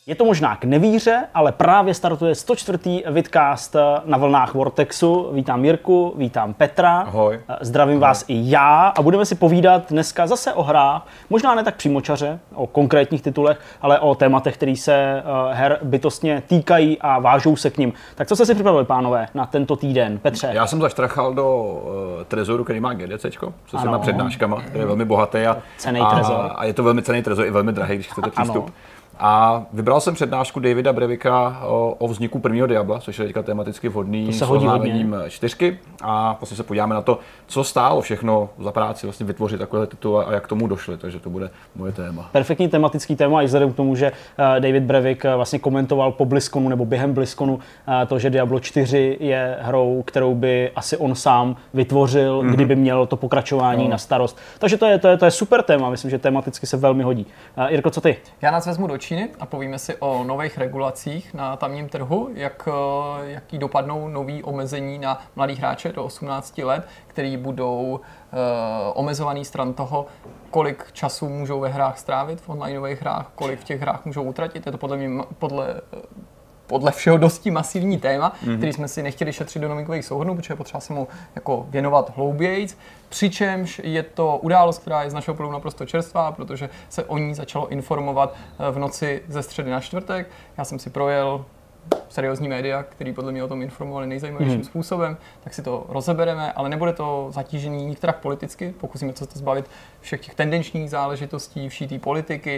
Je to možná k nevíře, ale právě startuje 104. vidcast na vlnách Vortexu. Vítám Jirku, vítám Petra. Ahoj. Zdravím vás i já a budeme si povídat dneska zase o hrách, možná ne tak přímočaře, o konkrétních titulech, ale o tématech, které se her bytostně týkají a vážou se k nim. Tak co jste si připravili, pánové, na tento týden? Petře? Já jsem zaštrachal do trezoru, který má GDCčko, se svýma přednáškama, který je velmi bohatý cenný trezor. A je to velmi cenný trezor, i velmi drahý, když chcete přístup. A vybral jsem přednášku Davida Brevika o vzniku prvního Diabla, což je teďka tematicky vhodný s oznámením 4. A vlastně se podíváme na to, co stálo všechno za práci vlastně vytvořit takovýhle titul a jak k tomu došli, takže to bude moje téma. Perfektní tematický téma i vzhledem k tomu, že David Brevik vlastně komentoval po BlizzConu nebo během BlizzConu to, že Diablo 4 je hrou, kterou by asi on sám vytvořil, kdyby měl to pokračování na starost. Takže to je super téma, myslím, že tematicky se velmi hodí. Jirko, co ty? Já nás vezmu do Číny a povíme si o nových regulacích na tamním trhu, jaký dopadnou nový omezení na mladý hráče do 18 let, který budou omezovaný stran toho, kolik času můžou ve hrách strávit, v onlineových hrách, kolik v těch hrách můžou utratit. Je to podle mě podle všeho dosti masivní téma, který jsme si nechtěli šetřit do novinkových souhrnů, protože je potřeba se mu jako věnovat hloubějc. Přičemž je to událost, která je z našeho pohledu naprosto čerstvá, protože se o ní začalo informovat v noci ze středy na čtvrtek. Já jsem si projel seriózní média, který podle mě o tom informovali nejzajímavějším způsobem, tak si to rozebereme, ale nebude to zatížení nikterak politicky, pokusíme se to zbavit všech těch tendenčních záležitostí, vší té politiky,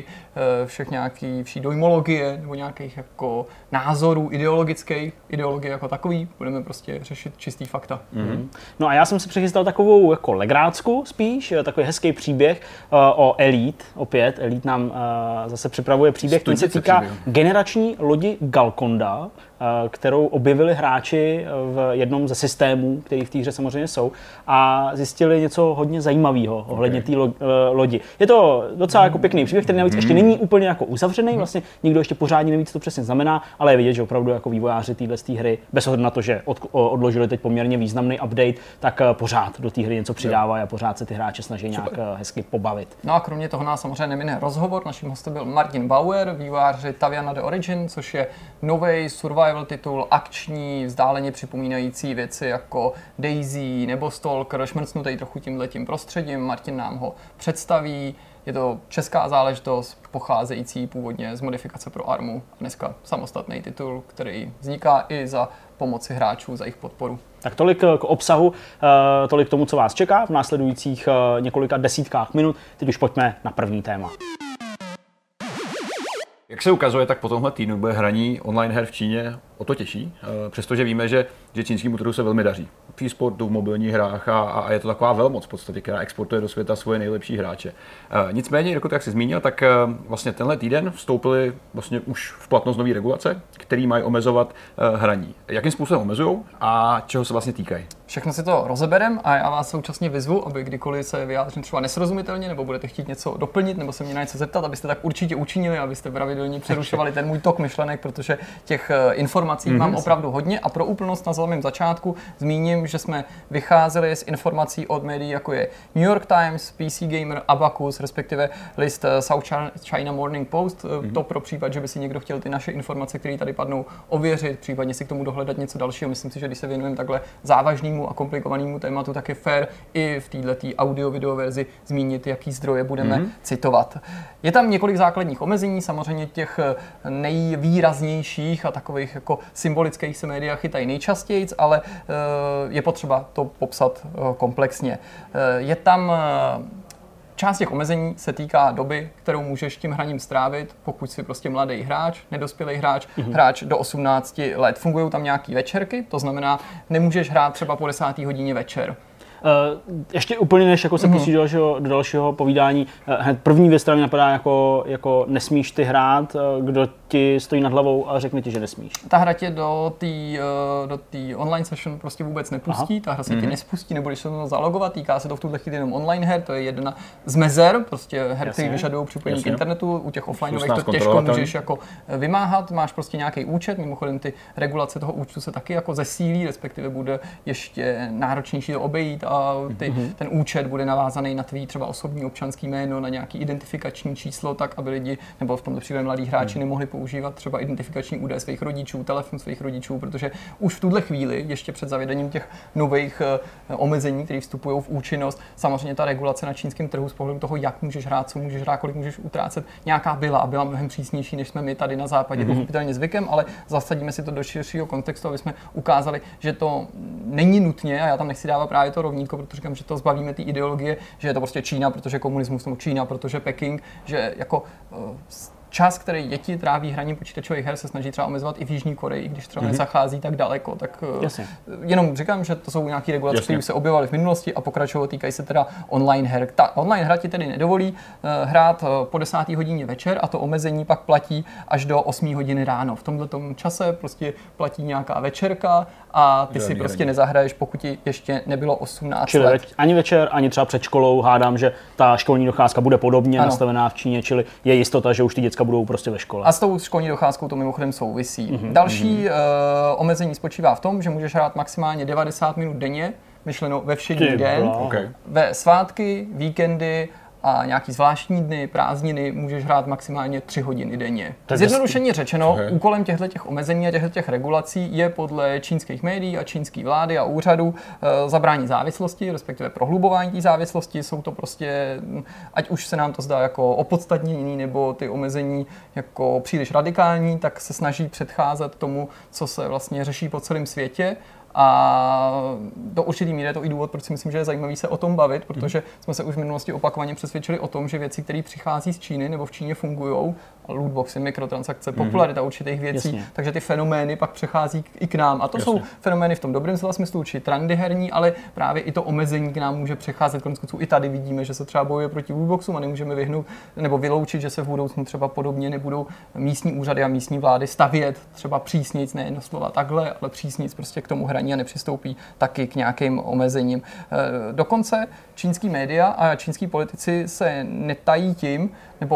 vší dojmologie nebo nějakých jako názorů ideologie jako takový, budeme prostě řešit čistý fakta. No a já jsem si přichystal takovou jako legrácku spíš, takový hezký příběh o Elite, opět Elite nám zase připravuje příběh, který se týká generační lodi Galconda, kterou objevili hráči v jednom ze systémů, který v té hře samozřejmě jsou, a zjistili něco hodně zajímavého ohledně té lodi. Je to docela jako pěkný příběh, který navíc ještě není úplně jako uzavřený, vlastně nikdo ještě pořádně neví, co to přesně znamená, ale je vidět, že opravdu jako vývojáři téhle hry, bez ohledu na to, že odložili teď poměrně významný update, tak pořád do té hry něco přidávají a pořád se ty hráči snaží nějak hezky pobavit. No a kromě toho nás samozřejmě nemine rozhovor. Naším hostem byl Martin Bauer, vývojáři Taviana The Origin, což je nový survival titul, akční, vzdáleně připomínající věci jako Daisy nebo Stalker, šmrcnutý trochu tímhletím prostředím. Martin nám ho představí. Je to česká záležitost, pocházející původně z modifikace pro Armu. Dneska samostatný titul, který vzniká i za pomoci hráčů, za jejich podporu. Tak tolik k obsahu, tolik k tomu, co vás čeká v následujících několika desítkách minut. Teď už pojďme na první téma. Jak se ukazuje, tak po tomhle týdnu bude hraní online her v Číně o to těžší, přestože víme, že čínskému trhu se velmi daří. V e-sportu, v mobilních hrách a je to taková velmoc v podstatě, která exportuje do světa svoje nejlepší hráče. Nicméně, jako jak jsi zmínil, tak vlastně tenhle týden vstoupily vlastně už v platnost nové regulace, které mají omezovat hraní. Jakým způsobem omezují a čeho se vlastně týkají? Všechno si to rozeberem a já vás současně vyzvu, aby kdykoliv se vyjádřím třeba nesrozumitelně, nebo budete chtít něco doplnit, nebo se mě na něco zeptat, abyste tak určitě učinili, abyste pravidelně přerušovali ten můj tok myšlenek, protože těch informací mám opravdu hodně. A pro úplnost na samém začátku zmíním, že jsme vycházeli z informací od médií, jako je New York Times, PC Gamer, Abacus, respektive list South China Morning Post. To pro případ, že by si někdo chtěl ty naše informace, které tady padnou, ověřit, případně si k tomu dohledat něco dalšího. Myslím si, že když se věnujeme takhle závažnému a komplikovanému tématu, tak je fair i v této audio-video verzi zmínit, jaký zdroje budeme citovat. Je tam několik základních omezení, samozřejmě těch nejvýraznějších a takových jako symbolických se média chytají nejčastěji, ale je potřeba to popsat komplexně. Je tam část těch omezení se týká doby, kterou můžeš tím hraním strávit, pokud jsi prostě mladý hráč, nedospělý hráč, hráč do 18 let. Fungují tam nějaký večerky, to znamená, nemůžeš hrát třeba po 10. hodině večer. Ještě úplně než jako se pustí do dalšího povídání, hned první věc, která mi napadá jako nesmíš ty hrát, kdo ti stojí nad hlavou a řekne ti, že nesmíš. Ta hra tě do té online session prostě vůbec nepustí, ta hra se ti nespustí, nebudeš se to zalogovat, týká se to v tuhle chvíli jenom online her, to je jedna z mezer, prostě her, které vyžadují připojení k internetu, u těch offlineových to těžko můžeš jako vymáhat, máš prostě nějaký účet, mimochodem ty regulace toho účtu se taky jako zesílí, respektive bude ještě náročnější to obejít a ten účet bude navázaný na tvý třeba osobní občanský jméno, na nějaký identifikační číslo, tak aby lidi, nebo v tomto případě mladí hráči nemohli používat třeba identifikační údaje svých rodičů, telefon svých rodičů, protože už v tuhle chvíli, ještě před zavedením těch nových omezení, které vstupují v účinnost, samozřejmě ta regulace na čínském trhu z pohledu toho, jak můžeš hrát, co můžeš hrát, kolik můžeš utrácet, nějaká byla mnohem přísnější, než jsme my tady na západě pochopitelně zvykem, ale zasadíme si to do širšího kontextu, aby jsme ukázali, že to není nutně, a já tam nechci dávat právě to rovnítko, protože říkám, že to zbavíme té ideologie, že je to prostě Čína, protože komunismus, nebo Čína, protože Peking, že jako čas, který děti tráví hraním počítačových her, se snaží třeba omezovat i v Jižní Koreji, i když třeba nezachází tak daleko, tak jenom říkám, že to jsou nějaké regulace, které se objevovaly v minulosti a pokračují, týkají se teda online her. Ta online hra ti tedy nedovolí hrát po 10. hodině večer a to omezení pak platí až do 8 hodiny ráno. V tomto čase prostě platí nějaká večerka a ty si prostě nezahraješ, pokud ti ještě nebylo 18 čili let. Ani večer, ani třeba před školou, hádám, že ta školní docházka bude podobně nastavená v Číně, čili je jistota, že už ty děcka budou prostě ve škole. A s tou školní docházkou to mimochodem souvisí. Další omezení spočívá v tom, že můžeš hrát maximálně 90 minut denně, myšleno ve všední den, ve svátky, víkendy a nějaký zvláštní dny, prázdniny můžeš hrát maximálně 3 hodiny denně. Zjednodušeně řečeno, úkolem těchto omezení a těchto regulací je podle čínských médií a čínské vlády a úřadů zabránit závislosti, respektive prohlubování té závislosti. Jsou to prostě, ať už se nám to zdá jako opodstatnění nebo ty omezení jako příliš radikální, tak se snaží předcházet tomu, co se vlastně řeší po celém světě. A do určitý míry je to i důvod, proč si myslím, že je zajímavý se o tom bavit, protože jsme se už v minulosti opakovaně přesvědčili o tom, že věci, které přichází z Číny nebo v Číně fungují, lootboxy, mikrotransakce, popularita určitých věcí, takže ty fenomény pak přechází i k nám. A to jsou fenomény v tom dobrém slova smyslu, či trendy herní, ale právě i to omezení k nám může přecházet. Koneckonců i tady vidíme, že se třeba bojuje proti lootboxům a nemůžeme vyhnout nebo vyloučit, že se v budoucnu třeba podobně nebudou místní úřady a místní vlády stavět třeba přísnějc, nejen slova takhle, ale přísnějc prostě k tomu hraní a nepřistoupí taky k nějakým omezením. Dokonce čínský média a čínský politici se netají tím,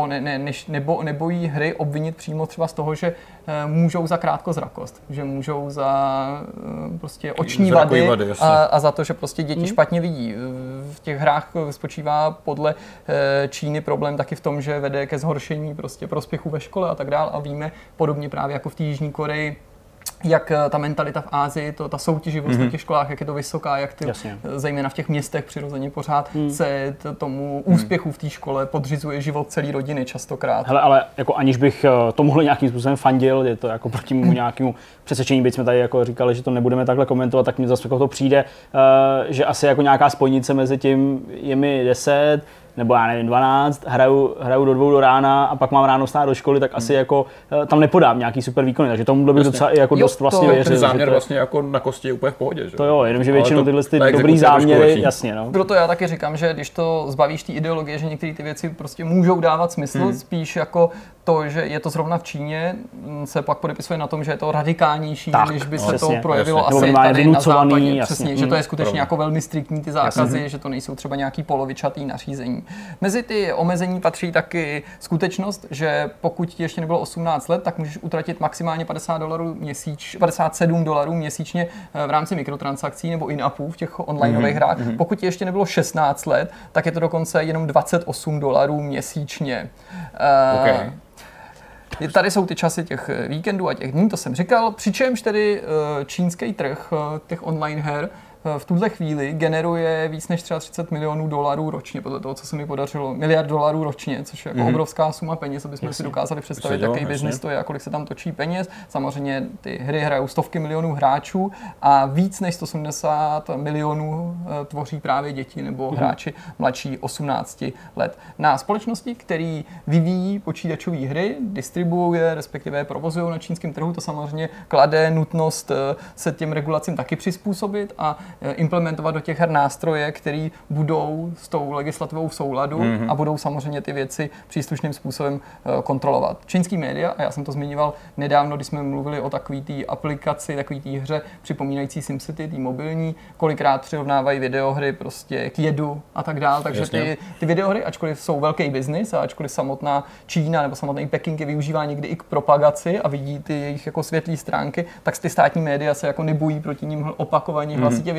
nebo nebojí hry obvinit přímo třeba z toho, že můžou za krátkozrakost, že můžou za prostě oční vady a za to, že prostě děti špatně vidí. V těch hrách spočívá podle Číny problém taky v tom, že vede ke zhoršení prostě prospěchu ve škole a tak dál a víme podobně právě jako v té Jižní Koreji, jak ta mentalita v Asii, ta soutěživost v těch školách, jak je to vysoká, jak ty, zejména v těch městech přirozeně pořád se tomu úspěchu v té škole podřizuje život celé rodiny častokrát. Hele, ale jako aniž bych tomuhle nějakým způsobem fandil, je to jako proti mému nějakému přesvědčení, byť jsme tady jako říkali, že to nebudeme takhle komentovat, tak mně zase jako to přijde, že asi jako nějaká spojnice mezi tím je mi 10, nebo já nevím, 12, hraju do 2 do rána a pak mám ráno stát do školy, tak asi jako tam nepodám nějaký super výkony, takže tomu bych docela i jako dost vlastně věřil. Ten záměr vlastně jako na kosti je úplně v pohodě, že? To jo, jenomže většinou tyhle ty dobrý záměry, jasně, no. Proto já taky říkám, že když to zbavíš té ideologie, že některé ty věci prostě můžou dávat smysl, spíš jako to, že je to zrovna v Číně, se pak podepisuje na tom, že je to radikálnější, než by se to projevilo asi tady na západě. Přesně, že to je skutečně jako velmi striktní ty zákazy, že to nejsou třeba nějaký polovičatý nařízení. Mezi ty omezení patří taky skutečnost, že pokud ti ještě nebylo 18 let, tak můžeš utratit maximálně $57 měsíčně v rámci mikrotransakcí nebo in-appů v těch onlineových hrách. Pokud ti ještě nebylo 16 let, tak je to dokonce jenom $28 měsíčně. Tady jsou ty časy těch víkendů a těch dní, to jsem říkal, přičemž tedy čínský trh těch online her v tuhle chvíli generuje víc než $30 milionů ročně, podle toho, co se mi podařilo, $1 miliard ročně, což je jako obrovská suma peněz, abychom si dokázali představit, jaký biznis to je a kolik se tam točí peněz. Samozřejmě ty hry hrajou stovky milionů hráčů a víc než 170 milionů tvoří právě děti nebo hráči mladší 18 let. Na společnosti, který vyvíjí počítačové hry, distribuuje, respektive provozují na čínském trhu, to samozřejmě klade nutnost se těm regulacím taky přizpůsobit a implementovat do těch her nástroje, které budou s tou legislativou v souladu a budou samozřejmě ty věci příslušným způsobem kontrolovat. Čínský média, a já jsem to zmiňoval nedávno, když jsme mluvili o takové té aplikaci, takové té hře připomínající SimCity, té mobilní, kolikrát přirovnávají videohry prostě k jedu a tak dál, takže ty videohry, ačkoliv jsou velký biznis a ačkoliv samotná Čína nebo samotný Peking je využívá někdy i k propagaci a vidí ty jejich jako světlý stránky, tak ty státní média se jako nebojí proti nim opakovaně hlasitě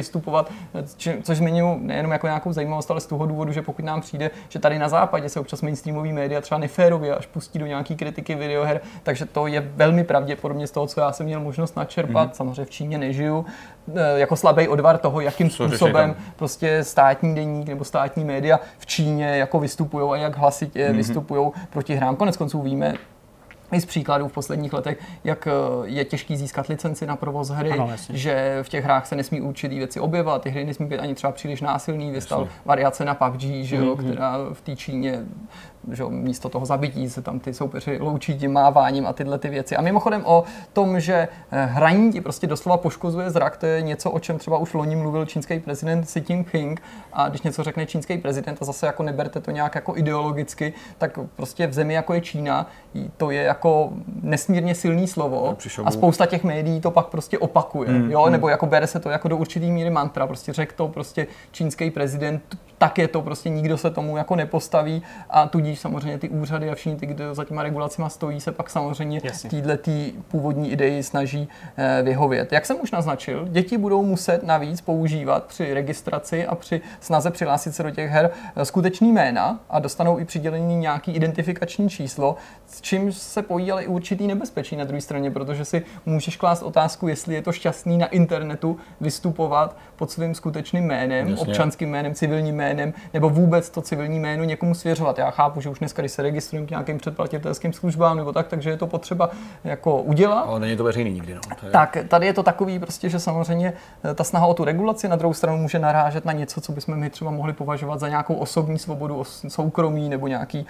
vystupovat, což zmiňuji nejenom jako nějakou zajímavost, ale z toho důvodu, že pokud nám přijde, že tady na západě se občas mainstreamový média třeba neférově až pustí do nějaký kritiky videoher, takže to je velmi pravděpodobně z toho, co já jsem měl možnost načerpat. Samozřejmě v Číně nežiju, jako slabý odvar toho, jakým způsobem prostě státní deník nebo státní média v Číně jako vystupujou a jak hlasitě vystupujou proti hrám. Koneckonců víme i z příkladů v posledních letech, jak je těžký získat licenci na provoz hry, ano, že v těch hrách se nesmí určitý věci objevovat, ty hry nesmí být ani třeba příliš násilný, vystal variace na PUBG, že jo, která v té Číně, že jo, místo toho zabití se tam ty soupeři loučí tím máváním a tyhle ty věci. A mimochodem o tom, že hraní ti prostě doslova poškozuje zrak, to je něco, o čem třeba už loni mluvil čínský prezident Xi Jinping, a když něco řekne čínský prezident a zase jako neberte to nějak jako ideologicky, tak prostě v zemi jako je Čína, to je jako nesmírně silný slovo a spousta těch médií to pak prostě opakuje, jo, nebo jako bere se to jako do určitý míry mantra, prostě řekl to prostě čínský prezident, tak je to prostě, nikdo se tomu jako nepostaví a tudíž samozřejmě ty úřady a všichni ty, kdo za těma regulacima stojí, se pak samozřejmě týhletý původní ideji snaží vyhovět. Jak jsem už naznačil, děti budou muset navíc používat při registraci a při snaze přihlásit se do těch her skutečný jména a dostanou i přidělení nějaký identifikační číslo, s čím se pojí ale i určitý nebezpečí na druhé straně, protože si můžeš klást otázku, jestli je to šťastný na internetu vystupovat pod svým skutečným jménem, občanským jménem, civilním jménem, nebo vůbec to civilní jméno někomu svěřovat. Já chápu, že už dneska, když se registrujeme k nějakým předplatitelským službám nebo tak, takže je to potřeba jako udělat. Ale není to veřejný nikdy, no. Tak, tady je to takový prostě, že samozřejmě ta snaha o tu regulaci na druhou stranu může narážet na něco, co bychom my třeba mohli považovat za nějakou osobní svobodu, soukromí nebo nějaký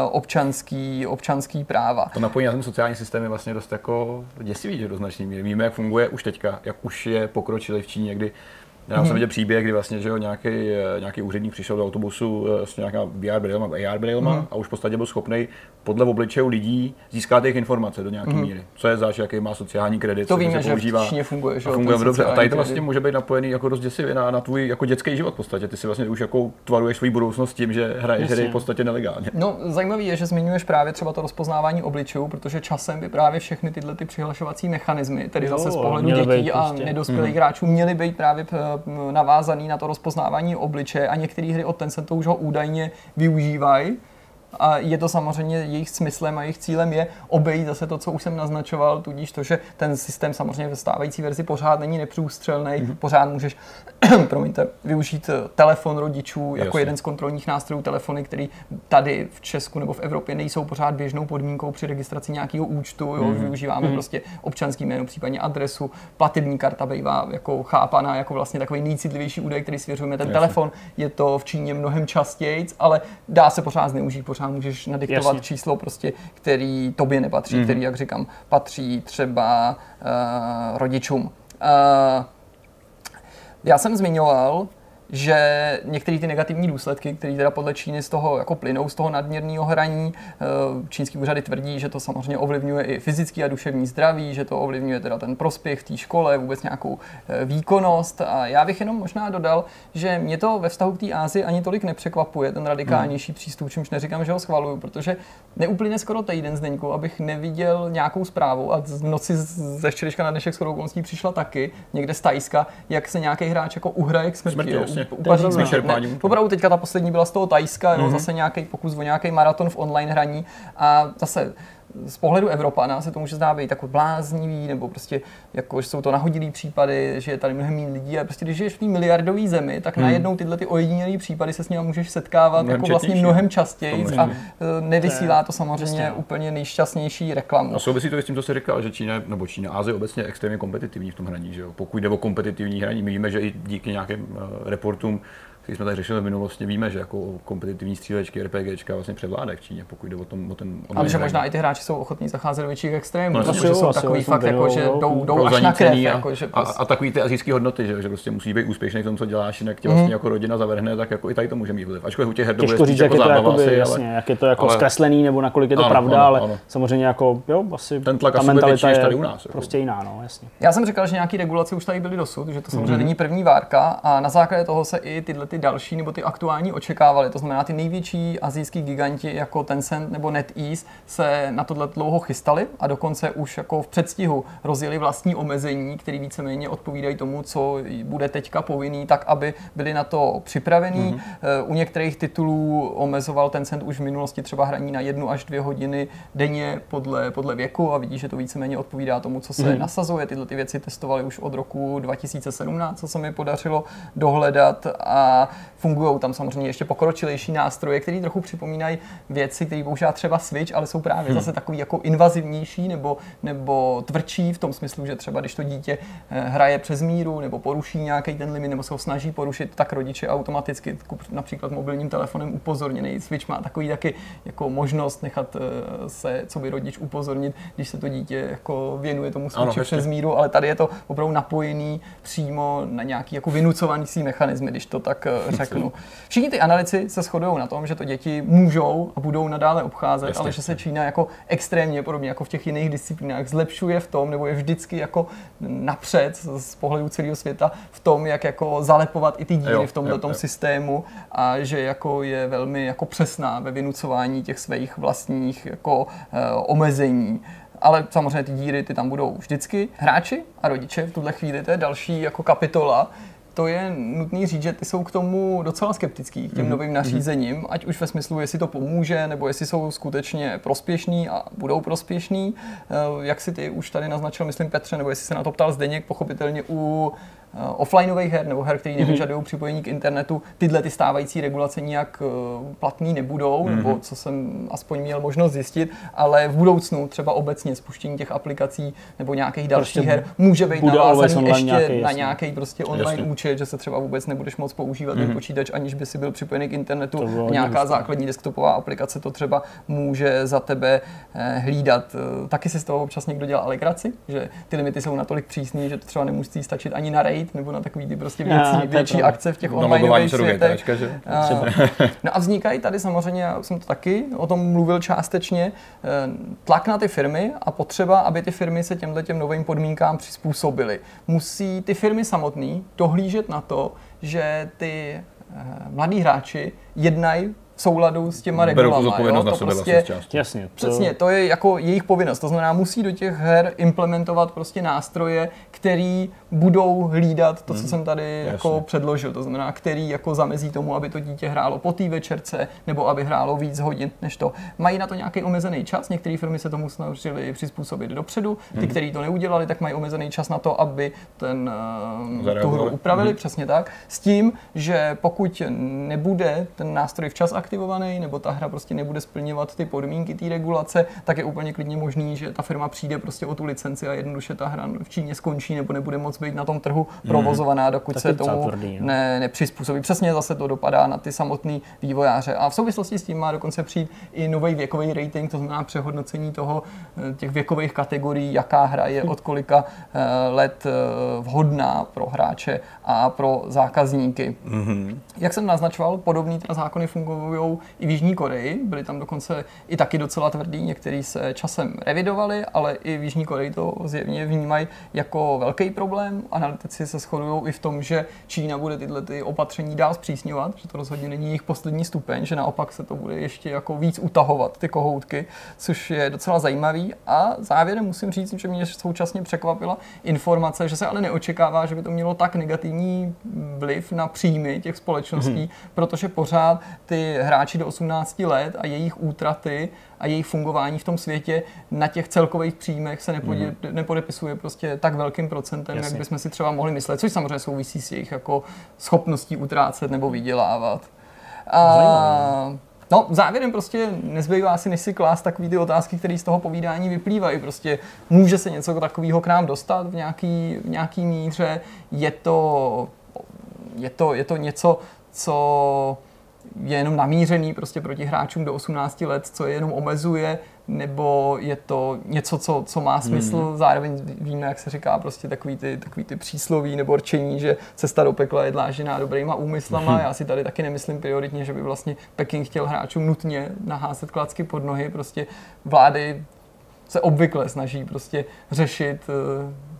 občanský práva. To napojení na ten sociální systém je vlastně dost jako děsivý, že do značné míry. Víme, jak funguje už teďka, jak už je pokročilý v Číně, kdy já jsem viděl příběh, kdy vlastně, že jo, nějaký úředník přišel do autobusu s nějaká VR brýlema, AR brýlema a už v podstatě byl schopný podle obličejů lidí získat jejich informace do nějaké míry. Co je zač, jaký má sociální kredit, to víme, že v Číně funguje, že funguje dobře. A tady to vlastně může být napojený jako dost děsivě na tvůj jako dětský život v podstatě. Ty si vlastně už jako tvaruješ svou budoucnost tím, že hraješ hry v podstatě nelegálně. No, zajímavý je, že zmiňuješ právě třeba to rozpoznávání obličejů, protože časem by právě všechny tyhle ty přihlašovací mechanismy, tedy zase z pohledu dětí a nedospělých hráčů, měly být právě navázaný na to rozpoznávání obličeje a některé hry od Tencent to už ho údajně využívají. A je to samozřejmě jejich smyslem a jejich cílem je obejít zase to, co už jsem naznačoval, tudíž to, že ten systém samozřejmě ve stávající verzi pořád není neprůstřelný, pořád můžeš využít telefon rodičů jako jeden z kontrolních nástrojů, telefony, který tady v Česku nebo v Evropě nejsou pořád běžnou podmínkou při registraci nějakého účtu, jo, využíváme prostě občanský jméno, případně adresu, platební karta bývá jako chápaná jako vlastně takový nejcitlivější údaj, který svěřujeme. Ten telefon je to v Číně mnohem častěji, ale dá se pořád zneužít, pořád můžeš nadiktovat číslo, prostě, který tobě nepatří, který, jak říkám, patří třeba rodičům. Já jsem zmiňoval, že některé ty negativní důsledky, které teda podle Číny z toho jako plynou, z toho nadměrného hraní, čínský úřady tvrdí, že to samozřejmě ovlivňuje i fyzický a duševní zdraví, že to ovlivňuje teda ten prospěch v té škole, vůbec nějakou výkonnost. A já bych jenom možná dodal, že mě to ve vztahu k té Asii ani tolik nepřekvapuje, ten radikálnější přístup, čímž neříkám, že ho schvaluju, protože neuplyne skoro týden, Zdeňku, abych neviděl nějakou zprávu, a v noci ze včerejška na dnešek shodou okolností přišla taky, někde z Thajska, jak se nějaký hráč jako uhraje k smrti. Opravdu teďka ta poslední byla z toho Thajska, zase nějaký pokus o nějaký maraton v online hraní a zase z pohledu Evropana se to může zdát být jako bláznivý, nebo prostě jako, že jsou to nahodilý případy, že je tady mnohem méně lidí, a prostě když žiješ v té miliardové zemi, tak najednou tyhle ty ojedinělé případy se s nimi můžeš setkávat jako vlastně mnohem častěji a nevysílá to samozřejmě úplně nejšťastnější reklamu. A souvisí to s tím, co jsi říkal, že Čína, Asie obecně je extrémně kompetitivní v tom hraní, že jo? Pokud jde o kompetitivní hraní, my víme, že i díky nějakým reportům, který jsme tady řešili v minulosti, víme, že jako kompetitivní střílečky, RPGčka vlastně převládají v Číně, pokud jde o ten ale že možná i ty hráči jsou ochotní zacházet do větších extrémů, protože jsou takový fakt jako, že jdou až na krev. A takový ty asijské hodnoty, že prostě musí být úspěšný v tom, co děláš, jinak tě vlastně jako rodina zavrhne, tak jako i tady to může mít vliv. Ačkoliv u těch her to bude jako zábava asi, jasně, jak je to jako zkreslený nebo nakolik je to pravda, ale samozřejmě jako jo, asi ten tlak ta mentalita je tady u nás. Prostě jiná, no, jasně. Já jsem říkal, že nějaký regulace už tady byly dosud, že to samozřejmě není první várka a na základě toho se i tyhle ty další nebo ty aktuální očekávali. To znamená, ty největší asijský giganti jako Tencent nebo NetEase se na tohle dlouho chystali a dokonce už jako v předstihu rozjeli vlastní omezení, které víceméně odpovídají tomu, co bude teďka povinný, tak aby byli na to připravení. U některých titulů omezoval Tencent už v minulosti třeba hraní na 1 až 2 hodiny denně podle věku a vidí, že to víceméně odpovídá tomu, co se nasazuje. Tyhle ty věci testovali už od roku 2017, co se mi podařilo dohledat a fungují tam samozřejmě ještě pokročilejší nástroje, které trochu připomínají věci, které používá třeba Switch, ale jsou právě zase takový jako invazivnější nebo tvrdší v tom smyslu, že třeba když to dítě hraje přes míru nebo poruší nějaký ten limit nebo se ho snaží porušit, tak rodiče automaticky například mobilním telefonem upozorněný. Switch má takový taky jako možnost nechat se co by rodič upozornit, když se to dítě jako věnuje tomu Switchi přes míru, ale tady je to opravdu napojený přímo na nějaký jako vynucovací mechanismy, když to tak řeknu. Všichni ty analytici se shodují na tom, že to děti můžou a budou nadále obcházet, ale že se Čína jako extrémně podobně jako v těch jiných disciplínách zlepšuje v tom, nebo je vždycky jako napřed z pohledu celého světa v tom, jak jako zalepovat i ty díry v tomto systému a že jako je velmi jako přesná ve vynucování těch svých vlastních jako omezení. Ale samozřejmě ty díry ty tam budou vždycky. Hráči a rodiče v tuhle chvíli, to je další jako kapitola. To je nutný říct, že ty jsou k tomu docela skeptický, k těm novým nařízením, ať už ve smyslu, jestli to pomůže, nebo jestli jsou skutečně prospěšný a budou prospěšný. Jak si ty už tady naznačil, myslím Petře, nebo jestli se na to ptal Zdeněk, pochopitelně u offlineových her nebo her, které nevyžadují připojení k internetu, tyhle ty stávající regulace nijak platný nebudou, nebo co jsem aspoň měl možnost zjistit, ale v budoucnu třeba obecně spuštění těch aplikací nebo nějakých dalších her může být navázaný ještě na nějaký prostě online účet, že se třeba vůbec nebudeš moct používat ten počítač, aniž by si byl připojený k internetu. Nějaká základní desktopová aplikace to třeba může za tebe hlídat. Taky si z toho občas někdo dělá legraci, že ty limity jsou natolik přísný, že to třeba nemusí stačit ani na raid nebo na takový ty prostě větší akce v těch onlineových světech. No a vznikají tady samozřejmě, já jsem to taky o tom mluvil částečně, tlak na ty firmy a potřeba, aby ty firmy se těm novým podmínkám přizpůsobily. Musí ty firmy samotný dohlížet na to, že ty mladí hráči jednají v souladu s těma regulama. To prostě, jasně, přesně, to je jako jejich povinnost. To znamená, musí do těch her implementovat prostě nástroje, který budou hlídat to, co jsem tady jako předložil. To znamená, který jako zamezí tomu, aby to dítě hrálo po té večerce, nebo aby hrálo víc hodin než to. Mají na to nějaký omezený čas. Některé firmy se tomu snažily přizpůsobit dopředu. Ty, kteří to neudělali, tak mají omezený čas na to, aby tu hru upravili, přesně tak. S tím, že pokud nebude ten nástroj včas aktivovaný, nebo ta hra prostě nebude splňovat ty podmínky té regulace, tak je úplně klidně možný, že ta firma přijde prostě o tu licenci a jednoduše ta hra v Číně skončí, nebo nebude moc být na tom trhu provozovaná, dokud se tomu nepřizpůsobí. Přesně zase to dopadá na ty samotný vývojáře. A v souvislosti s tím má dokonce přijít i nový věkový rating, to znamená přehodnocení těch věkových kategorií, jaká hra je od kolika let vhodná pro hráče a pro zákazníky. Jak jsem naznačoval, podobný zákony fungují i v Jižní Koreji, byly tam dokonce i taky docela tvrdý, některý se časem revidovali, ale i v Jižní Koreji to zjevně vnímají jako velký problém. Analytici se shodují i v tom, že Čína bude tyhle ty opatření dál zpřísňovat, že to rozhodně není jejich poslední stupeň, že naopak se to bude ještě jako víc utahovat, ty kohoutky, což je docela zajímavý. A závěrem musím říct, že mě současně překvapila informace, že se ale neočekává, že by to mělo tak negativní vliv na příjmy těch společností, protože pořád ty hráči do 18 let a jejich útraty a jejich fungování v tom světě na těch celkových příjmech se nepodepisuje prostě tak velkým procentem, jak bychom si třeba mohli myslet, což samozřejmě souvisí s jejich jako schopností utrácet nebo vydělávat. No, závěrem prostě nezbývá asi, než si klást takový ty otázky, které z toho povídání vyplývají. Prostě může se něco takového k nám dostat v nějaký míře, je to něco, co je jenom namířený prostě proti hráčům do 18 let, co je jenom omezuje, nebo je to něco, co má smysl. Zároveň víme, jak se říká, prostě takový ty přísloví nebo rčení, že cesta do pekla je dlážděná dobrýma úmyslama. Já si tady taky nemyslím prioritně, že by vlastně Peking chtěl hráčům nutně naházet klacky pod nohy. Prostě vlády se obvykle snaží prostě řešit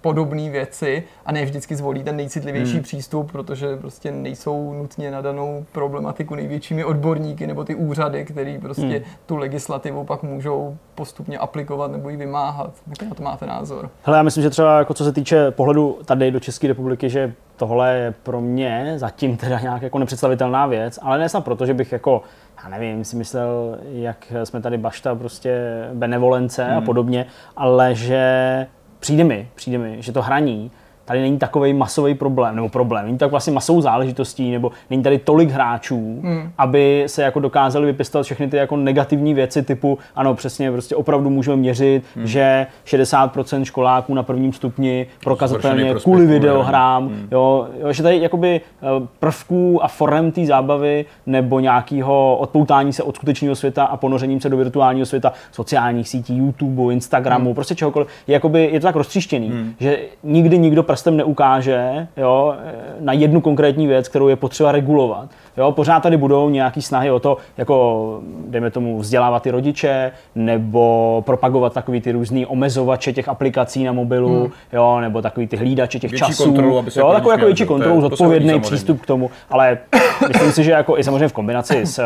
podobné věci a ne vždycky zvolí ten nejcitlivější přístup, protože prostě nejsou nutně na danou problematiku největšími odborníky nebo ty úřady, který prostě tu legislativu pak můžou postupně aplikovat nebo ji vymáhat. Jaký na to máte názor? Hele, já myslím, že třeba jako co se týče pohledu tady do České republiky, že tohle je pro mě zatím teda nějak jako nepředstavitelná věc, ale ne snad proto, že bych jako, já nevím, si myslel, jak jsme tady bašta prostě benevolence a podobně, ale že přijde mi, že to hraní tady není takovej masový problém, není tak vlastně masovou záležitostí, nebo není tady tolik hráčů, aby se jako dokázali vypěstovat všechny ty jako negativní věci typu, ano, přesně, prostě opravdu můžeme měřit, že 60% školáků na prvním stupni prokazatelně kvůli videohrám, jo, že tady jakoby prvků a forem té zábavy nebo nějakého odpoutání se od skutečného světa a ponořením se do virtuálního světa, sociálních sítí, YouTube, Instagramu, prostě čehokoliv, je to tak roztříštěný, že nikdy nikdo prstem neukáže, jo, na jednu konkrétní věc, kterou je potřeba regulovat. Jo, pořád tady budou nějaký snahy o to, jako dejme tomu vzdělávat ty rodiče, nebo propagovat takový ty různý omezovače těch aplikací na mobilu, jo, nebo takový ty hlídače těch větší časů. Kontrolu, aby se jo, takovou jako větší kontrolu, zodpovědný to přístup k tomu, ale myslím si, že jako i samozřejmě v kombinaci s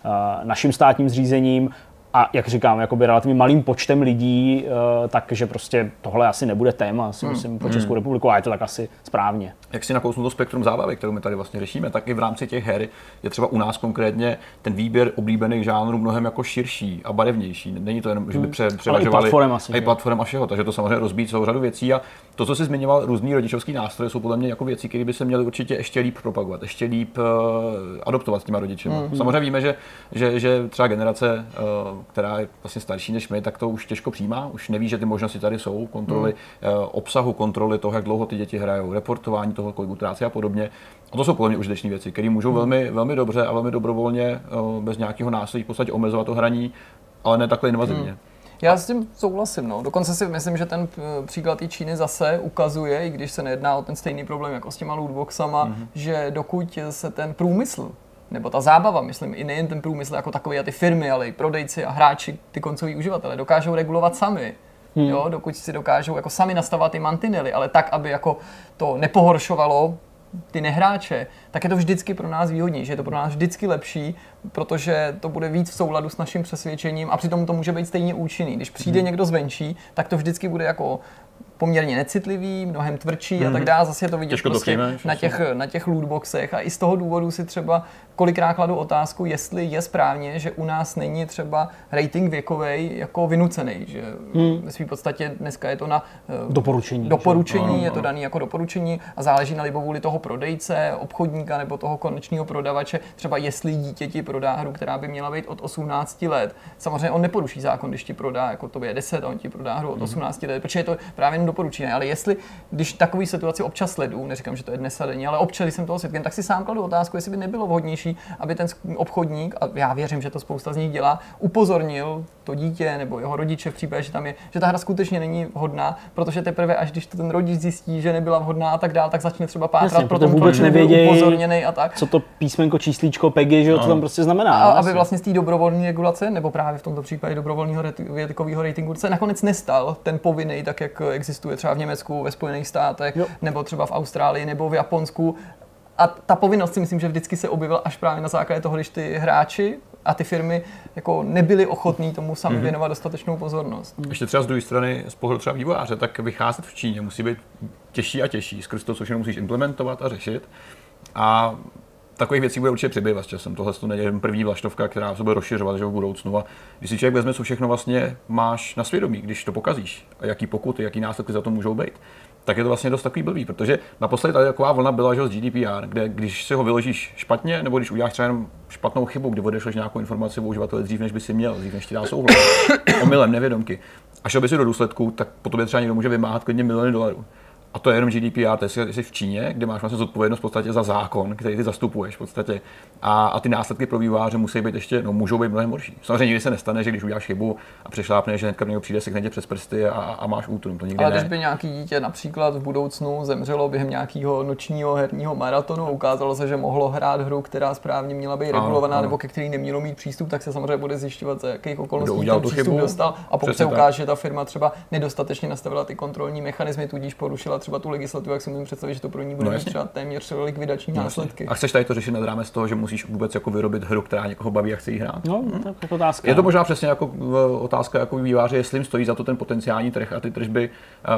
naším státním zřízením a jak říkám, jakoby relativně malým počtem lidí, takže prostě tohle asi nebude téma, si myslím, pro Českou republiku a je to tak asi správně. Jak si nakousnu to spektrum zábavy, kterou my tady vlastně řešíme, tak i v rámci těch her je třeba u nás konkrétně ten výběr oblíbených žánrů mnohem jako širší a barevnější. Není to jenom, že by převažovali i platform a všeho, takže to samozřejmě rozbíjí celou řadu věcí a to, co jsi zmiňoval, různý rodičovský nástroje, jsou podle mě jako věci, které by se měly určitě ještě líp propagovat, ještě líp adoptovat s těma rodiči. Samozřejmě víme, že třeba generace, která je vlastně starší než my, tak to už těžko přijímá, už neví, že ty možnosti tady jsou, kontroly obsahu, kontroly toho, jak dlouho ty děti hrajou, reportování toho, kolik utrácí a podobně. A to jsou podle mě užitečné věci, které můžou velmi, velmi dobře a velmi dobrovolně, bez nějakého násilí v podstatě omezovat to hraní, ale ne takhle invazivně. Já s tím souhlasím, no. Dokonce si myslím, že ten příklad i Číny zase ukazuje, i když se nejedná o ten stejný problém jako s těma lootboxama, že dokud se ten průmysl nebo ta zábava, myslím, i nejen ten průmysl jako takový a ty firmy, ale i prodejci a hráči, ty koncoví uživatelé, dokážou regulovat sami. Jo, dokud si dokážou jako sami nastavovat ty mantinely, ale tak, aby jako to nepohoršovalo ty nehráče, tak je to vždycky pro nás výhodnější, je to pro nás vždycky lepší, protože to bude víc v souladu s naším přesvědčením a přitom to může být stejně účinný. Když přijde někdo zvenčí, tak to vždycky bude jako poměrně necitlivý, mnohem tvrdší a tak dále. Zase je to vidět prostě na těch lootboxech a i z toho důvodu si třeba kolikrát kladu otázku, jestli je správně, že u nás není třeba rating věkovej jako vynucený, že ve svým podstatě dneska je to na doporučení, je to daný jako doporučení a záleží na libovůli toho prodejce, obchodníka nebo toho konečného prodavače, třeba jestli dítěti prodá hru, která by měla být od 18 let. Samozřejmě on neporuší zákon, když ti prodá jako tobě 10 a on ti prodá hru od 18 let, protože je to právě doporučení, ale jestli, když takový situaci občas sleduju, neříkám, že to je dnes a denně, ale občas jsem toho svědkem, tak si sám kladu otázku, jestli by nebylo vhodnější, aby ten obchodník, a já věřím, že to spousta z nich dělá, upozornil to dítě nebo jeho rodiče v případě, že tam je, že ta hra skutečně není vhodná, protože teprve až když to ten rodič zjistí, že nebyla vhodná a tak dál, tak začne třeba pátrat, protože vůbec nevědějí, upozorněný a tak. Co to písmenko, číslíčko, PEGI, že to tam prostě znamená. A aby vlastně z té dobrovolné regulace, nebo právě v tomto případě dobrovolného věkového ratingu se nakonec nestal ten povinný, tak jak existuje třeba v Německu, ve Spojených státech, nebo třeba v Austrálii, nebo v Japonsku. A ta povinnost si myslím, že vždycky se objevila až právě na základě toho, když ty hráči a ty firmy jako nebyli ochotní tomu sami věnovat dostatečnou pozornost. Ještě třeba z druhé strany, z pohledu třeba vývojáře, tak vycházet v Číně musí být těžší a těžší, skrz to, což musíš implementovat a řešit. A takových věcí bude určitě přibývat s časem. Tohle to není jen první vlaštovka, která se bude rozšiřovat že v budoucnu. A když si člověk vezme, co všechno vlastně máš na svědomí, když to pokazíš, a jaký pokuty, jaký následky za to můžou být, tak je to vlastně dost takový blbý, protože naposledy tady taková vlna byla, že z GDPR, kde když si ho vyložíš špatně, nebo když uděláš třeba jenom špatnou chybu, kdy odešleš nějakou informaci o uživateli dřív, než by si měl, dřív, než ti dá souhlas, omylem, nevědomky, a šel by si do důsledku, tak po tobě třeba někdo může vymáhat klidně miliony dolarů. A to je jenom GDPR, to jsi v Číně, kde máš vlastně zodpovědnost v podstatě za zákon, který ty zastupuješ v podstatě. A ty následky pro vývojáře musí být ještě, můžou být mnohem horší. Samozřejmě nikdy se nestane, že když uděláš chybu a přešlápneš, že hnedka do něho přijde, sekne tě přes prsty a máš útrum. To nikdy ale ne. když by nějaký dítě například v budoucnu zemřelo během nějakého nočního herního maratonu, ukázalo se, že mohlo hrát hru, která správně měla být regulovaná, nebo ke který nemělo mít přístup, tak se samozřejmě bude zjišťovat, za jakých okolností ten přístup dostal. A pokud se ukáže, že ta firma třeba nedostatečně nastavila ty kontrolní mechanismy, tudíž porušila třeba tu legislativu, jak si můžu představit, že to pro ní bude mít třeba téměř likvidační následky. A chceš tady to řešit nad rámec toho, že musíš vůbec jako vyrobit hru, která někoho baví a chce jí hrát? No, tak je otázka. Je to možná přesně jako otázka jako vývojáře, jestli jim stojí za to ten potenciální trh a ty tržby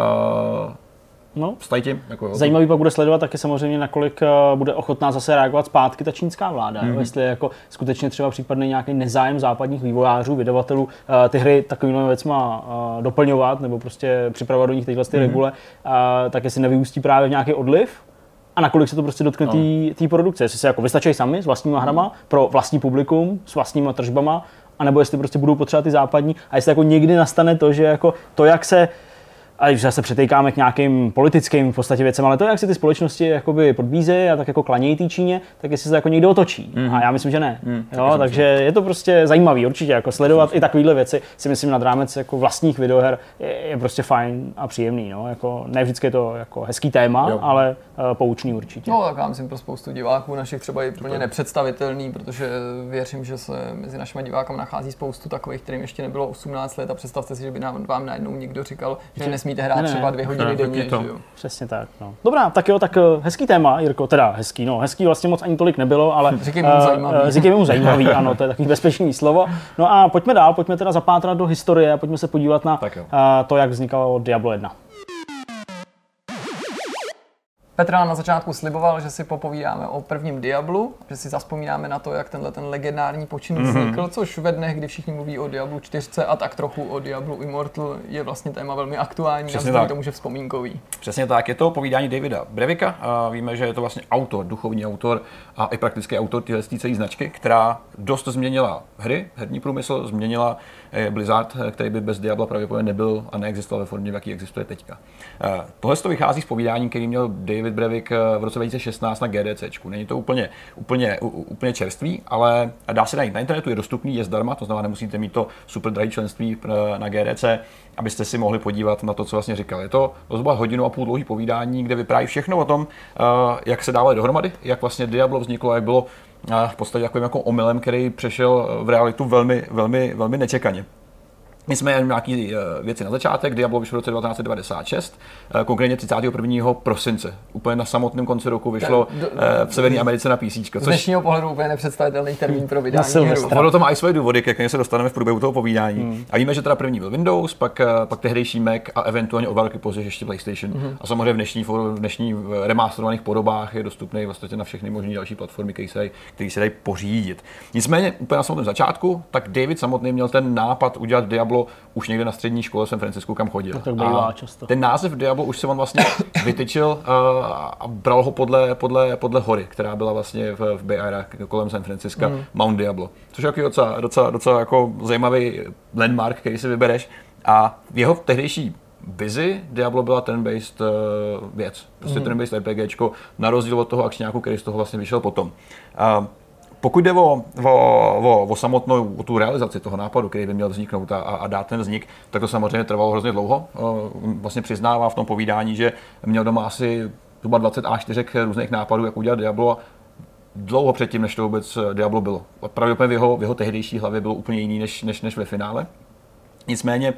stají tím. Jako, zajímavý pak bude sledovat taky samozřejmě, nakolik bude ochotná zase reagovat zpátky ta čínská vláda. Jestli jako skutečně třeba případný nějaký nezájem západních vývojářů, vydavatelů ty hry takovými věcma doplňovat nebo prostě připravovat do nich tyhle regule, tak jestli nevyústí právě v nějaký odliv. A nakolik se to prostě dotkne té produkce. Jestli se jako vystačí sami s vlastníma hrama pro vlastní publikum, s vlastníma tržbama, anebo jestli prostě budou potřebovat ty západní. A jestli jako někdy nastane to, že jako to, jak se, a když se přetejkáme k nějakým politickým v podstatě věcem, ale to, jak se ty společnosti jakoby podbízejí a tak jako klanějí té Číně, tak jestli se jako někdo otočí. A já myslím, že ne. Takže je to prostě zajímavý určitě, jako sledovat i takovéhle věci, si myslím nad rámec jako vlastních videoher je prostě fajn a příjemný. No. Jako, ne vždycky je to jako hezký téma, ale poučný určitě. No tak já myslím pro spoustu diváků našich třeba je úplně nepředstavitelný, protože věřím, že se mezi našimi divákama nachází spoustu takových, kterým ještě nebylo 18 let a představte si, že by vám najednou někdo říkal, že nesmíte hrát třeba 2 hodiny denně. Přesně tak. No. Dobrá, tak jo, tak hezký téma, Jirko, teda hezký vlastně moc ani tolik nebylo, ale říkej mu zajímavý, ano, to je takový bezpečný slovo. No a pojďme dál, pojďme teda zapátrat do historie a pojďme se podívat na to, jak vznikalo Diablo 1. Petr na začátku sliboval, že si popovídáme o prvním Diablu, že si zazpomínáme na to, jak ten legendární počin vznikl, což ve dnech, kdy všichni mluví o Diablu 4 a tak trochu o Diablu Immortal, je vlastně téma velmi aktuální a tomu, že vzpomínkový. Přesně tak, je to povídání Davida Brevika. Víme, že je to vlastně autor, duchovní autor a i praktický autor téhle celé značky, která dost změnila hry, herní průmysl, změnila Blizzard, který by bez Diabla pravděpodobně nebyl a neexistoval ve formě, v jaký existuje teďka. Tohle to vychází z povídání, který měl David Brevik v roce 2016 na GDCčku. Není to úplně čerstvý, ale dá se najít na internetu, je dostupný, je zdarma, to znamená, nemusíte mít to super drahé členství na GDC, abyste si mohli podívat na to, co vlastně říkal. Je to zhruba 1,5 hodiny dlouhý povídání, kde vypráví všechno o tom, jak se dávali dohromady, jak vlastně Diablo vzniklo, jak bylo v podstatě takovým jako omylem, který přešel v realitu velmi nečekaně. My jsme jen nějaké věci na začátek. Diablo vyšlo v roce 1996, konkrétně 31. prosince. Úplně na samotném konci roku vyšlo v Severní Americe na PC. Z dnešního pohledu úplně nepředstavitelný termín pro vydání hru. Ono to má i svoje důvody, ke kterým se dostaneme v průběhu toho povídání. A víme, že teda první byl Windows, pak tehdejší Mac a eventuálně o velký později ještě PlayStation. A samozřejmě v dnešní remasterovaných podobách je dostupný vlastně na všechny možné další platformy, které se dají pořídit. Nicméně úplně na samotném začátku, tak David samotný měl ten nápad udělat Diablo už někde na střední škole v San Francisku, kam chodil. Ten název Diablo už se on vlastně vytyčil a bral ho podle hory, která byla vlastně v Bay Area kolem San Francisca, Mount Diablo. Což je docela jako zajímavý landmark, který si vybereš. A v jeho tehdejší vizi Diablo byla turn-based věc. Prostě turn-based RPGčko, na rozdíl od toho akčňáku, který z toho vlastně vyšel potom. Pokud jde o samotnou tu realizaci toho nápadu, který by měl vzniknout a dát ten vznik, tak to samozřejmě trvalo hrozně dlouho. Vlastně přiznává v tom povídání, že měl doma asi zhruba 20 A4 různých nápadů, jak udělat Diablo, dlouho předtím, než to vůbec Diablo bylo. Pravděpodobně v jeho tehdejší hlavě bylo úplně jiný než ve finále. Nicméně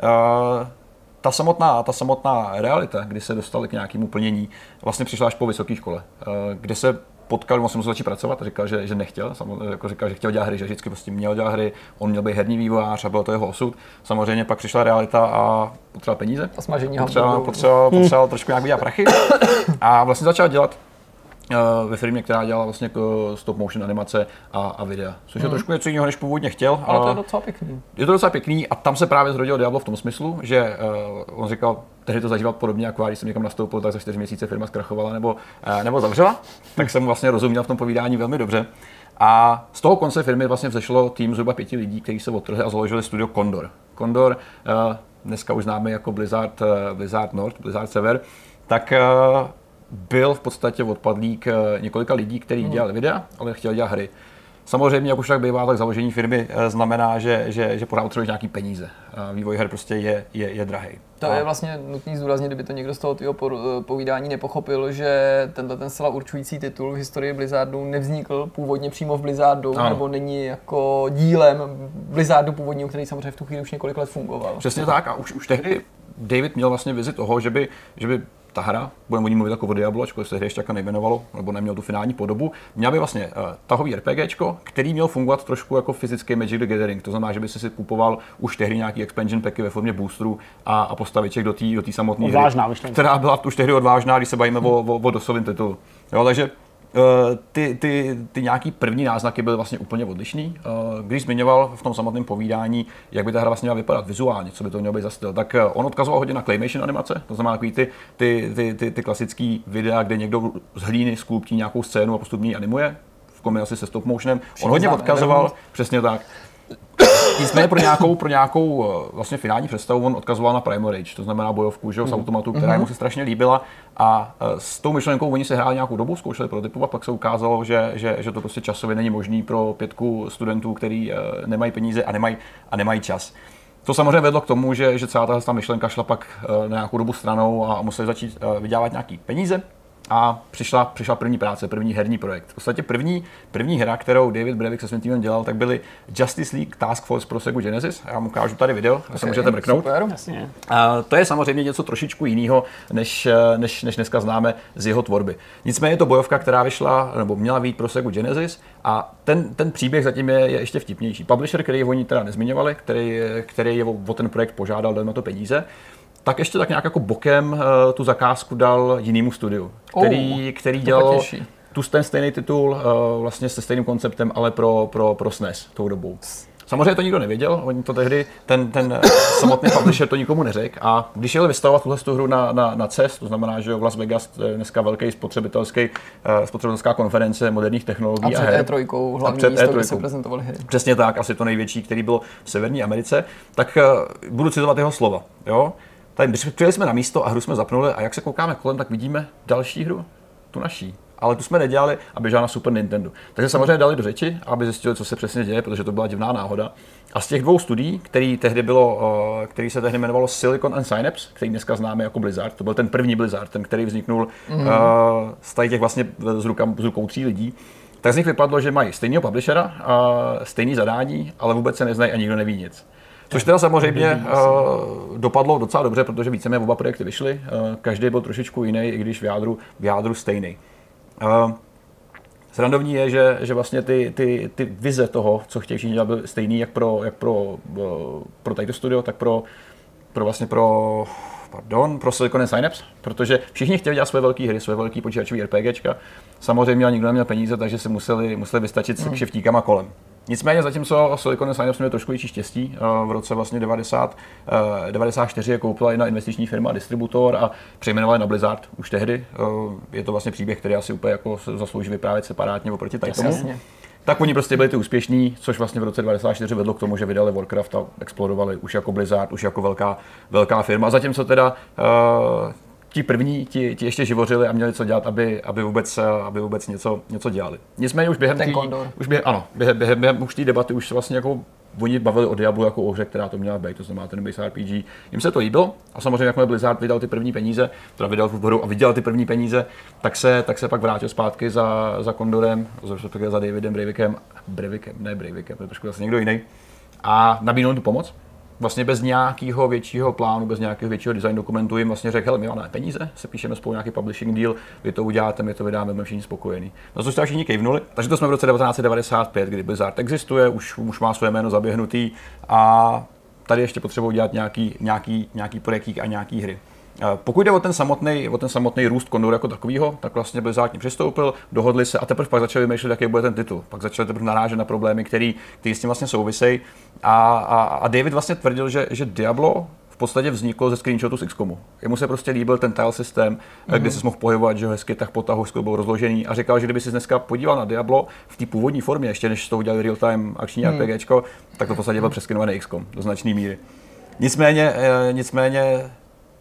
ta samotná realita, kdy se dostali k nějakému plnění, vlastně přišla až po vysoké škole, kde se potkal, musel začít pracovat a říkal, že nechtěl, jako říkal, že chtěl dělat hry, že vždycky prostě měl dělat hry, on měl být herní vývojář a byl to jeho osud. Samozřejmě pak přišla realita a potřeboval peníze. A smažení potřeboval trošku nějak vydělat prachy a vlastně začal dělat ve firmě, která dělala vlastně stop motion animace a videa. Což je trošku něco jiného, než původně chtěl. Ale to je docela pěkný. Je to docela pěkný a tam se právě zrodil Diablo v tom smyslu, že on říkal, tehdy to zažíval podobně jako když jsem někam nastoupil, tak za 4 měsíce firma zkrachovala nebo zavřela. Tak jsem mu vlastně rozuměl v tom povídání velmi dobře. A z toho konce firmy vlastně vzešlo tým zhruba 5 lidí, kteří se odtrhli a založili studio Condor. Condor, dneska už známe jako Blizzard North, Blizzard Sever, tak byl v podstatě odpadlík několika lidí, kteří dělali videa, ale chtěli dělat hry. Samozřejmě, jak už tak bývá, tak založení firmy znamená, že pořád potřebuješ nějaký peníze. Vývoj her prostě je drahý. To je vlastně nutný zdůraznit, kdyby to někdo z toho tvého povídání nepochopil, že ten zcela určující titul v historii Blizzardu nevznikl původně přímo v Blizzardu, nebo není jako dílem Blizzardu původního, který samozřejmě v tu chvíli už několik let fungoval. Přesně tak a už tehdy David měl vlastně vizi toho, že by ta hra, budeme o ní mluvit jako o Diablo, ačkoliv se hry ještě nejmenovalo, nebo neměl tu finální podobu, měla by vlastně tahový RPGčko, který měl fungovat trošku jako fyzický Magic the Gathering. To znamená, že by si kupoval už tehdy nějaký expansion packy ve formě boosterů a postaviček do té samotné hry, která byla už tehdy odvážná, když se bavíme o dosovém titulu. Jo, takže ty nějaký první náznaky byly vlastně úplně odlišný. Když zmiňoval v tom samotném povídání, jak by ta hra vlastně měla vypadat vizuálně, co by to mělo být za styl, tak on odkazoval hodně na claymation animace, to znamená takový ty klasický videa, kde někdo z hlíny skulptí nějakou scénu a postupně animuje v kombinaci se stop motionem. On hodně odkazoval, přesně tak. Nicméně pro nějakou vlastně finální představu on odkazoval na Primal Rage, to znamená bojovku z automatu, která mu se strašně líbila a s tou myšlenkou oni se hráli nějakou dobu, zkoušeli prototypovat, pak se ukázalo, že to prostě časově není možný pro 5 studentů, kteří nemají peníze a nemají čas. To samozřejmě vedlo k tomu, že celá ta myšlenka šla pak na nějakou dobu stranou a museli začít vydělávat nějaký peníze. A přišla první práce, první herní projekt. V podstatě první hra, kterou David Brevik se svým týmem dělal, tak byly Justice League Task Force pro Sega Genesis. Já vám ukážu tady video, se můžete mrknout. Super. To je samozřejmě něco trošičku jiného, než dneska známe z jeho tvorby. Nicméně je to bojovka, která vyšla, nebo měla vyjít pro Sega Genesis a ten příběh zatím je ještě vtipnější. Publisher, který oni teda nezmiňovali, který je o ten projekt požádal, dal na to peníze, tak ještě tak nějak jako bokem tu zakázku dal jinému studiu, který dělal ten stejný titul vlastně se stejným konceptem, ale pro SNES tou dobou. Samozřejmě to nikdo nevěděl, oni to tehdy, ten samotný publisher to nikomu neřekl a když jeli vystavovat tuhle hru na CES, to znamená, že v Las Vegas dneska velký spotřebitelská konference moderních technologií a před E3 hlavní místo, kde se prezentovaly hry. Přesně tak, asi to největší, který byl v Severní Americe, tak budu citovat jeho slova, jo? Tady přijeli jsme na místo a hru jsme zapnuli a jak se koukáme kolem, tak vidíme další hru, tu naší. Ale tu jsme nedělali a běžela na Super Nintendo. Takže samozřejmě dali do řeči, aby zjistili, co se přesně děje, protože to byla divná náhoda. A z těch 2 studií, který se tehdy jmenovalo Silicon and Synapse, který dneska známe jako Blizzard, to byl ten první Blizzard, ten, který vzniknul z těch vlastně z rukou 3 lidí, tak z nich vypadlo, že mají stejného publishera, stejný zadání, ale vůbec se neznají a nikdo neví nic. Což teda samozřejmě dopadlo docela dobře, protože víceméně oba projekty vyšly, každý byl trošičku jiný, i když v jádru stejný. Srandovní je, že vlastně ty vize toho, co chtějí všichni dělat, byly stejný jak pro Taito Studio, tak pro Silicon and Synapse, protože všichni chtěli dělat své velké hry, své velké počítačové RPGčka. Samozřejmě nikdo neměl peníze, takže se museli vystačit s kšeftíkama kolem. Nicméně zatímco Silicon and Synapse měl trošku větší štěstí, v roce vlastně 94 je koupila jedna investiční firma, distributor a přejmenovali na Blizzard už tehdy. Je to vlastně příběh, který asi úplně jako zaslouží vyprávět separátně oproti tomu. Tak oni prostě byli ty úspěšní, což vlastně v roce 94 vedlo k tomu, že vydali Warcraft a explodovali už jako Blizzard, už jako velká firma. Zatímco teda ti první, ti ještě živořili a měli co dělat, aby vůbec něco dělali. Nicméně už během té debaty už se vlastně jako oni bavili o Diablu jako o hře, která to měla být, to znamená ten base RPG. Jim se to líbilo a samozřejmě jakmile Blizzard vydal ty první peníze, teda vydal tu hru a vydělal ty první peníze, tak se pak vrátil zpátky za Condorem, za Davidem Brevikem, to je trošku zase někdo jiný, a nabídnul tu pomoc. Vlastně bez nějakého většího plánu, bez nějakého většího design dokumentu jim vlastně řekl, hele, my máme peníze, se píšeme spolu nějaký publishing deal, vy to uděláte, my to vydáme, jsme všichni spokojení. No to jste všichni kejvnuli, takže to jsme v roce 1995, kdy Blizzard existuje, už má své jméno zaběhnutý a tady ještě potřebují dělat nějaký projektík a nějaký hry. Pokud jde o ten samotný růst Condoru jako takovýho, tak vlastně Blizzard k ní přistoupil, dohodli se a teprve pak začali vymýšlet, jaký bude ten titul. Pak začali teprve narážet na problémy, které s tím vlastně souvisejí. A David vlastně tvrdil, že Diablo v podstatě vzniklo ze screenshotu z XCOMu. Jemu se prostě líbil ten tile systém, kde se mohl pohybovat, že hezky tak po tahu byl rozložený a říkal, že kdyby si dneska podíval na Diablo v té původní formě, ještě než to udělali real-time akční RPGčko, tak to v podstatě byl přeskenovaný XCOM do značné míry. Nicméně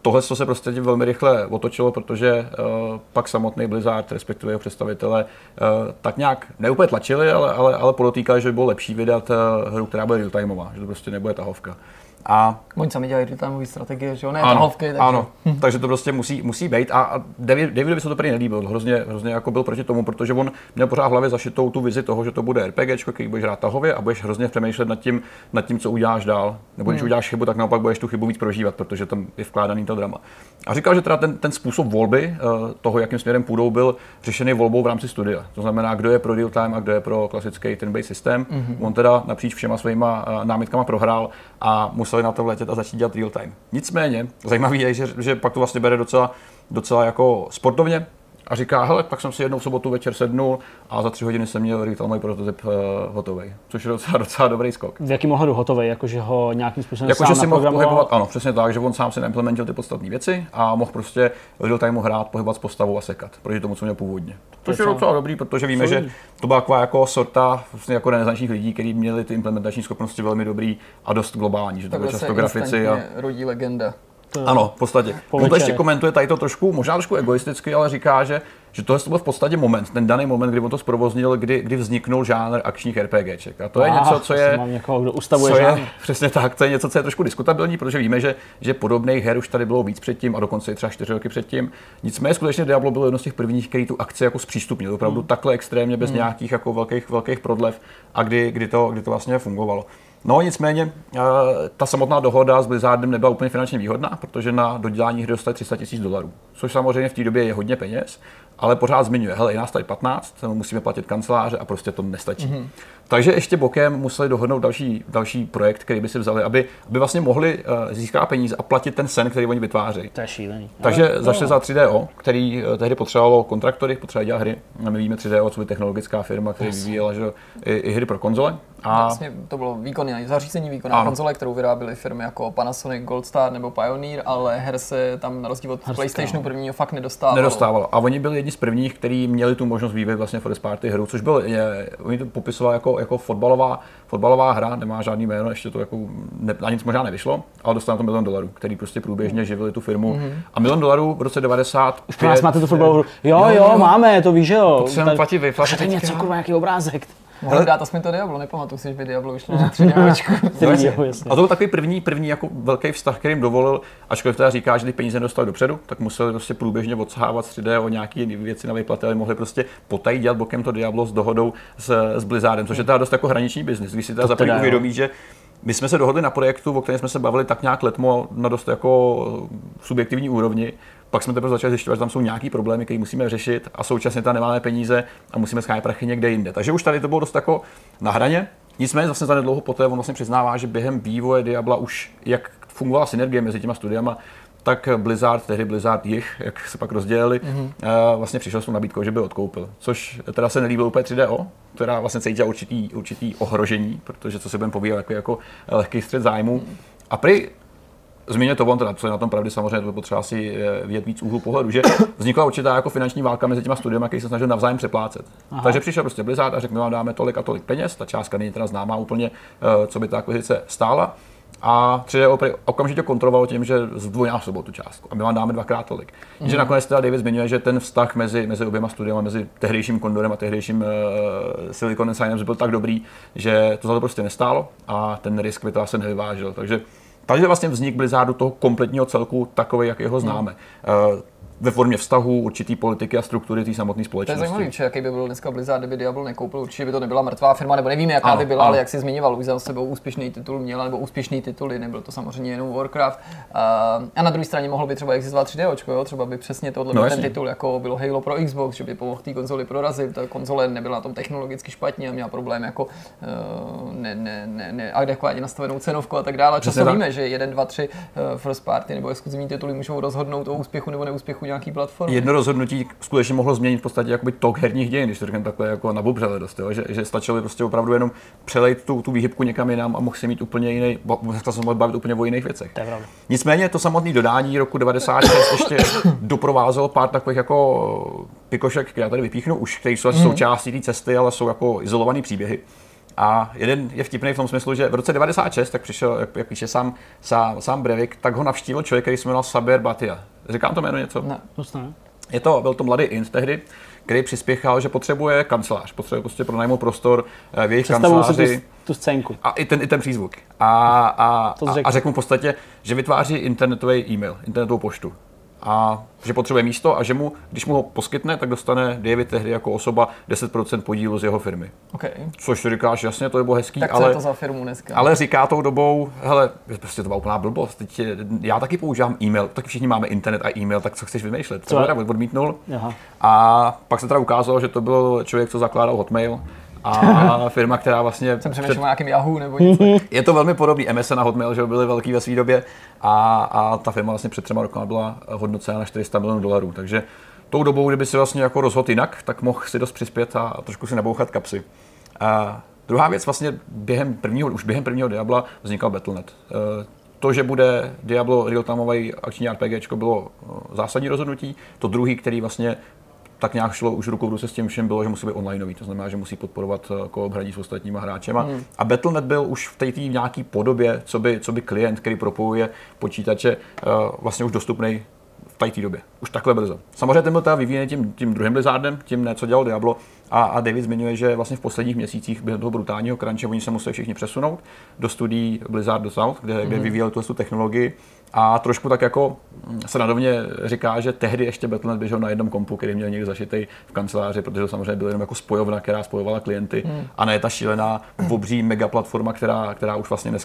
tohle se prostě velmi rychle otočilo, protože pak samotný Blizzard, respektive jeho představitelé, tak nějak neúplně tlačili, ale podotýkali, že by bylo lepší vydat hru, která bude real-timeová, že to prostě nebude tahovka. A oni sami dělají real-timeové strategie, že jo, ne tahovky. Takže... Ano, takže to prostě musí být. A Davidovi se to prý nelíbilo, hrozně jako byl proti tomu, protože on měl pořád v hlavě zašitou tu vizi toho, že to bude RPGčko, který budeš hrát tahově a budeš hrozně přemýšlet nad tím, co uděláš dál. Nebo když uděláš chybu, tak naopak budeš tu chybu víc prožívat, protože tam je vkládaný to drama. A říkal, že teda ten způsob volby toho, jakým směrem půjdou, byl řešený volbou v rámci studia. To znamená, kdo je pro real time a kdo je pro klasický turn-based systém. On teda napříč všema svýma námitkama prohrál a museli na to vletět a začít dělat real time. Nicméně, zajímavý je, že pak to vlastně bere docela jako sportovně a říká, hele, tak jsem si jednou v sobotu večer sednul a za 3 hodiny jsem měl real-timeový prototyp hotový, což je docela dobrý skok. V jakým ohledu hotový, jakože ho nějakým způsobem jako, sám že si mohl pohybovat, ano, naprogramoval? přesně tak, že on sám si neimplementil ty podstatné věci a mohl prostě v real-timeu hrát, pohybovat s postavou a sekat, proti tomu, co měl původně. Což je docela dobrý, protože víme, že to byla taková jako sorta vlastně jako renesančních lidí, kteří měli ty implementační schopnosti velmi dobrý a dost globální, že to byly často grafici a rodí legenda. Ano, v podstatě. On to ještě komentuje tady to možná trošku egoisticky, ale říká, že tohle byl v podstatě moment, ten daný moment, kdy on to zprovoznil, kdy vzniknul žánr akčních RPGček. A to je něco, co je... Mám někoho, kdo ustavuje žánr. Přesně tak, to je něco, co je trošku diskutabilní, protože víme, že podobných her už tady bylo víc předtím a dokonce i třeba 4 roky předtím. Nicméně skutečně Diablo bylo jedno z těch prvních, který tu akci jako zpřístupnil, opravdu takhle extrémně, bez nějakých jako velkých prodlev a kdy to vlastně fungovalo. No nicméně, ta samotná dohoda s Blizzardem nebyla úplně finančně výhodná, protože na dodělání hry dostali $300,000, což samozřejmě v té době je hodně peněz, ale pořád zmiňuje, hele, je nás tady 15, musíme platit kanceláře a prostě to nestačí. Takže ještě bokem museli dohodnout další projekt, který by si vzali, aby vlastně mohli získat peníze a platit ten sen, který oni vytvářejí. To je šílený. Takže zašli za 3DO, který tehdy potřebovalo kontraktory, potřebovali dělat hry. A my víme 3DO, co by technologická firma, která vyvíjela i hry pro konzole. A vlastně to bylo výkonné zařízení, výkonná konzole, kterou vyráběly firmy jako Panasonic, Goldstar nebo Pioneer, ale her se tam na rozdíl od PlayStationu prvního fakt nedostávalo. A oni byli jedni z prvních, kteří měli tu možnost vyvíjet vlastně first party hru, což byl, oni to popisovali jako fotbalová hra, nemá žádný jméno, ještě to jako ani nic možná nevyšlo, ale dostali na to $1 milion, který prostě průběžně živili tu firmu. A $1 milion v roce 95. Už pro nás máte tu fotbalovou hru. Jo, máme, to víš, že jo. Potřebujeme platit vyplatit. To je něco, kurva, nějaký obrázek. Mohli dát aspoň to Diablo, nepamatuji si, že by Diablo vyšlo na 3D. A to byl takový první jako velký vztah, který jim dovolil, ačkoliv teda říká, že ty peníze nedostali dopředu, tak museli prostě průběžně odsahávat 3D o nějaké věci na výplaty, ale mohli prostě potají dělat bokem to Diablo s dohodou s Blizzardem, což je teda dost jako hraniční biznis, když si teda zaprvé uvědomí, že my jsme se dohodli na projektu, o kterém jsme se bavili tak nějak letmo na dost jako subjektivní úrovni. Pak jsme teprve začali zjišťovat, že tam jsou nějaký problémy, které musíme řešit a současně tam nemáme peníze a musíme schánět prachy někde jinde. Takže už tady to bylo dost jako na hraně. Nicméně zase za nedlouho poté on vlastně přiznává, že během vývoje Diabla už jak fungovala synergie mezi těma studiama, tak Blizzard, tehdy Blizzard jich, jak se pak rozdělili, vlastně přišel s tou nabídkou, že by odkoupil. Což teda se nelíbilo úplně 3DO, která vlastně cítila určitý ohrožení, protože co se budeme povídat jako lehký střet zájmu. A prý zmiňuje to on, teda, co je na tom pravdy, samozřejmě to by potřeba si vidět víc úhlu pohledu, že vznikla určitá jako finanční válka mezi těma studiemi, který se snažil navzájem přeplácet. Aha. Takže přišel prostě Blizzard a řekl, my vám dáme tolik a tolik peněz, ta částka není teda známá úplně, co by ta akvizice stála. A 3DO okamžitě kontrolovalo tím, že zdvojnásobil tu částku a my vám dáme 2x tolik. Že nakonec teda David zmiňuje, že ten vztah mezi oběma studiemi, mezi tehdejším Condorem a tehdejším Silicon Synapse byl tak dobrý, že to za to prostě nestálo a ten risk by to asi nevyvážil. Takže vlastně vznik Blizzardu toho kompletního celku takový, jak ho známe. Ve formě vztahu, určitý politiky a struktury té samotné společnosti. To je zajímavé, jaký by byl dneska Blizzard, kdyby Diablo nekoupil, určitě by to nebyla mrtvá firma, nebo nevíme, jaká by byla, ale jak si zmiňoval, už za sebou úspěšný titul měla, nebo úspěšný tituly, nebyl to samozřejmě jenom Warcraft. A na druhé straně mohl by třeba existovat 3Dočko, jo? Třeba by přesně tohle byl ten titul, jako bylo Halo pro Xbox, že by pomohl té konzoli prorazit, ta konzole nebyla na tom technologicky špatně a měla problém jako neadekvátně nastavenou cenovku a tak dále. Často víme, že 1, 2, 3 first party nebo exkluzivní tituly můžou rozhodnout o úspěchu nebo neúspěchu nějaký platformy. Jedno rozhodnutí skutečně mohlo změnit v podstatě jakoby tok herních dějin, když to řekneme takhle jako na bubřele dost, jo? Že stačilo prostě opravdu jenom přelejt tu výhybku někam jinam a mohl si mít úplně jiný, dneska se mohl bavit úplně o jiných věcech. Nicméně to samotné dodání roku 96 ještě doprovázelo pár takových jako pikošek, které já tady vypíchnu už, které jsou součástí té cesty, ale jsou jako izolované příběhy. A jeden je vtipný v tom smyslu, že v roce 96, tak přišel, jak píše sám Breivik, tak ho navštívil člověk, který se jmenoval Sabir Bhatia. Říkám to jméno něco? Ne. Byl to mladý Int tehdy, který přispěchal, že potřebuje kancelář, potřebuje prostě pronajmout prostor v jejich kanceláři. Tu scénku. A i ten přízvuk. A řekl mu v podstatě, že vytváří internetový e-mail, internetovou poštu. A že potřebuje místo a že mu, když mu ho poskytne, tak dostane David tehdy jako osoba 10% podílu z jeho firmy. Okay. Což si říkáš, jasně, to je bylo hezký, tak co je to za firmu dneska? Ale říká tou dobou, hele, prostě to byla úplná blbost. Teď já taky používám e-mail, taky všichni máme internet a e-mail, tak co chceš vymýšlet? Co teda odmítnul. Aha. A pak se teda ukázalo, že to byl člověk, co zakládal Hotmail. A firma, která vlastně... Jsem přemýšlel o nějakým Yahoo nebo něco. Je to velmi podobný. MSN a Hotmail, že byly velký ve své době a ta firma vlastně před 3 roky byla hodnocena na $400 milionů. Takže tou dobou, kdyby si vlastně jako rozhodl jinak, tak mohl si dost přispět a trošku si nabouchat kapsy. A druhá věc, vlastně během prvního Diabla vznikal Battle.net. To, že bude Diablo real-timeový akční RPGčko, bylo zásadní rozhodnutí. To druhý, který vlastně tak nějak šlo už ruku v ruce s tím všem, bylo, že musí být onlineový, to znamená, že musí podporovat co-op hraní s ostatníma hráčema. A Battle.net byl už v té nějaký podobě, co by klient, který propojuje počítače, vlastně už dostupný v té době. Už takhle brzo. Samozřejmě ten byl teda vyvíjený tím druhým Blizzardem, tím ne, co dělal Diablo. A David zmiňuje, že vlastně v posledních měsících během toho brutálního crunche oni se museli všichni přesunout do studií Blizzard do South, kde vyvíjeli tu technologii. A trošku tak jako se nadovně říká, že tehdy ještě Battle.net běžel na jednom kompu, který měl někde zašitej v kanceláři, protože to samozřejmě byl jenom jako spojovna, která spojovala klienty a ne ta šílená obří mega platforma, která už vlastně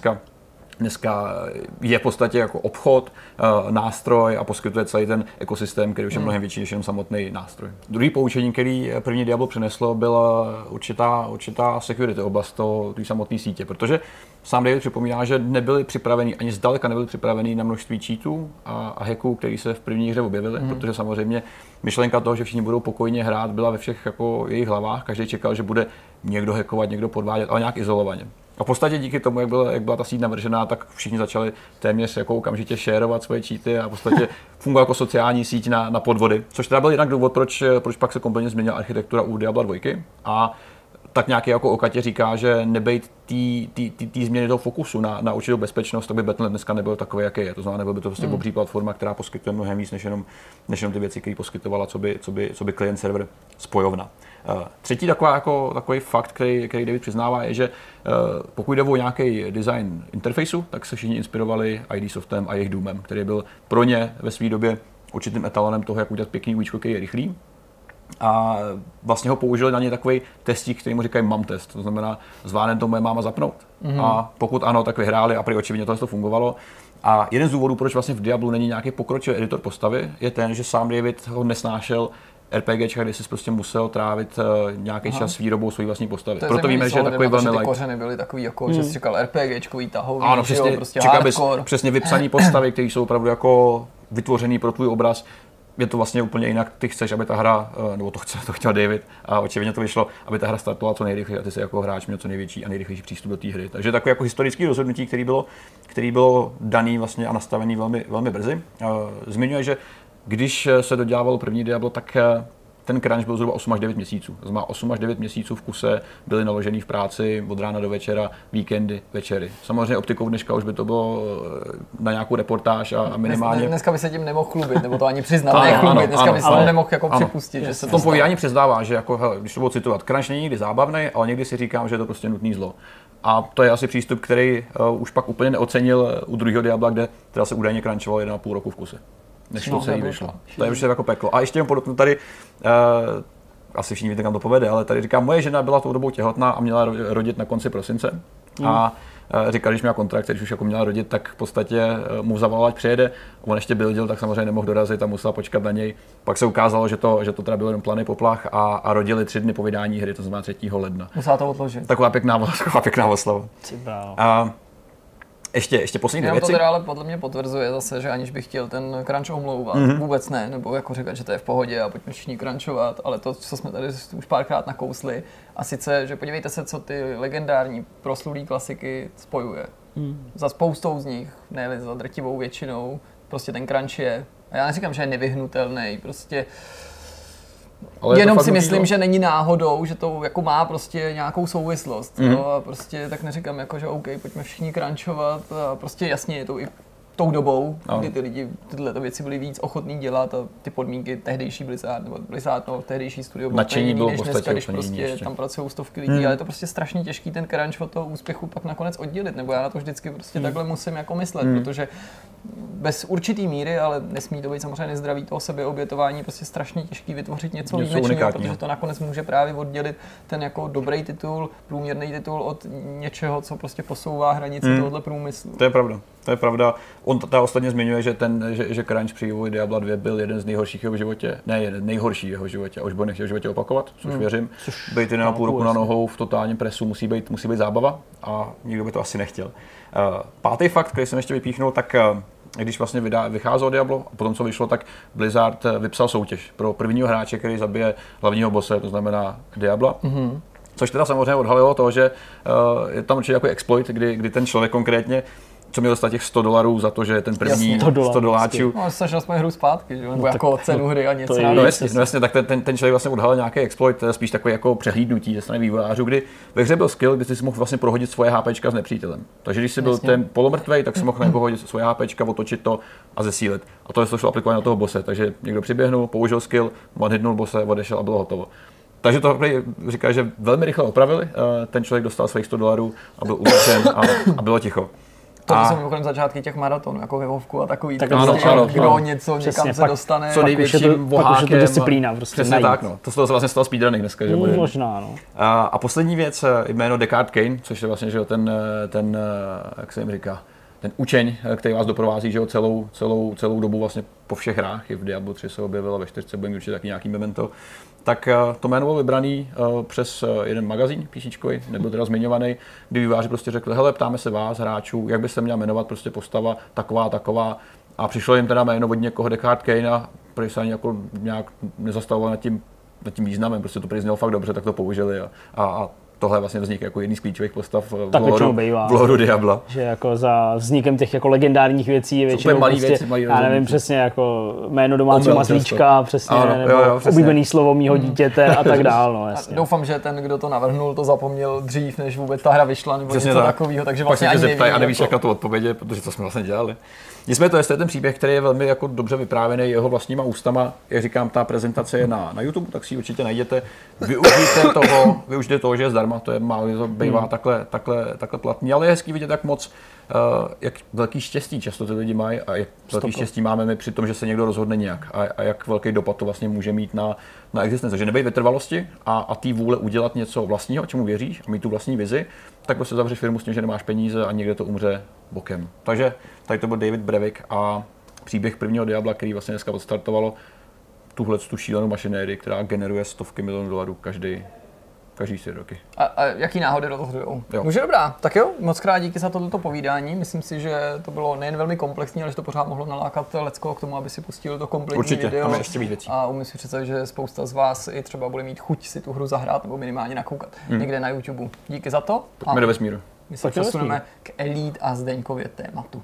dneska je v podstatě jako obchod, nástroj a poskytuje celý ten ekosystém, který už je mnohem větší než jenom samotný nástroj. Druhý poučení, který první Diablo přineslo, byla určitá security oblast té samotné sítě, protože sám David připomíná, že nebyli připraveni, ani zdaleka nebyli připraveni na množství cheatů a hacků, které se v první hře objevily, protože samozřejmě myšlenka toho, že všichni budou pokojně hrát, byla ve všech jako jejich hlavách. Každý čekal, že bude někdo hackovat, někdo podvádět, ale nějak izolovaně. A v podstatě díky tomu, jak byla ta síť navržená, tak všichni začali téměř jako okamžitě šérovat svoje cheaty a v podstatě fungovala jako sociální síť na podvody, což teda byl jednak důvod, proč pak se kompletně změnila architektura u Diabla 2. A tak nějaký jako Okatě říká, že nebejt té změny toho fokusu na určitou bezpečnost, tak by Battle.net dneska nebyl takový, jaký je. To znamená, nebyl by to prostě obří platforma, která poskytuje mnohem víc než jenom ty věci, které poskytovala, co by client server spojovna. Třetí takový fakt, který David přiznává, je, že pokud jde o nějaký design interfejsu, tak se všichni inspirovali ID Softem a jejich Doomem, který byl pro ně ve své době určitým etalonem toho, jak udělat pěkný UIčko, který je rychlý. A vlastně ho použili na ně takový testík, který mu říkají MAM test, to znamená zvládne to moje máma zapnout. A pokud ano, tak vyhráli a prý očividně tohle to fungovalo. A jeden z důvodů, proč vlastně v Diablu není nějaký pokročilý editor postavy, je ten, že sám David ho nesnášel RPGčka, kdy jsi prostě musel trávit nějaký čas s výrobou své vlastní postavy. Proto víme, že je takový velmi light. Ty kořeny byly takový, jako, že jsi říkal RPGčkový tahový, ano, přesně, prostě hardcore. Přesně vypsaný postavy, které jsou opravdu jako vytvořený pro tvůj obraz. Je to vlastně úplně jinak, ty chceš, aby ta hra, nebo to chtěl David, a očividně to vyšlo, aby ta hra startovala co nejrychleji a ty se jako hráč měl co největší a nejrychlejší přístup do té hry. Takže takové jako historické rozhodnutí, který bylo daný vlastně a nastavený velmi, velmi brzy. Zmiňuje, že když se dodělávalo první Diablo, tak ten crunch byl zhruba 8 až 9 měsíců. To znamená 8 až 9 měsíců v kuse byli naložený v práci od rána do večera, víkendy, večery. Samozřejmě optikou dneška už by to bylo na nějakou reportáž a minimálně... Dneska by se tím nemohl chlubit, nebo to ani přiznat, ne chlubit. Dneska by se to nemohl jako připustit, že se to... V tom povídání přiznává, že jako, hele, když to budu citovat, crunch není nikdy zábavný, ale někdy si říkám, že je to prostě nutný zlo. A to je asi přístup, který už pak úplně neocenil u druhého Diabla, kde teda se údajně crunchoval 1,5 roku v kuse. Než to celý vyšlo. To je už jako peklo. A ještě jen podotknu tady, asi všichni víte, kam to povede, ale tady říkám, moje žena byla tou dobou těhotná a měla rodit na konci prosince. A říkala, když měla kontrakt, když už jako měla rodit, tak v podstatě mu zavolala, ať přijede. On ještě byl, tak samozřejmě nemohl dorazit a musela počkat na něj. Pak se ukázalo, že to teda byl jen planý poplach a rodili 3 dny po vydání hry, to znamená 3. ledna. Musela to odložit. Taková pěkná oslava. Ještě poslední věci. To teda ale podle mě potvrzuje zase, že aniž bych chtěl ten crunch omlouvat, vůbec ne, nebo jako říkat, že to je v pohodě a pojďme všichni crunchovat, ale to, co jsme tady už párkrát nakousli, a sice, že podívejte se, co ty legendární proslulý klasiky spojuje. Za spoustou z nich, ne za drtivou většinou, prostě ten crunch je, a já neříkám, že je nevyhnutelný, prostě Jenom si myslím, že není náhodou, že to jako má prostě nějakou souvislost. No, a prostě tak neříkám jako, že OK, pojďme všichni crunchovat a prostě jasně je to i tou dobou, kdy ty lidi tyhle věci byli víc ochotní dělat a ty podmínky tehdejší Blizzard, tehdejší studio bylo jiný než dneska, když prostě tam pracují stovky lidí, ale je to prostě strašně těžký ten crunch od toho úspěchu pak nakonec oddělit, nebo já na to vždycky prostě takhle musím jako myslet, protože bez určitý míry, ale nesmí to být samozřejmě nezdravý toho sebeobětování, prostě strašně těžký vytvořit něco výjimečného, protože to nakonec může právě oddělit ten jako dobrý titul, průměrný titul od něčeho, co prostě posouvá hranice tohohle průmyslu. To je pravda. To je pravda. On ostatně zmiňuje, že crunch při vývoji Diabla 2 byl jeden z nejhorších jeho životě, ne nejhorší jeho životě, a už bude nechtěl v životě opakovat, což věřím. Být 1,5 roku na nohou v totálním presu musí být zábava a nikdo by to asi nechtěl. Pátý fakt, který jsem ještě vypíchnul, tak když vlastně vycházelo Diablo a potom co vyšlo, tak Blizzard vypsal soutěž pro prvního hráče, který zabije hlavního bosse, to znamená Diabla. Což teda samozřejmě odhalilo to, že je tam určitě jako exploit, kdy ten člověk konkrétně co měl dostat těch $100 za to, že je ten první $100. No, snažil aspoň hru zpátky, že? Nebo jako cenu hry a něco. No jasně, tak ten člověk vlastně odhalil nějaký exploit, spíš takový jako přehlídnutí ze strany vývojářů, kdy ve hře byl skill, kdy si mohl vlastně prohodit svoje HPčka s nepřítelem. Takže když jsi byl ten polomrtvej, tak si mohl nepohodit svoje HPčka, otočit to a zesílit. A to šlo aplikovat na toho bose, takže někdo přiběhnul, použil skill, one-hitnul bose, odešel a bylo hotovo. Takže to říká, že velmi rychle opravili, ten člověk dostal svých $100 a byl umlčen a bylo ticho. To jsou mimochodem začátky těch maratonů, jako ve Vovku a takový. Tak kdo něco někam se dostane. Co největším vohákem. Pak už je to disciplína. Prostě přesně najít. tak, no. To se vlastně stalo speedrunning dneska. Že možná, no. A poslední věc, jméno Deckard Cain, což je vlastně že ten jak se jim říká, ten učeň, který vás doprovází, že jo, celou dobu vlastně po všech hrách, i v Diablo 3 se objevilo, ve 4 bude určitě taky nějaký memento. Tak to jméno bylo vybraný přes jeden magazín písničkový, nebyl teda zmiňovaný, kdy vývojáři prostě řekli, hele, ptáme se vás, hráčů, jak by se měla jmenovat prostě postava taková a přišlo jim teda jméno od někoho Deckard Cain a protože se ani jako nějak nezastavoval nad tím významem, prostě to přiznělo fakt dobře, tak to použili a tohle vlastně vznikl jako jedný z klíčových postav v loru Diabla. Že jako za vznikem těch jako legendárních věcí je většinou prostě, já nevím přesně jako jméno domácího maslíčka, přesně, nebo oblíbený slovo mýho dítěte a tak dál. No, jasně. Doufám, že ten, kdo to navrhnul, to zapomněl dřív, než vůbec ta hra vyšla, nebo něco takového, takže vlastně ani neví. A nevíš, jak na to odpovědět, protože to jsme vlastně dělali. Nicméně to je ten příběh, který je velmi jako dobře vyprávěný jeho vlastníma ústama. Jak říkám, ta prezentace je na YouTube, tak si ji určitě najděte. Využijte toho, že je zdarma, to je málo, to bývá takhle platný, ale je hezký vidět, jak moc, jak velký štěstí často ty lidi mají a jak velký štěstí máme my při tom, že se někdo rozhodne nějak a jak velký dopad to vlastně může mít na existenci. Že nebej vytrvalosti a té vůle udělat něco vlastního, čemu věříš a mít tu vlastní vizi, tak prostě zavřeš firmu s tím, že nemáš peníze a někde to umře bokem. Takže tady to byl David Brevik a příběh prvního Diabla, který vlastně dneska odstartovalo tu šílenou mašinérii, která generuje stovky milionů dolarů každý 4 roky. A jaký náhody rozhodujou? Může dobrá. Tak jo, moc krát díky za tohleto povídání. Myslím si, že to bylo nejen velmi komplexní, ale že to pořád mohlo nalákat leckoho k tomu, aby si pustil to kompletní video. Určitě, ještě víc věcí. A umím si představit, že spousta z vás i třeba bude mít chuť si tu hru zahrát nebo minimálně nakoukat někde na YouTube. Díky za to. Pojďme do vesmíru. My se přesuneme k Elite a Zdeňkově tématu.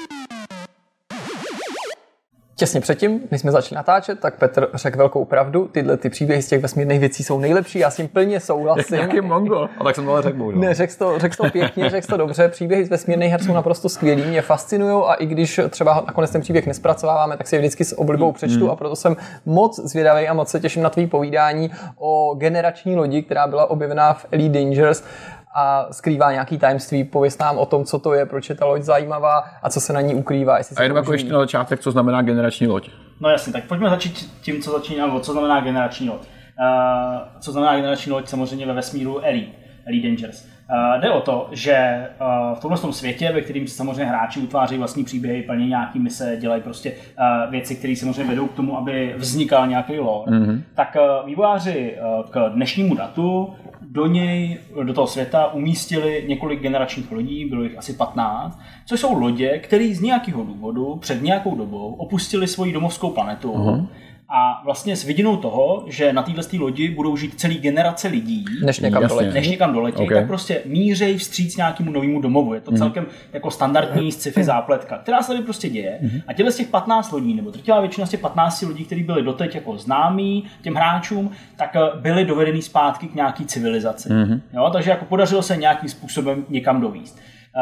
Těsně předtím, když jsme začali natáčet, tak Petr řekl velkou pravdu. Tyhle ty příběhy z těch vesmírných věcí jsou nejlepší, já s tím plně souhlasím. Jaký mongol? A tak jsem to ale řekl. Ne, řekl to pěkně, řekl to dobře. Příběhy z vesmírných her jsou naprosto skvělý, mě fascinují a i když třeba nakonec ten příběh nespracováváme, tak si je vždycky s oblibou přečtu a proto jsem moc zvědavý a moc se těším na tvý povídání o generační lodi, která byla objevená v Elite Dangerous a skrývá nějaký tajemství. Pověz nám o tom, co to je, proč je ta loď zajímavá a co se na ní ukrývá. A jenom jako ještě na začátek, co znamená generační loď. No jasně, tak pojďme začít tím, co znamená generační loď. Co znamená generační loď samozřejmě ve vesmíru Elite Dangerous. Jde o to, že v tomhle světě, ve kterým samozřejmě hráči utváří vlastní příběhy, plně nějaký mise, dělají prostě věci, které samozřejmě vedou k tomu, aby vznikal nějaký lore, tak vývojáři k dnešnímu datu do toho světa umístili několik generačních lodí, bylo jich asi 15, což jsou lodě, které z nějakého důvodu před nějakou dobou opustili svoji domovskou planetu A vlastně s vidinou toho, že na této lodi budou žít celý generace lidí, než někam doletí, tak prostě mířej vstříc nějakému novému domovu. Je to celkem jako standardní sci-fi zápletka, která se tady prostě děje. A těhle z těch 15 lodí, nebo drtivá většina z těch 15 lidí, kteří byli doteď jako známí těm hráčům, tak byli dovedení zpátky k nějaký civilizaci. Jo? Takže jako podařilo se nějakým způsobem někam dovízt.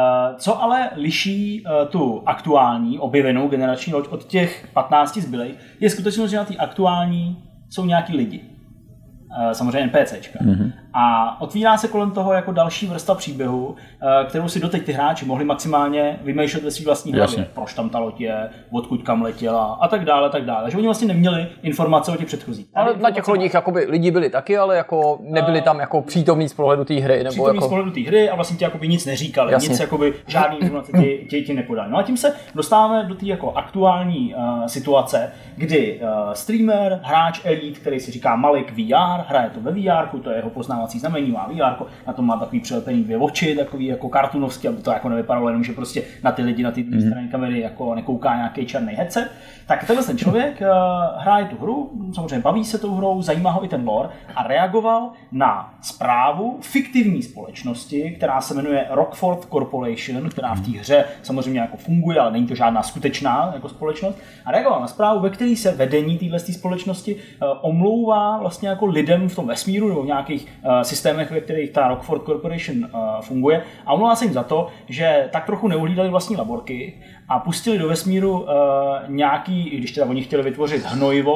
Co ale liší tu aktuální objevenou generační loď od těch 15 zbylejch, je skutečnost, že na té aktuální jsou nějaký lidi. Samozřejmě NPCčka. A otvírá se kolem toho jako další vrstva příběhu, kterou si doteď ty hráči mohli maximálně vymýšlet ve svý vlastní hlavě. Proč tam ta loď je, odkud kam letěla a tak dále, tak dále. Že oni vlastně neměli informace o těch předchozích. Ale na těch lodích jakoby lidi byli taky, ale jako nebyli tam jako přítomní z pohledu té hry. Nebo přítomní jako... z pohledu té hry a vlastně ti jakoby nic neříkali, nic jakoby žádný informace ti nepodali. No a tím se dostáváme do té jako aktuální situace, kdy streamer, hráč Elite, který si říká Malik VR, hraje to ve VR, to je jeho poznávací znamení, má VR, na tom má takový přilepený 2 oči, takový jako kartunovský, aby to jako nevypadalo jenom, že prostě na ty lidi na té straně kamery jako nekouká nějaký černý headset. Tak tenhle ten člověk hraje tu hru, samozřejmě baví se tou hrou, zajímá ho i ten lore a reagoval na zprávu fiktivní společnosti, která se jmenuje Rockford Corporation, která v té hře samozřejmě jako funguje, ale není to žádná skutečná jako společnost. A reagoval na zprávu, ve které se vedení téhle společnosti omlouvá vlastně jako lidem v tom vesmíru nebo v nějakých systémech, ve kterých ta Rockford Corporation funguje. A omlouvá se jim za to, že tak trochu neuhlídali vlastní laborky a pustili do vesmíru nějaký, i když teda oni chtěli vytvořit hnojivo,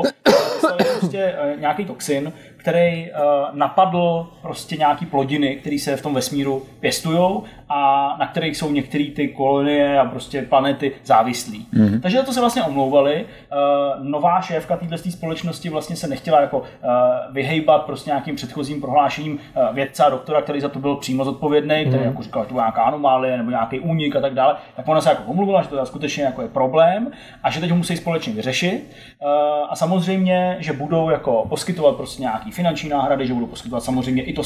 prostě nějaký toxin, který napadl prostě nějaký plodiny, které se v tom vesmíru pěstujou a na kterých jsou některé ty kolonie a prostě planety závislí. Takže za to se vlastně omlouvali. Nová šéfka této společnosti vlastně se nechtěla jako vyhejbat prostě nějakým předchozím prohlášením vědce a doktora, který za to byl přímo zodpovědný, který jako říkal, že to je nějaká anomálie nebo nějaký únik a tak dále. Tak ona se jako omluvila, že to skutečně jako je problém a že teď ho musí společně vyřešit. A samozřejmě, že budou jako poskytovat prostě nějaký finanční náhrady, že budou poskytovat samozřejmě i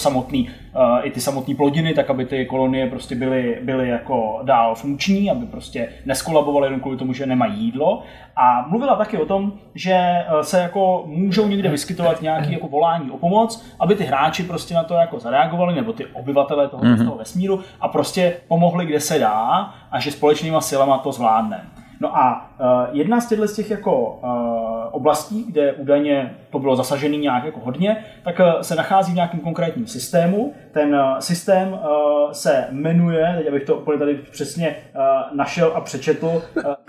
ty samotné plodiny, tak aby ty kolonie prostě byly jako dál funkční, aby prostě neskolabovaly jenom kvůli tomu, že nemají jídlo. A mluvila taky o tom, že se jako můžou někde vyskytovat nějaké jako volání o pomoc, aby ty hráči prostě na to jako zareagovali, nebo ty obyvatelé toho vesmíru a prostě pomohli, kde se dá a že společnýma silama to zvládne. No a jedna z těch jako oblastí, kde údajně to bylo zasažený nějak jako hodně, tak se nachází v nějakém konkrétním systému. Ten systém se jmenuje, teď abych to úplně tady přesně našel a přečetl,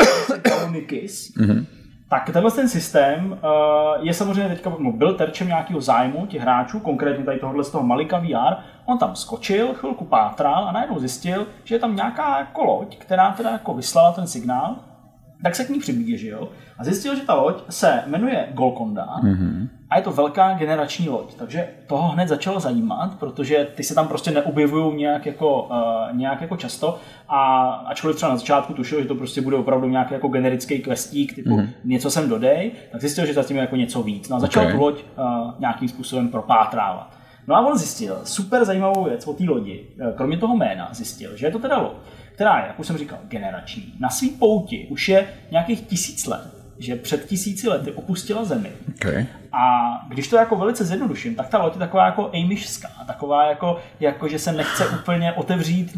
Kaunikis. Tak tenhle ten systém je samozřejmě teďka, byl terčem nějakého zájmu těch hráčů, konkrétně tady tohohle z toho Malika VR. On tam skočil, chvilku pátral a najednou zjistil, že je tam nějaká jako loď, která teda jako vyslala ten signál, tak se k ní přiblížil a zjistil, že ta loď se jmenuje Golconda a je to velká generační loď. Takže toho hned začalo zajímat, protože ty se tam prostě neobjevují nějak jako často a ačkoliv třeba na začátku tušil, že to prostě bude opravdu nějaký jako generický questík, typu něco sem dodej, tak zjistil, že zatím je jako něco víc. No a začal tu loď nějakým způsobem propátrávat. No a on zjistil super zajímavou věc o té lodi. Kromě toho jména zjistil, že je to teda loď, která je, jak už jsem říkal, generační. Na svý pouti už je nějakých 1000 let, že před 1000 lety opustila Zemi. Okay. A když to jako velice zjednoduším, tak ta loď je taková jako amišská, taková jako že se nechce úplně otevřít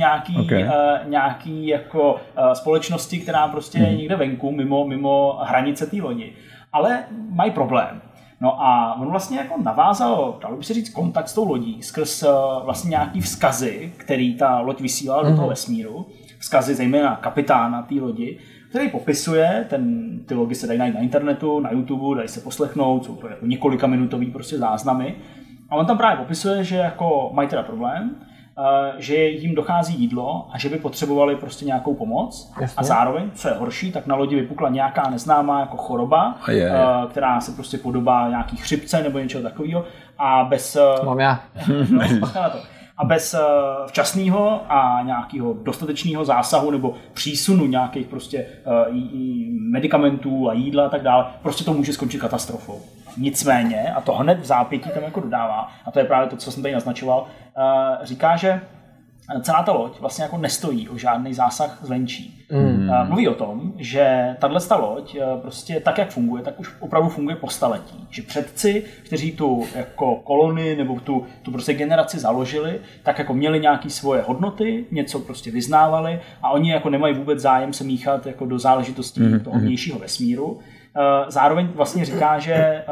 nějaký jako společnosti, která prostě je někde venku, mimo hranice té lodi. Ale mají problém. No a on vlastně jako navázal, dalo by se říct, kontakt s tou lodí skrz vlastně nějaký vzkazy, který ta loď vysílala do toho vesmíru. Vzkazy zejména kapitána té lodi, který popisuje, ty logy se dají najít na internetu, na YouTube, dají se poslechnout, jsou to jako několika minutový prostě záznamy. A on tam právě popisuje, že jako mají teda problém, že jim dochází jídlo a že by potřebovali prostě nějakou pomoc. Jasně. A zároveň, co je horší, tak na lodi vypukla nějaká neznámá jako choroba, která se prostě podobá nějaký chřipce nebo něčeho takového. A bez... Mám já. A bez včasného a nějakého dostatečného zásahu nebo přísunu nějakých prostě medicamentů a jídla a tak dále, prostě to může skončit katastrofou. Nicméně, a to hned v zápětí tam jako dodává, a to je právě to, co jsem tady naznačoval, říká, že celá ta loď vlastně jako nestojí o žádný zásah zvenčí. Mluví o tom, že tato loď prostě tak, jak funguje, tak už opravdu funguje po staletí. Že předci, kteří tu jako kolonii nebo tu prostě generaci založili, tak jako měli nějaké svoje hodnoty, něco prostě vyznávali a oni jako nemají vůbec zájem se míchat jako do záležitostí toho vnějšího vesmíru. Zároveň vlastně říká, že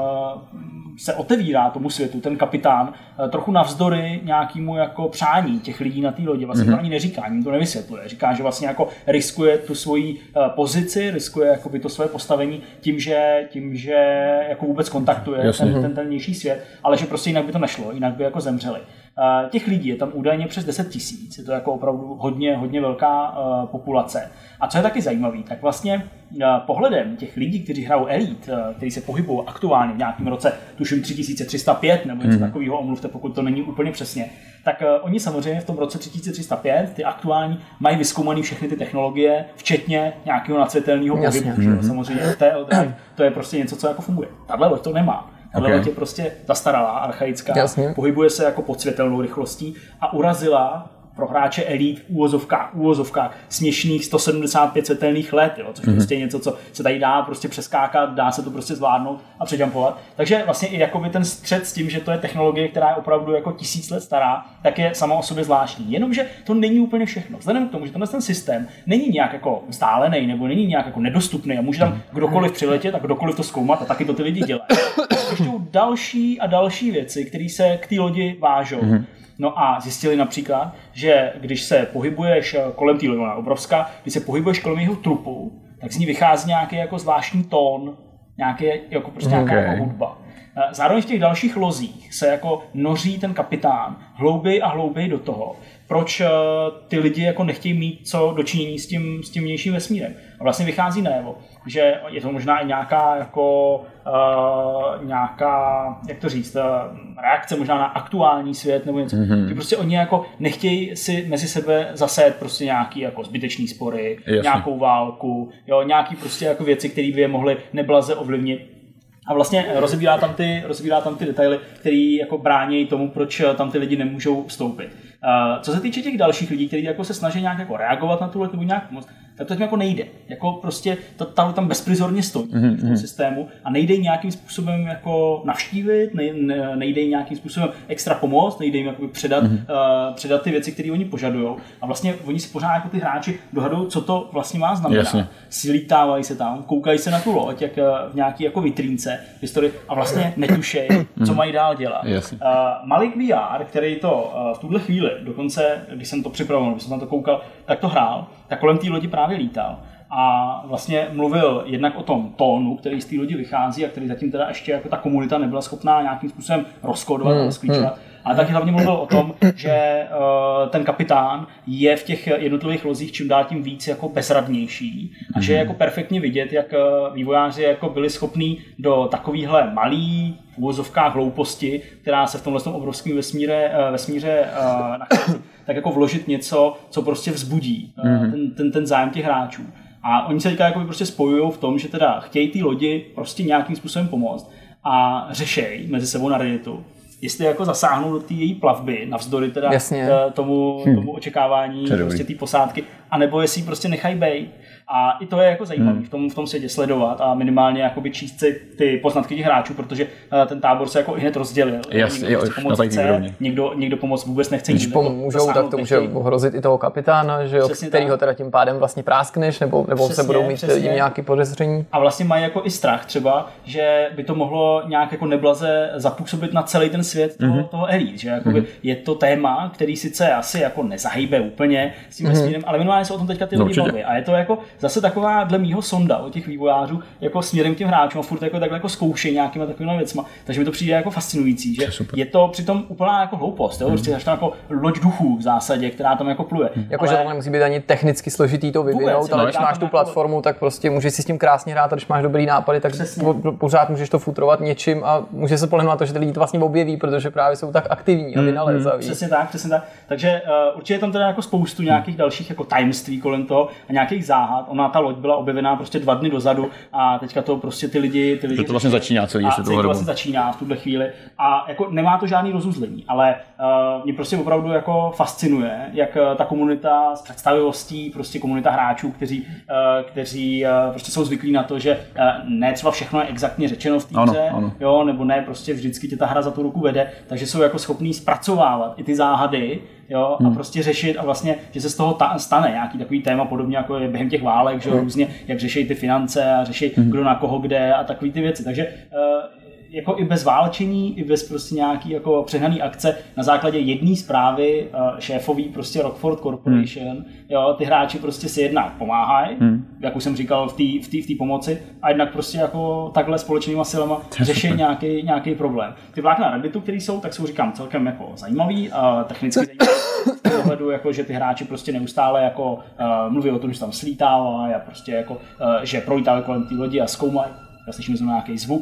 se otevírá tomu světu ten kapitán trochu navzdory nějakému jako přání těch lidí na té lodi. Vlastně to ani neříká, ani to nevysvětluje. Říká, že vlastně jako riskuje tu svoji pozici, riskuje jakoby to své postavení tím, že jako vůbec kontaktuje ten vnější svět, ale že prostě jinak by to nešlo, jinak by jako zemřeli. Těch lidí je tam údajně přes 10 000, je to jako opravdu hodně velká populace. A co je taky zajímavé, tak vlastně pohledem těch lidí, kteří hrajou Elite, kteří se pohybují aktuálně v nějakém roce, tuším 3305 nebo něco takového, omluvte, pokud to není úplně přesně, tak oni samozřejmě v tom roce 3305, ty aktuální, mají vyzkoumané všechny ty technologie, včetně nějakého nadsvětelného pohybu. Samozřejmě TL Drive, to je prostě něco, co jako funguje. Tahle loď to nemá. Tahle loď je prostě zastaralá, archaická, pohybuje se jako pod světelnou rychlostí a urazila pro hráče Elite v úvozovkách směšných 175 světelných let, jo, což prostě je něco, co se tady dá prostě přeskákat, dá se to prostě zvládnout a předjumpovat. Takže vlastně i jakoby ten střed s tím, že to je technologie, která je opravdu jako 1000 let stará, tak je sama o sobě zvláštní. Jenomže to není úplně všechno. Vzhledem k tomu, že ten systém není nějak jako vzdálený nebo není nějak jako nedostupný a může tam kdokoliv přiletět a kdokoliv to zkoumat a taky to ty lidi dělají. Ještě další a další věci, které se k té lodi vážou. No a zjistili například, že když se pohybuješ kolem té lodi, ona je obrovská, když se pohybuješ kolem jeho trupu, tak z ní vychází nějaký jako zvláštní tón, nějaká jako hudba. Zároveň v těch dalších lozích se jako noří ten kapitán hlouběji a hlouběji do toho, proč ty lidi jako nechtějí mít co dočinění s tím vnějším vesmírem. A vlastně vychází najevo, že je to možná i nějaká jako jak to říct, reakce možná na aktuální svět nebo něco. Že prostě oni jako nechtějí si mezi sebe zasét prostě nějaký jako zbytečný spory, nějakou válku, jo, nějaký prostě jako věci, které by je mohly neblaze ovlivnit. A vlastně rozebírá tam ty detaily, které jako brání tomu, proč tam ty lidi nemůžou vstoupit. Co se týče těch dalších lidí, kteří jako se snaží nějak jako reagovat na tu loď nebo nějak pomoct, tak to tím jako nejde. Jako prostě ta tam bezprizorně stojí v tom systému a nejde nějakým způsobem jako navštívit, nejde nějakým způsobem extra pomoct, nejde jim jako předat ty věci, které oni požadují. A vlastně oni si pořád jako ty hráči dohadují, co to vlastně má znamenat. Slítávají se tam, koukají se na tu loď, jak v nějaký jako vitrínce a vlastně netušejí, co mají dál dělat. Malik VR, který to v tuhle chvíli, dokonce, když jsem to připravoval, když jsem na to koukal, tak to hrál, tak kolem té lodi právě lítal. A vlastně mluvil jednak o tom tónu, který z té lodi vychází a který zatím teda ještě jako ta komunita nebyla schopná nějakým způsobem rozkodovat a rozklíčovat. A taky hlavně mluvil o tom, že ten kapitán je v těch jednotlivých lozích čím dál tím víc jako bezradnější a že je jako perfektně vidět, jak vývojáři jako byli schopní do takovýhle malý v uvozovkách hlouposti, která se v tomhle obrovském vesmíře nachází, tak jako vložit něco, co prostě vzbudí ten zájem těch hráčů. A oni se teďka jako prostě spojují v tom, že teda chtějí ty lodi prostě nějakým způsobem pomoct a řešejí mezi sebou na Redditu, jestli jako zasáhnou do té její plavby, navzdory teda tomu očekávání prostě té posádky, anebo jestli ji prostě nechají bejt. A i to je jako zajímavé v tom světě sledovat a minimálně jakoby číst si ty poznatky těch hráčů, protože ten tábor se jako hned rozdělil. Někdo pomoc vůbec nechce. Když pomůžou, tak to může ohrozit i toho kapitána, že jo, kterýho teda tím pádem vlastně práskneš, nebo se budou mít jim nějaký podezření. A vlastně mají jako i strach třeba, že by to mohlo nějak jako neblaze zapůsobit na celý ten svět toho Elite, že jakoby je to téma, který sice asi jako nezahýbe úplně s tím vesmírem, ale minimálně se o tom teďka ty lidi baví. A je to jako zase taková dle mýho sonda od těch vývojářů jako směrem k těm hráčům a furt jako takhle jako zkoušejí nějakýma takovými věcma. Takže mi to přijde jako fascinující, že je to přitom úplná jako hloupost, jo? Prostě až tam jako loď duchů v zásadě, která tam jako pluje. Jakože to nemusí být ani technicky složitý to vyvinout, ale když máš tu platformu, tak prostě můžeš si s tím krásně hrát a když máš dobrý nápady, tak pořád můžeš to futrovat něčím a může se polehnout na to, že ty lidi to vlastně objeví, protože právě jsou tak aktivní a vynalézaví. Přesně tak. Takže určitě je tam teda jako spoustu nějakých dalších jako time tajemství kolem toho a nějakých záhad. Ona ta loď byla objevená prostě 2 dny dozadu a teďka to prostě ty lidi to vlastně začíná celý to vlastně začíná v tuhle chvíli a jako nemá to žádný rozuzlení, ale mě prostě opravdu jako fascinuje, jak ta komunita s představivostí, prostě komunita hráčů, kteří prostě jsou zvyklí na to, že ne třeba všechno je exaktně řečeno v té hře, jo, nebo ne prostě vždycky tě ta hra za tu ruku vede, takže jsou jako schopní zpracovávat i ty záhady, jo, a prostě řešit a vlastně, že se z toho stane nějaký takový téma podobně jako je během těch válek, že různě, jak řeší ty finance a řeší kdo na koho kde a takový ty věci, takže jako i bez válčení, i bez prostě nějaký jako přehnaný akce na základě jedné zprávy šéfový prostě Rockford Corporation, jo, ty hráči prostě si jednak pomáhají, jak už jsem říkal v té pomoci, a jednak prostě jako takhle společnýma silama řeší nějaký problém. Ty vlákna Redditu, který jsou, tak jsou říkám celkem jako zajímavý, technicky zajímavý, z pohledu, jako, že ty hráči prostě neustále jako mluví o tom, že tam slítávají a prostě jako, že prolítávají kolem té lodi a zkoumají. Já slyším znovu nějaký zvuk,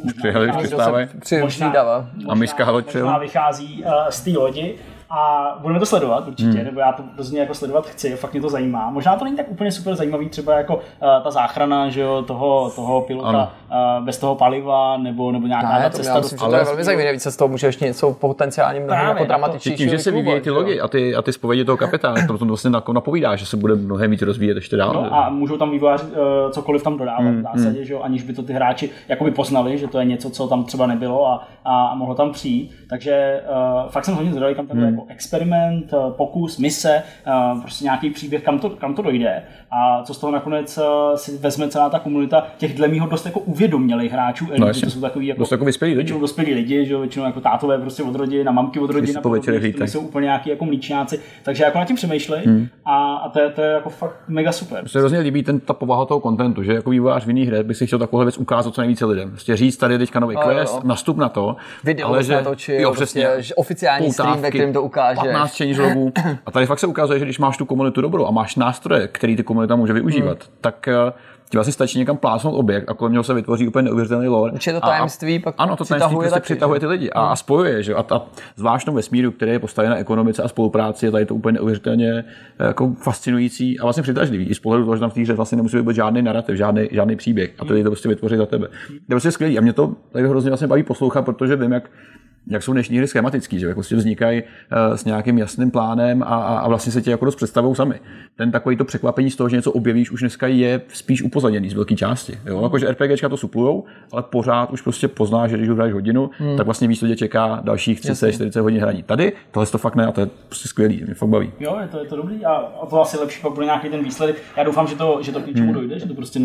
možná vychází z té lodi a budeme to sledovat určitě, nebo já to hrozně jako sledovat chci, fakt mě to zajímá. Možná to není tak úplně super zajímavý, třeba jako ta záchrana, že jo, toho pilota bez toho paliva, nebo nějaká ta cesta. To je velmi zajímavé, víc z toho může ještě něco potenciálně mnohem jako dramatičnější. Tím, že se vyvíjí ty logy a ty zpovědi toho kapitána, to vlastně napovídá, že se bude mnohem víc rozvíjet ještě dál. No, a můžou tam vývojáři cokoliv tam dodávat v zásadě, že jo, aniž by to ty hráči jakoby poznali, že to je něco, co tam třeba nebylo a mohlo tam přijít. Takže fakt jsem hodně zvědavý, kam takhle jako experiment, pokus, mise, prostě nějaký příběh, kam to dojde a co z toho nakonec si vezme celá ta komunita těch dle mýho dost jako uvědomělých hráčů, to jsou takový jako dospělí lidi, že většinou jako tátové prostě od rodiny, mamky od rodiny, to jsou úplně nějaký jako mlíčňáci, takže jako nad tím přemýšlej a to je jako fakt mega super. Mně se hrozně líbí ta povaha toho kontentu, že jako vývojář v jiných hře bych si chtěl takovou věc ukázat co nejvíce lidem. Prostě říct tady teďka nový quest, nastup na to, video ale že přesně oficiální stream, ve kterém to ukáže. 15 changelogů. A tady fakt se ukazuje, že když máš tu komunitu dobrou a máš nástroje, který ty komunita může využívat, tak ti vlastně stačí někam plásnout objekt a kolem něho se vytvoří úplně neuvěřitelný lore. Určitě to tajemství pak ano, to tajemství prostě přitahuje ty lidi a spojuje, že? A zvlášť ve vesmíru, který je postaven na ekonomice a spolupráci, je tady to úplně neuvěřitelně jako fascinující a vlastně přitažlivý. I z pohledu toho, že tam v té hře vlastně nemusí být žádný narrativ, žádný příběh a to lidi to prostě vytvoří za tebe. To je prostě skvělý a mě to tady hrozně vlastně baví poslouchat, protože vím, jak jsou dnešní hry schematický, že jako vznikají s nějakým jasným plánem a vlastně se tě jako dost představují sami. Ten takový to překvapení z toho, že něco objevíš, už dneska je spíš upozaděný z velké části. Jo? Jakože RPGčka to suplujou, ale pořád už prostě poznáš, že když hraješ hodinu, tak vlastně víš, co tě čeká dalších 30-40 hodin hraní. Tady tohle to fakt ne a to je prostě skvělý, mě fakt baví. Jo, je to dobrý a to asi lepší, pak bude nějaký ten výsledek. Já doufám, že to k něčemu dojde, že to prostě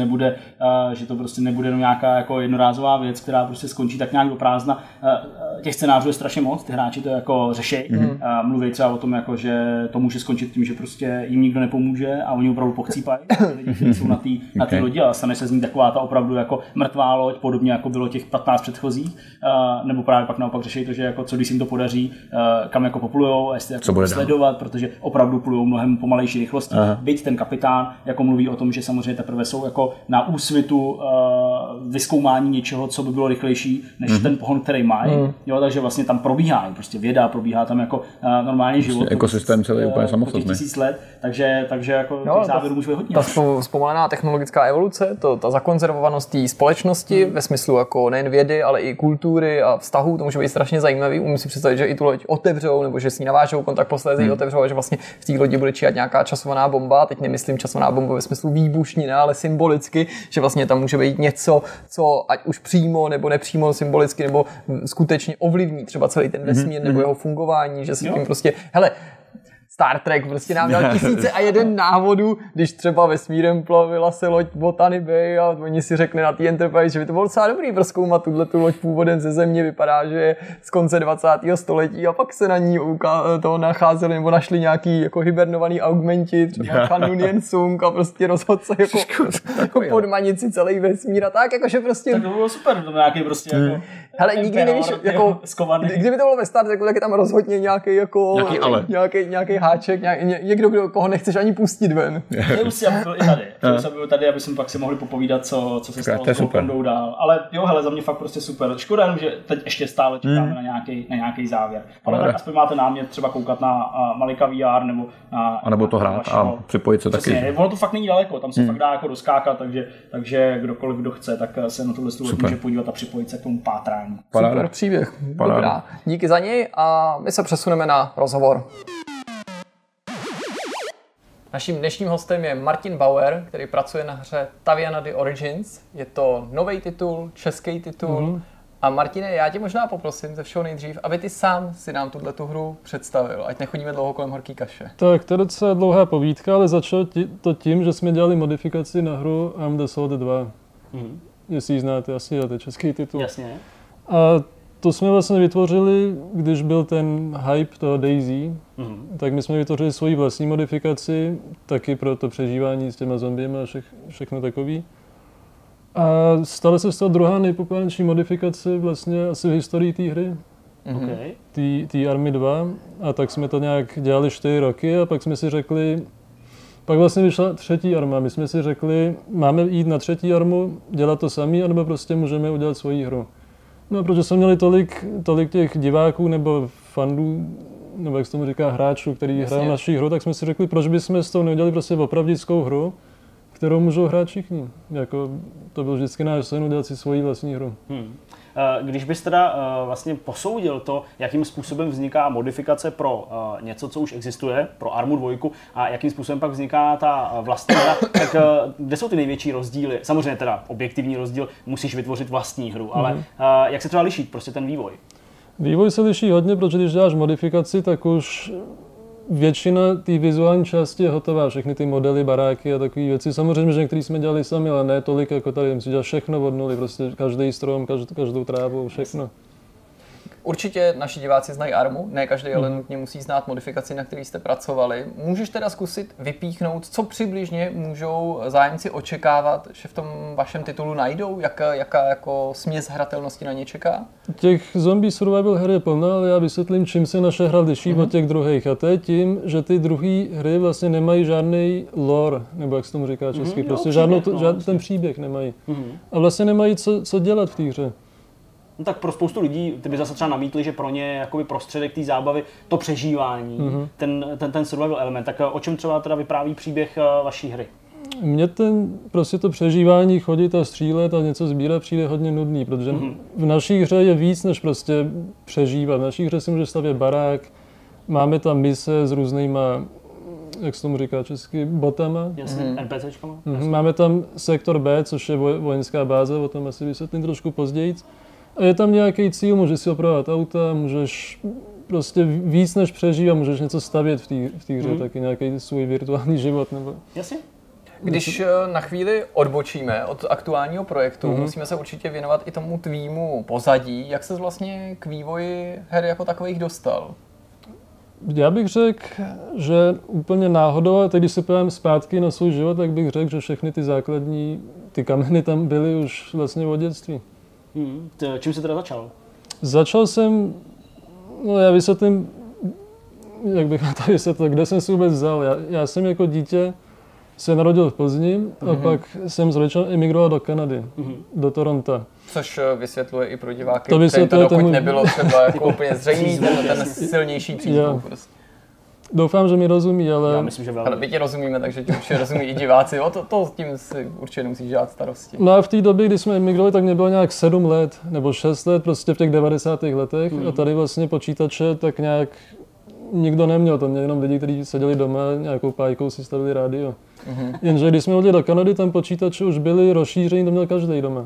nebude jenom nějaká jako jednorázová věc, která prostě skončí tak nějak do prázdna. Těch scénářů je strašně moc, ty hráči to jako řeší. Mluví třeba o tom, jako, že to může skončit tím, že prostě jim nikdo nepomůže a oni opravdu pochcípají, lidi, kteří jsou na té lodi a stane se z ní taková ta opravdu jako mrtvá loď, podobně jako bylo těch 15 předchozích, nebo právě pak naopak řeší to, že jako co když jim to podaří, kam jako poplujou a jestli jako sledovat, protože opravdu plujou mnohem pomalejší rychlostí. Byť ten kapitán jako mluví o tom, že samozřejmě teprve jsou jako na úsvitu vyzkoumání něčeho, co by bylo rychlejší než ten pohon, který mají. Jo, takže vlastně tam probíhá prostě věda, probíhá tam jako normální život. Prostě ekosystém celý úplně samostatný. 1000 let, takže jako těch závěrů může být hodně. Ta zpomalená technologická evoluce, ta zakonzervovanost té společnosti ve smyslu jako nejen vědy, ale i kultury a vztahů, to může být strašně zajímavý. Umím si představit, že i tu loď otevřou, nebo že s ní navážou kontakt, posléze ji otevřou, a že vlastně v té lodi bude číhat nějaká časovaná bomba. Teď nemyslím časovaná bomba ve smyslu výbušnina, ale symbolicky, že vlastně tam může být něco, co ať už přímo nebo nepřímo symbolicky nebo skutečně ovlivní třeba celý ten vesmír nebo jeho fungování, že se tím prostě, hele, Star Trek prostě nám dal 1001 návodů, když třeba vesmírem plavila se loď Botany Bay a oni si řekli na té Enterprise, že by to bylo docela dobrý prozkoumat tu loď původem ze Země, vypadá, že je z konce 20. století a pak se na ní to nacházeli nebo našli nějaký jako hibernovaný augmenti, třeba Kanun Yen Sung a prostě rozhodl se jako podmanit si celý vesmír a tak, jakože prostě... Tak to bylo super, to nějaký prostě jako... Hele, nikdy nevíš, jako, kdyby to bylo ve Star Treku, tak je tam rozhodně nějaký jako... Nějaký háček, někdo, koho nechceš ani pustit ven. Přeju si, aby byl i tady. Přeju si, aby byl tady, aby jsme pak si mohli popovídat, co se stalo s Golkondou dál. Ale jo, hele, za mě fakt prostě super. Škoda jenom, že teď ještě stále čekáme na nějaký závěr. Ale tak aspoň máte námět třeba koukat na Malika VR nebo a nebo to hrát a připojit se taky. Přesně, ono to fakt není daleko, tam se fakt dá jako doskákat, takže kdokoliv, kdo chce, tak se na tohle může podívat a připojit se k tomu pátrání. Super příběh. Dobrá. Díky za něj a my se přesuneme na rozhovor. Naším dnešním hostem je Martin Bauer, který pracuje na hře Taviana The Origins. Je to nový titul, český titul. A Martine, já tě možná poprosím ze všeho nejdřív, aby ty sám si nám tuto hru představil, ať nechodíme dlouho kolem horký kaše. Tak to je docela dlouhá povídka, ale začalo to tím, že jsme dělali modifikaci na hru Armed Assault 2. Jestli ji znáte, asi to je český titul. Jasně. A to jsme vlastně vytvořili, když byl ten hype toho DayZ, tak my jsme vytvořili svoji vlastní modifikaci, taky pro to přežívání s těma zombiema a všechno takový. A stala se z toho druhá nejpopulárnější modifikace vlastně asi v historii té hry. Té Army 2. A tak jsme to nějak dělali 4 roky a pak jsme si řekli, pak vlastně vyšla třetí arma. My jsme si řekli, máme jít na třetí armu, dělat to samý, anebo prostě můžeme udělat svoji hru. No, protože jsme měli tolik těch diváků nebo fandů, nebo jak se tomu říká, hráčů, kteří hrají naši hru, tak jsme si řekli, proč bychom s tou neudělali prostě opravdickou hru, kterou můžou hrát všichni. Jako, to byl vždycky náš sen udělat si svoji vlastní hru. Když bys teda vlastně posoudil to, jakým způsobem vzniká modifikace pro něco, co už existuje, pro Armu 2, a jakým způsobem pak vzniká ta vlastní hra, tak kde jsou ty největší rozdíly? Samozřejmě teda objektivní rozdíl, musíš vytvořit vlastní hru, ale jak se třeba liší prostě ten vývoj? Vývoj se liší hodně, protože když děláš modifikaci, tak už většina té vizuální části je hotová, všechny ty modely, baráky a takové věci. Samozřejmě, že některý jsme dělali sami, ale ne tolik jako tady. Musíš dělat všechno od nuly, prostě každý strom, každou trávu, všechno. Určitě naši diváci znají Armu, ne každý ale nutně musí znát modifikaci, na které jste pracovali. Můžeš teda zkusit vypíchnout, co přibližně můžou zájemci očekávat, že v tom vašem titulu najdou? Jaká jako směs hratelnosti na ně čeká? Těch zombie survival her je plno, ale já vysvětlím, čím se naše hra liší od těch druhých. A to je tím, že ty druhé hry vlastně nemají žádný lore, nebo jak se tomu říká česky, prostě žádný ten příběh nemají. A vlastně nemají co dělat v té hře. No tak pro spoustu lidí, ty by zase třeba namítli, že pro ně je jakoby prostředek té zábavy to přežívání, ten survival element. Tak o čem třeba teda vypráví příběh vaší hry? Mně prostě to přežívání, chodit a střílet a něco sbírat přijde hodně nudný, protože v naší hře je víc než prostě přežívat. V naší hře si může stavět barák, máme tam mise s různýma, jak se tomu říká česky, botama. Jasně, NPCčkama. Máme tam sektor B, což je vojenská báze, o tom asi vysvětlím trošku později. A je tam nějaký cíl, můžeš si opravovat auta, můžeš prostě víc než přežít a můžeš něco stavět v té hře, taky nějaký svůj virtuální život. Nebo... Jasně. Když na chvíli odbočíme od aktuálního projektu, musíme se určitě věnovat i tomu tvýmu pozadí. Jak ses vlastně k vývoji her jako takových dostal? Já bych řekl, že úplně náhodou, a teď když se podívám zpátky na svůj život, tak bych řekl, že všechny ty základní, ty kameny tam byly už vlastně od dětství. Čím jsi teda začal? Začal jsem, no já vysvětlím, jak bych na to vysvětlil, kde jsem si vůbec vzal. Já jsem jako dítě se narodil v Plzni a pak jsem s rodičem emigroval do Kanady, do Toronto. Což vysvětluje i pro diváky, kterým to dokud nebylo třeba jako úplně zřejmý, ten silnější přístup. Prostě. Doufám, že mi rozumí, ale... Já myslím, že velmi. Ale my ti rozumíme, takže ti určitě rozumí i diváci. To tím si určitě nemusíš dělat starosti. No a v té době, kdy jsme emigrovali, tak mě bylo nějak 7 let nebo 6 let, prostě v těch 90. letech. A tady vlastně počítače tak nějak nikdo neměl. To měli jenom lidi, kteří seděli doma, nějakou pájkou si stavili rádio. Jenže když jsme odjeli do Kanady, tam počítače už byly rozšíření, to měl každý doma.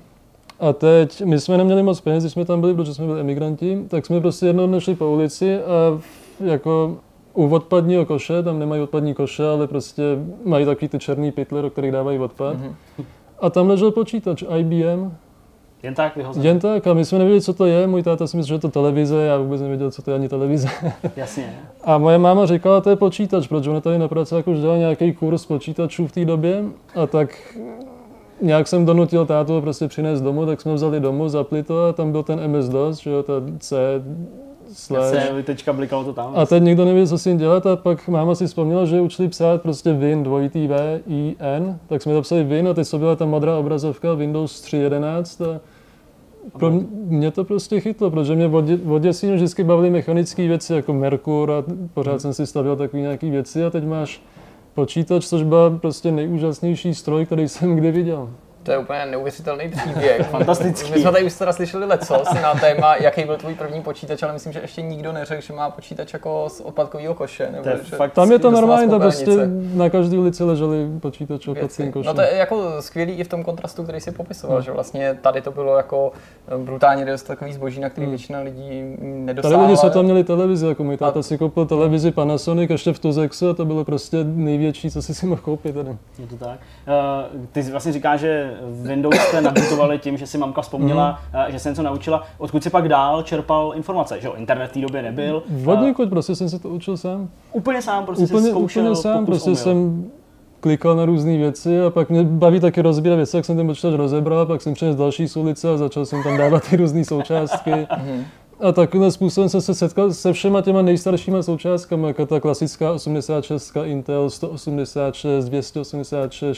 A teď, my jsme neměli moc peněz, když jsme tam byli, protože jsme byli emigranti, tak jsme prostě jednou dne šli po ulici a jako u odpadního koše, tam nemají odpadní koše, ale prostě mají takový ty černý pytle, do kterých dávají odpad. A tam ležel počítač IBM. Jen tak vyhozený? Jen tak, a my jsme nevěděli, co to je. Můj táta si myslel, že je to televize, já vůbec nevěděl, co to je ani televize. Jasně. A moje máma říkala, to je počítač, protože ona tady na pracovníku už dělala nějaký kurz počítačů v té době. A tak nějak jsem donutil tátu prostě přinést domů, tak jsme ho vzali domů, zapli to a tam byl ten MS-DOS, že jo, ta slash. Tečka blikalo to tam. A teď nikdo neví, co s tím dělat a pak máma si vzpomněla, že učili psát prostě Win, dvojitý V, I, N, tak jsme napsali Win a teď se byla ta modrá obrazovka Windows 3.11 a pro mě to prostě chytlo, protože mě od dětství vždycky bavily mechanické věci jako Merkur a pořád jsem si stavěl takové nějaké věci a teď máš počítač, což byl prostě nejúžasnější stroj, který jsem kdy viděl. To je úplně neuvěřitelný příběh. Fantastický. My jsme tady už teda slyšeli lecos na téma, jaký byl tvůj první počítač, ale myslím, že ještě nikdo neřekl, že má počítač jako z odpadkového koše. Nebo fakt tam je to normální, tam prostě na každé ulici leželi počítač odpadkovým košem. No to je jako skvělý i v tom kontrastu, který si popisoval, že vlastně tady to bylo jako brutálně nedostatkový zboží, na který většina lidí nedosáhla. Tady lidi jsou tam měli televizi, jako můj táta si koupil televizi Panasonic ještě v Tuzexu a to bylo prostě největší, co si mohl koupit tady. Je to tak. Ty vlastně říkáš, že Windows jste nabootovali tím, že si mamka vzpomněla, že se něco naučila. Odkud si pak dál čerpal informace? Že jo, internet v té době nebyl. Vodníkud, prostě jsem se to učil sám. Úplně sám, prostě si zkoušel, úplně sám, prostě jsem klikal na různé věci a pak mě baví taky rozbírat věci, jak jsem ten počítač rozebral, pak jsem přinesl další z ulice a začal jsem tam dávat ty různé součástky. A takovým způsobem jsem se setkal se všema těma nejstaršíma součástkami, jako ta klasická 86, Intel 186, 286,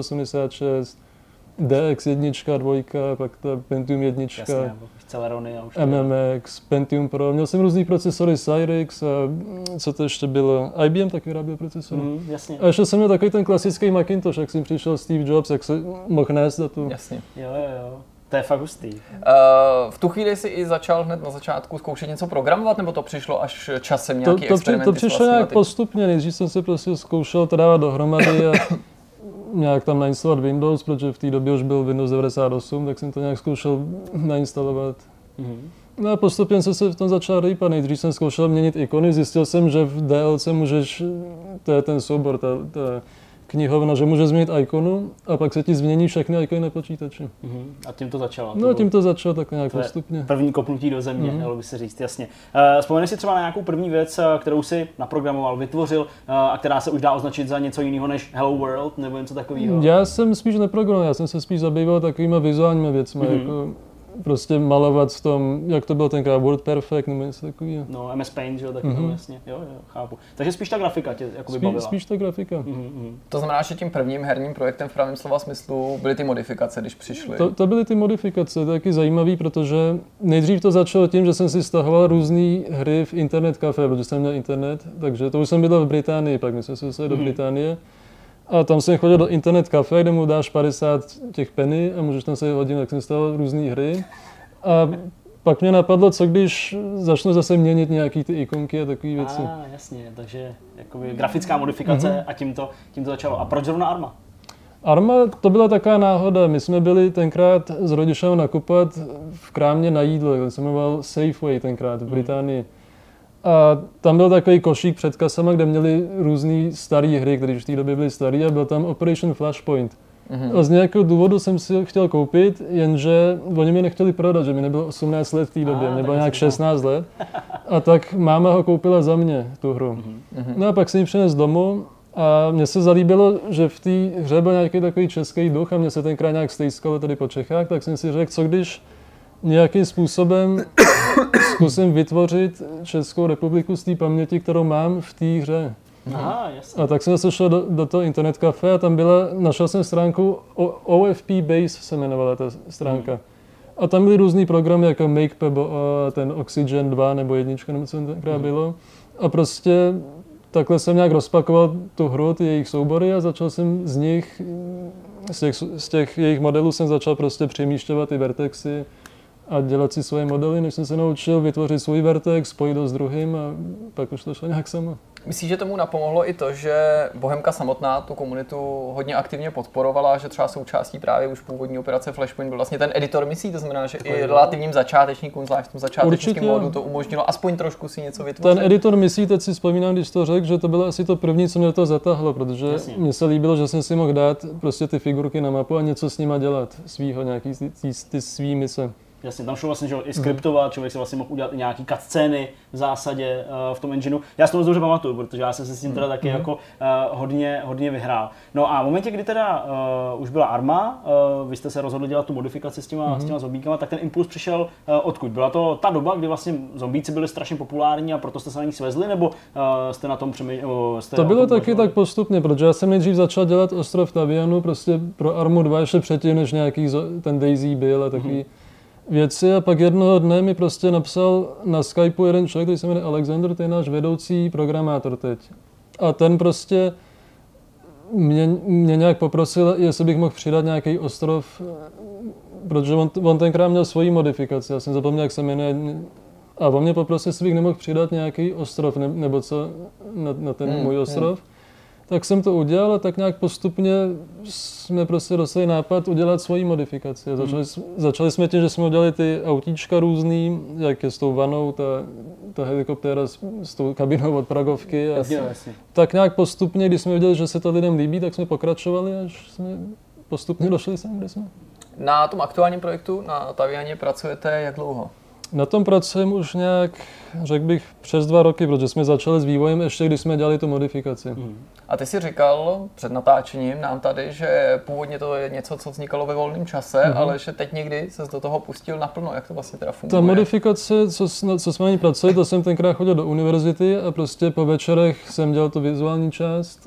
486, DX1, 2, pak ta Pentium 1, jasně, Celerony a už MMX, Pentium Pro. Měl jsem různý procesory Cyrix a co to ještě bylo? IBM taky vyráběl procesory. Jasně. A ještě jsem měl takový ten klasický Macintosh, jak jsem přišel Steve Jobs, jak se mohl nést datu. Jasně. Jo. To je fakt hustý. V tu chvíli jsi i začal hned na začátku zkoušet něco programovat, nebo to přišlo až časem nějaký experimenty? To přišlo nějak postupně, nejdřív jsem se prostě zkoušel to dávat dohromady a nějak tam nainstalovat Windows, protože v té době už byl Windows 98, tak jsem to nějak zkoušel nainstalovat. No a postupně jsem se v tom začal rýpat. Nejdřív jsem zkoušel měnit ikony, zjistil jsem, že v DLC můžeš, to je ten soubor, ta knihovna, že můžeš změnit ikonu a pak se ti změní všechny ikony na počítači. A tím to začalo? No tím to začalo tak nějak postupně. První kopnutí do země, dalo by se říct, jasně. Vzpomeneš si třeba na nějakou první věc, kterou si naprogramoval, vytvořil a která se už dá označit za něco jiného než Hello World nebo něco takového? Já jsem spíš neprogramoval, já jsem se spíš zabýval takovýma vizuálními věcmi, jako prostě malovat v tom, jak to bylo tenkrát WordPerfect nebo něco takového. No, MS Paint, že jo, taky jasně, jo, chápu. Takže spíš ta grafika tě jako bavila. Spíš ta grafika. To znamená, že tím prvním herním projektem v pravém slova smyslu byly ty modifikace, když přišly? To byly ty modifikace, to je taky zajímavý, protože nejdřív to začalo tím, že jsem si stahoval různé hry v Internet Café, protože jsem měl internet, takže to už jsem bydlel v Británii, pak my jsme se dostali do Británie. A tam jsem chodil do Internet Café, kde mu dáš 50 těch penny a můžeš tam se hodit, tak jsem stával různé hry. A pak mě napadlo, co když začnu zase měnit nějaký ty ikonky a takové věci. Jasně, takže jakoby grafická modifikace a tím to začalo. A proč zrovna Arma? Arma, to byla taková náhoda. My jsme byli tenkrát s rodičem nakupovat v krámě na jídlo, který se jmenoval Safeway tenkrát v Británii. A tam byl takový košík před kasama, kde měli různé staré hry, které už v té době byly staré a byl tam Operation Flashpoint. A z nějakého důvodu jsem si ho chtěl koupit, jenže oni mi nechtěli prodat, že mi nebylo 18 let v té době, mě bylo nějak 16 let. A tak máma ho koupila za mě, tu hru. No a pak jsem ji přinesl domů a mně se zalíbilo, že v té hře byl nějaký takový český duch a mě se tenkrát nějak stejskalo tady po Čechách, tak jsem si řekl, co když nějakým způsobem zkusím vytvořit Českou republiku z té paměti, kterou mám v té hře. Aha, jasně. A tak jsem se šel do toho Internet Café a tam našel jsem stránku OFP Base se jmenovala ta stránka. A tam byly různý programy jako MakePebo a ten Oxygen 2 nebo 1, nebo co tenkrát bylo. A prostě takhle jsem nějak rozpakoval tu hru, ty jejich soubory a začal jsem z těch jejich modelů jsem začal prostě přemísťovat ty vertexy a dělat si svoje modely, než jsem se naučil vytvořit svůj vertex, spojit ho s druhým a pak už to šlo nějak samo. Myslíš, že tomu napomohlo i to, že Bohemka samotná tu komunitu hodně aktivně podporovala, že třeba součástí právě už původní operace Flashpoint byl vlastně ten editor misí, to znamená, že i relativním začátečníkům, zvlášť v tom začátečnickém módu, to umožnilo aspoň trošku si něco vytvořit? Ten editor misí, teď si vzpomínám, když to řekl, že to bylo asi to první, co mě to zatáhlo, protože mně se líbilo, že jsem si mohl dát prostě ty figurky na mapu a něco s nima dělat, svýho, nějaký ty svý mise. Jasně, tam šlo vlastně, že i skriptovat, člověk si vlastně mohl udělat i nějaký cutscény v zásadě v tom engineu. Já si to moc dobře pamatuju, protože já jsem se s tím teda taky jako hodně vyhrál. No a v momentě, kdy teda už byla Arma, vy jste se rozhodli dělat tu modifikaci s těma zombíkama, tak ten impuls přišel odkud? Byla to ta doba, kdy vlastně zombíci byli strašně populární a proto jste se na nich svezli, nebo jste na tom přemýšleli? To bylo taky tak postupně, protože já jsem nejdřív začal dělat Ostrov Tavianu prostě pro Armu 2 ještě předtím, než nějaký ten DayZ byl a takový věci, a pak jednoho dne mi prostě napsal na Skypeu jeden člověk, který se jmenuje Alexander, to je náš vedoucí programátor teď. A ten prostě mě nějak poprosil, jestli bych mohl přidat nějaký ostrov, protože on tenkrát měl svoji modifikaci, já jsem zapomněl, jak se jmenuje, a on mě poprosil, jestli bych nemohl přidat nějaký ostrov, nebo co na ten můj ostrov. Tak jsem to udělal a tak nějak postupně jsme prostě dostali nápad udělat svoji modifikaci. Začali jsme tím, že jsme udělali ty autíčka různý, jak je s tou vanou, ta helikoptéra s tou kabinou od Pragovky. A tak nějak postupně, když jsme viděli, že se to lidem líbí, tak jsme pokračovali, až jsme postupně došli sem, kde jsme. Na tom aktuálním projektu na Tavianě pracujete jak dlouho? Na tom pracujeme už nějak, řekl bych, přes 2 roky, protože jsme začali s vývojem ještě, když jsme dělali tu modifikaci. A ty jsi říkal před natáčením nám tady, že původně to je něco, co vznikalo ve volném čase, ale že teď někdy ses do toho pustil naplno. Jak to vlastně teda funguje? Ta modifikace, co jsme na ní pracovali, to jsem tenkrát chodil do univerzity a prostě po večerech jsem dělal tu vizuální část.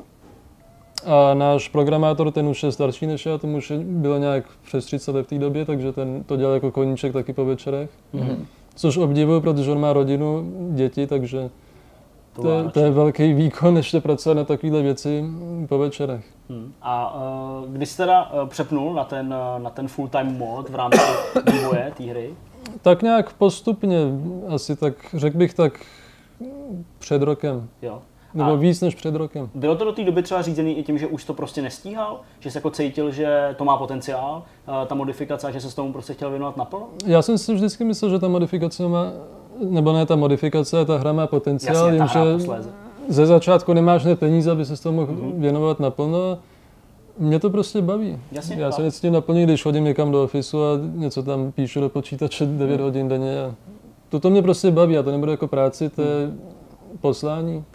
A náš programátor, ten už je starší než já, tomu už bylo nějak přes 30 let v té době, takže ten to dělal jako koníček taky po večerech. Což obdivuju, protože on má rodinu, děti, takže to je velký výkon, ještě pracovat na takovéhle věci po večerech. A když jsi teda přepnul na ten full-time mod v rámci vývoje té hry? Tak nějak postupně, asi tak, řekl bych tak před rokem. Jo. Nebo víc než před rokem. Bylo to do té doby třeba řízený i tím, že už to prostě nestíhal? Že jsi jako cítil, že to má potenciál, ta modifikace, a že se s tomu prostě chtěl věnovat naplno? Já jsem si vždycky myslel, že ta modifikace má, nebo ne ta modifikace, ta hra má potenciál. Jasně, že ze začátku nemáš hned peníze, aby se s tomu mohl věnovat naplno. Mě to prostě baví. Jasně, já se tím naplním, když chodím někam do ofisu a něco tam píšu do počítače 9 hodin denně. A to mě prostě baví, a to nebude jako práci, to je poslání.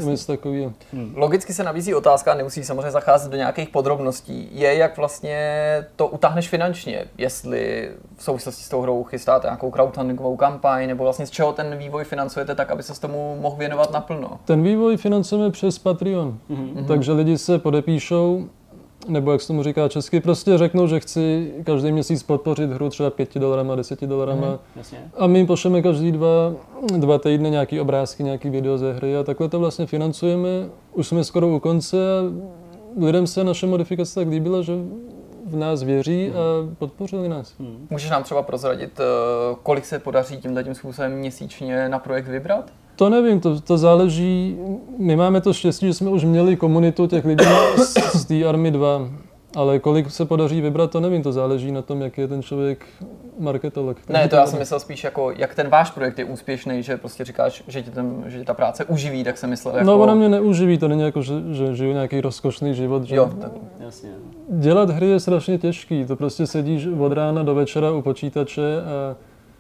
Logicky se nabízí otázka, nemusí samozřejmě zacházet do nějakých podrobností, je, jak vlastně to utáhneš finančně, jestli v souvislosti s tou hrou chystáte nějakou crowdfundingovou kampaň, nebo vlastně z čeho ten vývoj financujete tak, aby se s tomu mohl věnovat naplno. Ten vývoj financujeme přes Patreon, takže lidi se podepíšou, nebo jak se tomu říká česky, prostě řeknou, že chci každý měsíc podpořit hru třeba $5, $10. A my jim pošleme každý dva týdny nějaký obrázky, nějaký video ze hry a takhle to vlastně financujeme. Už jsme skoro u konce a lidem se naše modifikace tak líbila, že v nás věří a podpořili nás. Můžeš nám třeba prozradit, kolik se podaří tímhletím způsobem měsíčně na projekt vybrat? To nevím, to záleží. My máme to štěstí, že jsme už měli komunitu těch lidí z té Army 2, ale kolik se podaří vybrat, to nevím, to záleží na tom, jak je ten člověk marketolog. Ne, to já jsem myslel spíš jako, jak ten váš projekt je úspěšný, že prostě říkáš, že tě ta práce uživí, tak jsem myslel jako... No, ona mě neuživí, to není jako, že žiju nějaký rozkošný život. Že... Jo, tak jasně. Dělat hry je strašně těžký, to prostě sedíš od rána do večera u počítače a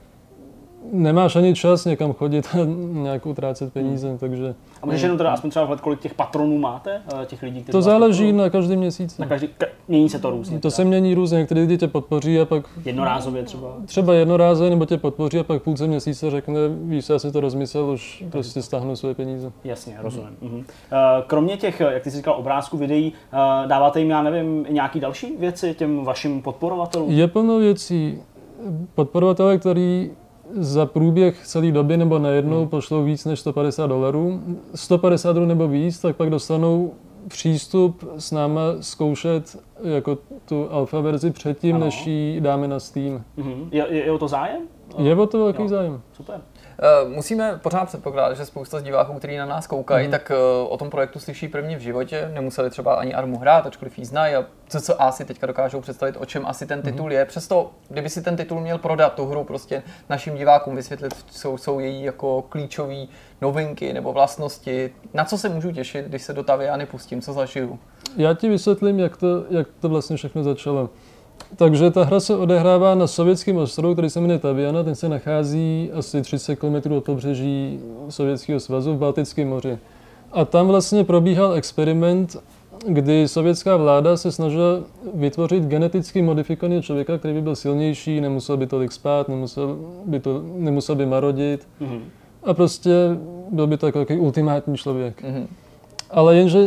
nemáš ani čas někam chodit a nějak utrácet peníze, takže... A můžeš jenom teda aspoň třeba vhled, kolik těch patronů máte, těch lidí, kteří to záleží na každý měsíc. Mění se to různě. To se mění různě, některé lidi tě podpoří a pak... Jednorázově třeba? Třeba jednorázově, nebo tě podpoří a pak půlce měsíce řekne, víš, já si to rozmyslel, už prostě stáhnu své peníze. Jasně, rozumím. Kromě těch, jak ty jsi říkal, obrázků, videí, dáváte jim, já nevím, nějaký další věci těm vašim podporovatelům? Je plno věcí. Podporovatelé, který za průběh celé doby nebo najednou pošlou víc než $150, $150 nebo víc, tak pak dostanou přístup s náma zkoušet jako tu alfa verzi předtím, než ji dáme na Steam. Je o to zájem? Je o to velký zájem. Super. Musíme pořád předpokládat, že spousta z diváků, kteří na nás koukají, tak o tom projektu slyší první v životě, nemuseli třeba ani Armu hrát, ačkoliv ji znají a co asi teďka dokážou představit, o čem asi ten titul je. Přesto, kdyby si ten titul měl prodat, tu hru prostě našim divákům vysvětlit, jsou její jako klíčové novinky nebo vlastnosti, na co se můžu těšit, když se do Taviany pustím, co zažiju? Já ti vysvětlím, jak to vlastně všechno začalo. Takže ta hra se odehrává na sovětském ostrovu, který se jmenuje Taviana. Ten se nachází asi 30 km od pobřeží Sovětského svazu v Baltickém moři. A tam vlastně probíhal experiment, kdy sovětská vláda se snažila vytvořit geneticky modifikovaného člověka, který by byl silnější, nemusel by tolik spát, nemusel by marodit. A prostě byl by to takový ultimátní člověk. Ale jenže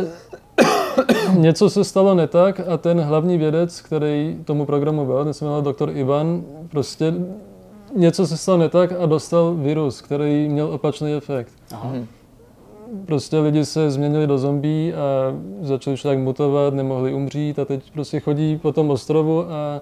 něco se stalo ne tak a ten hlavní vědec, který tomu programu byl, ten se jmenoval doktor Ivan, prostě něco se stalo ne tak a dostal virus, který měl opačný efekt. Aha. Prostě lidi se změnili do zombí a začali však mutovat, nemohli umřít a teď prostě chodí po tom ostrovu a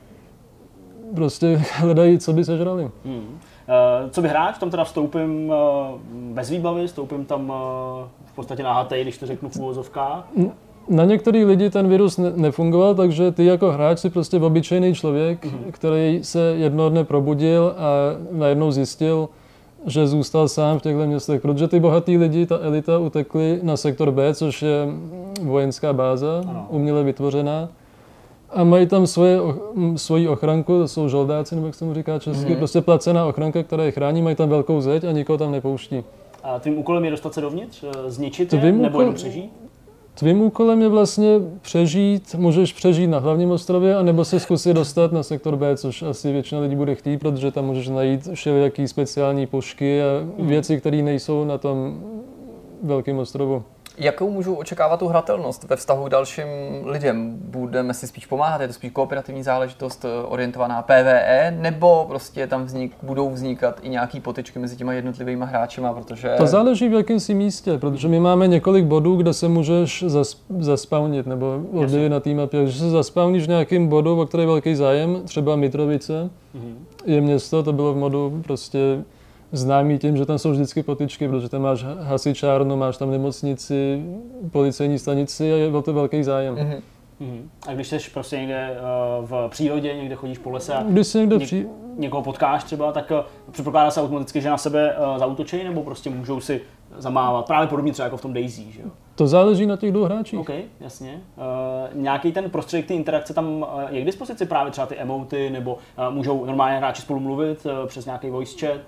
prostě hledají, co by sežrali. Co by hráč, tam teda vstoupím bez výbavy, vstoupím tam v podstatě nahatej, když to řeknu v uvozovkách. Na některý lidi ten virus nefungoval, takže ty jako hráč si prostě obyčejný člověk, který se jednoho dne probudil a najednou zjistil, že zůstal sám v těchto městech, protože ty bohatý lidi, ta elita, utekli na sektor B, což je vojenská báza, uměle vytvořená. A mají tam svoji ochranku, to jsou žoldáci, nebo jak se tomu říká česky, prostě placená ochranka, která je chrání, mají tam velkou zeď a nikoho tam nepouští. A tvým úkolem je dostat se dovnitř, zničit je, nebo jenom přežít? Tvým úkolem je vlastně přežít, můžeš přežít na hlavním ostrově, anebo se zkusit dostat na sektor B, což asi většina lidí bude chtít, protože tam můžeš najít všelijaký speciální pušky a věci, které nejsou na tom velkém ostrovu. Jakou můžu očekávat tu hratelnost ve vztahu k dalším lidem? Budeme si spíš pomáhat, je to spíš kooperativní záležitost orientovaná PvE, nebo prostě tam budou vznikat i nějaký potečky mezi těma jednotlivými hráčima, protože... To záleží v jakém si místě, protože my máme několik bodů, kde se můžeš zaspawnit nebo objevit na té mapě. Když se zaspawníš v nějakém bodu, o který je velký zájem, třeba Mitrovice, je město, to bylo v modu prostě známý tím, že tam jsou vždycky potyčky, protože tam máš hasičárnu, máš tam nemocnici, policejní stanici a je to velký zájem. A když jsi prostě někde v přírodě, někde chodíš po lese a někoho potkáš třeba, tak předpokládá se automaticky, že na sebe zaútočí, nebo prostě můžou si zamávat, právě podobně třeba jako v tom Daisy, že jo? To záleží na těch dvou hráčích. OK, jasně. Nějaký ten prostředek, ty interakce tam je k dispozici, právě třeba ty emoty, nebo můžou normálně hráči spolu mluvit přes nějaký voice chat?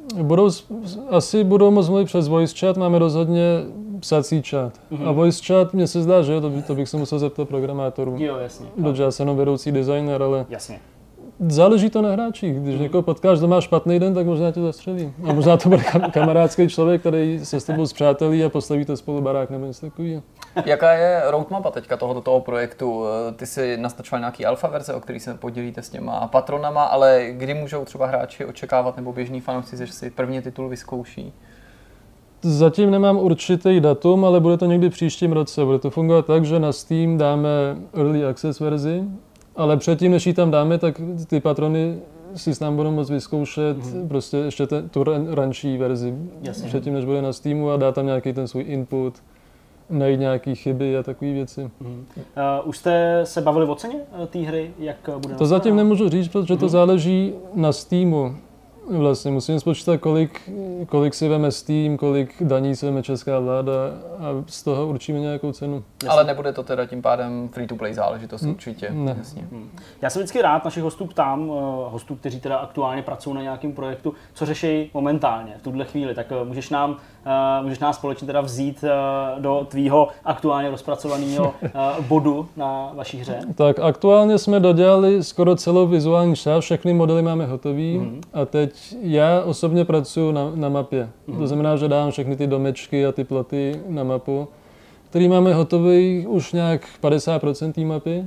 Asi budou moc mluvit přes voice chat, máme rozhodně psací chat. A voice chat, mně se zdá, že to bych se musel zeptat programátorů. Jo, jasně. Protože já jsem jenom vedoucí designer, ale jasně. Záleží to na hráčích. Když někoho potkáš, kdo má špatný den, tak možná tě zastřelí. A možná to bude kamarádský člověk, který se s tebou spřátelí a postavíte spolu barák nebo něco takového. Jaká je roadmapa teďka toho projektu? Ty si nastačoval nějaký alfa verze, o který se podělíte s těma patronama, ale kdy můžou třeba hráči očekávat nebo běžní fanoušci, že si první titul vyzkouší? Zatím nemám určitý datum, ale bude to někdy příštím roce. Bude to fungovat tak, že na Steam dáme Early Access verzi, ale předtím, než ji tam dáme, tak ty patrony si s námi budou moct vyzkoušet prostě ještě tu ranší verzi. Jasně. Předtím, než bude na Steamu a dá tam nějaký ten svůj input, najít nějaké chyby a takové věci. Už jste se bavili o ceně té hry? Jak bude to zatím nemůžu říct, protože to záleží na Steamu. Vlastně musíme spočítat, kolik si veme Steam, kolik daní si veme česká vláda a z toho určíme nějakou cenu. Jasně. Ale nebude to teda tím pádem free-to-play záležitost určitě. Ne. Jasně. Já jsem vždycky rád našich hostů ptám, hostů, kteří teda aktuálně pracují na nějakém projektu, co řeší momentálně v tuhle chvíli. Tak můžeš nás společně teda vzít do tvýho aktuálně rozpracovaného bodu na vaší hře? Tak aktuálně jsme dodělali skoro celou vizuální část, všechny modely máme hotový a teď já osobně pracuji na mapě. To znamená, že dám všechny ty domečky a ty ploty na mapu, který máme hotový už nějak 50% té mapy.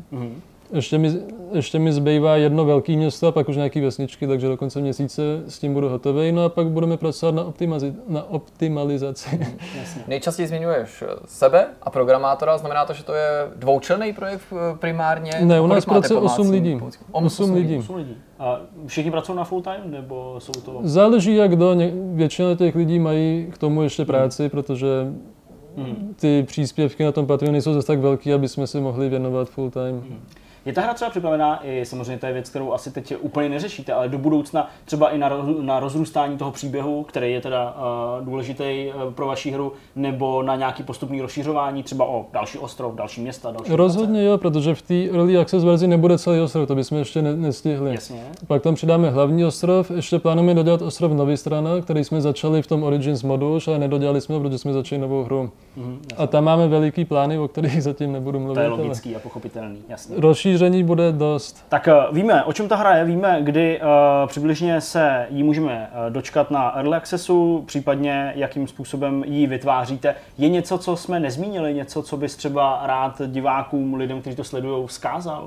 Ještě mi zbývá jedno velké město a pak už nějaké vesničky, takže do konce měsíce s tím budu hotový. No a pak budeme pracovat na optimalizaci. Nejčastěji zmiňuješ sebe a programátora, znamená to, že to je dvoučlenný projekt primárně? Ne, u nás pracuje 8 lidí. 8 lidí. A všichni pracují na full time, nebo jsou to... Záleží jak kdo, většina těch lidí mají k tomu ještě práci, protože ty příspěvky na tom Patreonu nejsou zase tak velký, aby jsme si mohli věnovat full time. Je ta hra třeba připravená i, samozřejmě to je věc, kterou asi teď úplně neřešíte, ale do budoucna třeba i na rozrůstání toho příběhu, který je teda důležitý pro vaši hru, nebo na nějaký postupný rozšiřování, třeba o další ostrov, další města, další Rozhodně jo, protože v té Early Access verzi nebude celý ostrov, to bychom ještě nestihli. Jasně. Pak tam přidáme hlavní ostrov, ještě plánujeme dodělat ostrov Novistrana, který jsme začali v tom Origins modu, ale nedodělali jsme ho, protože jsme začali novou hru. A tam máme veliký plány, o kterých zatím nebudu mluvit. To je logický a pochopitelný, jasně. Rozšíření bude dost. Tak víme, o čem ta hra je, víme, kdy přibližně se jí můžeme dočkat na Early Accessu, případně jakým způsobem ji vytváříte. Je něco, co jsme nezmínili, něco, co bys třeba rád divákům, lidem, kteří to sledují, vzkázal?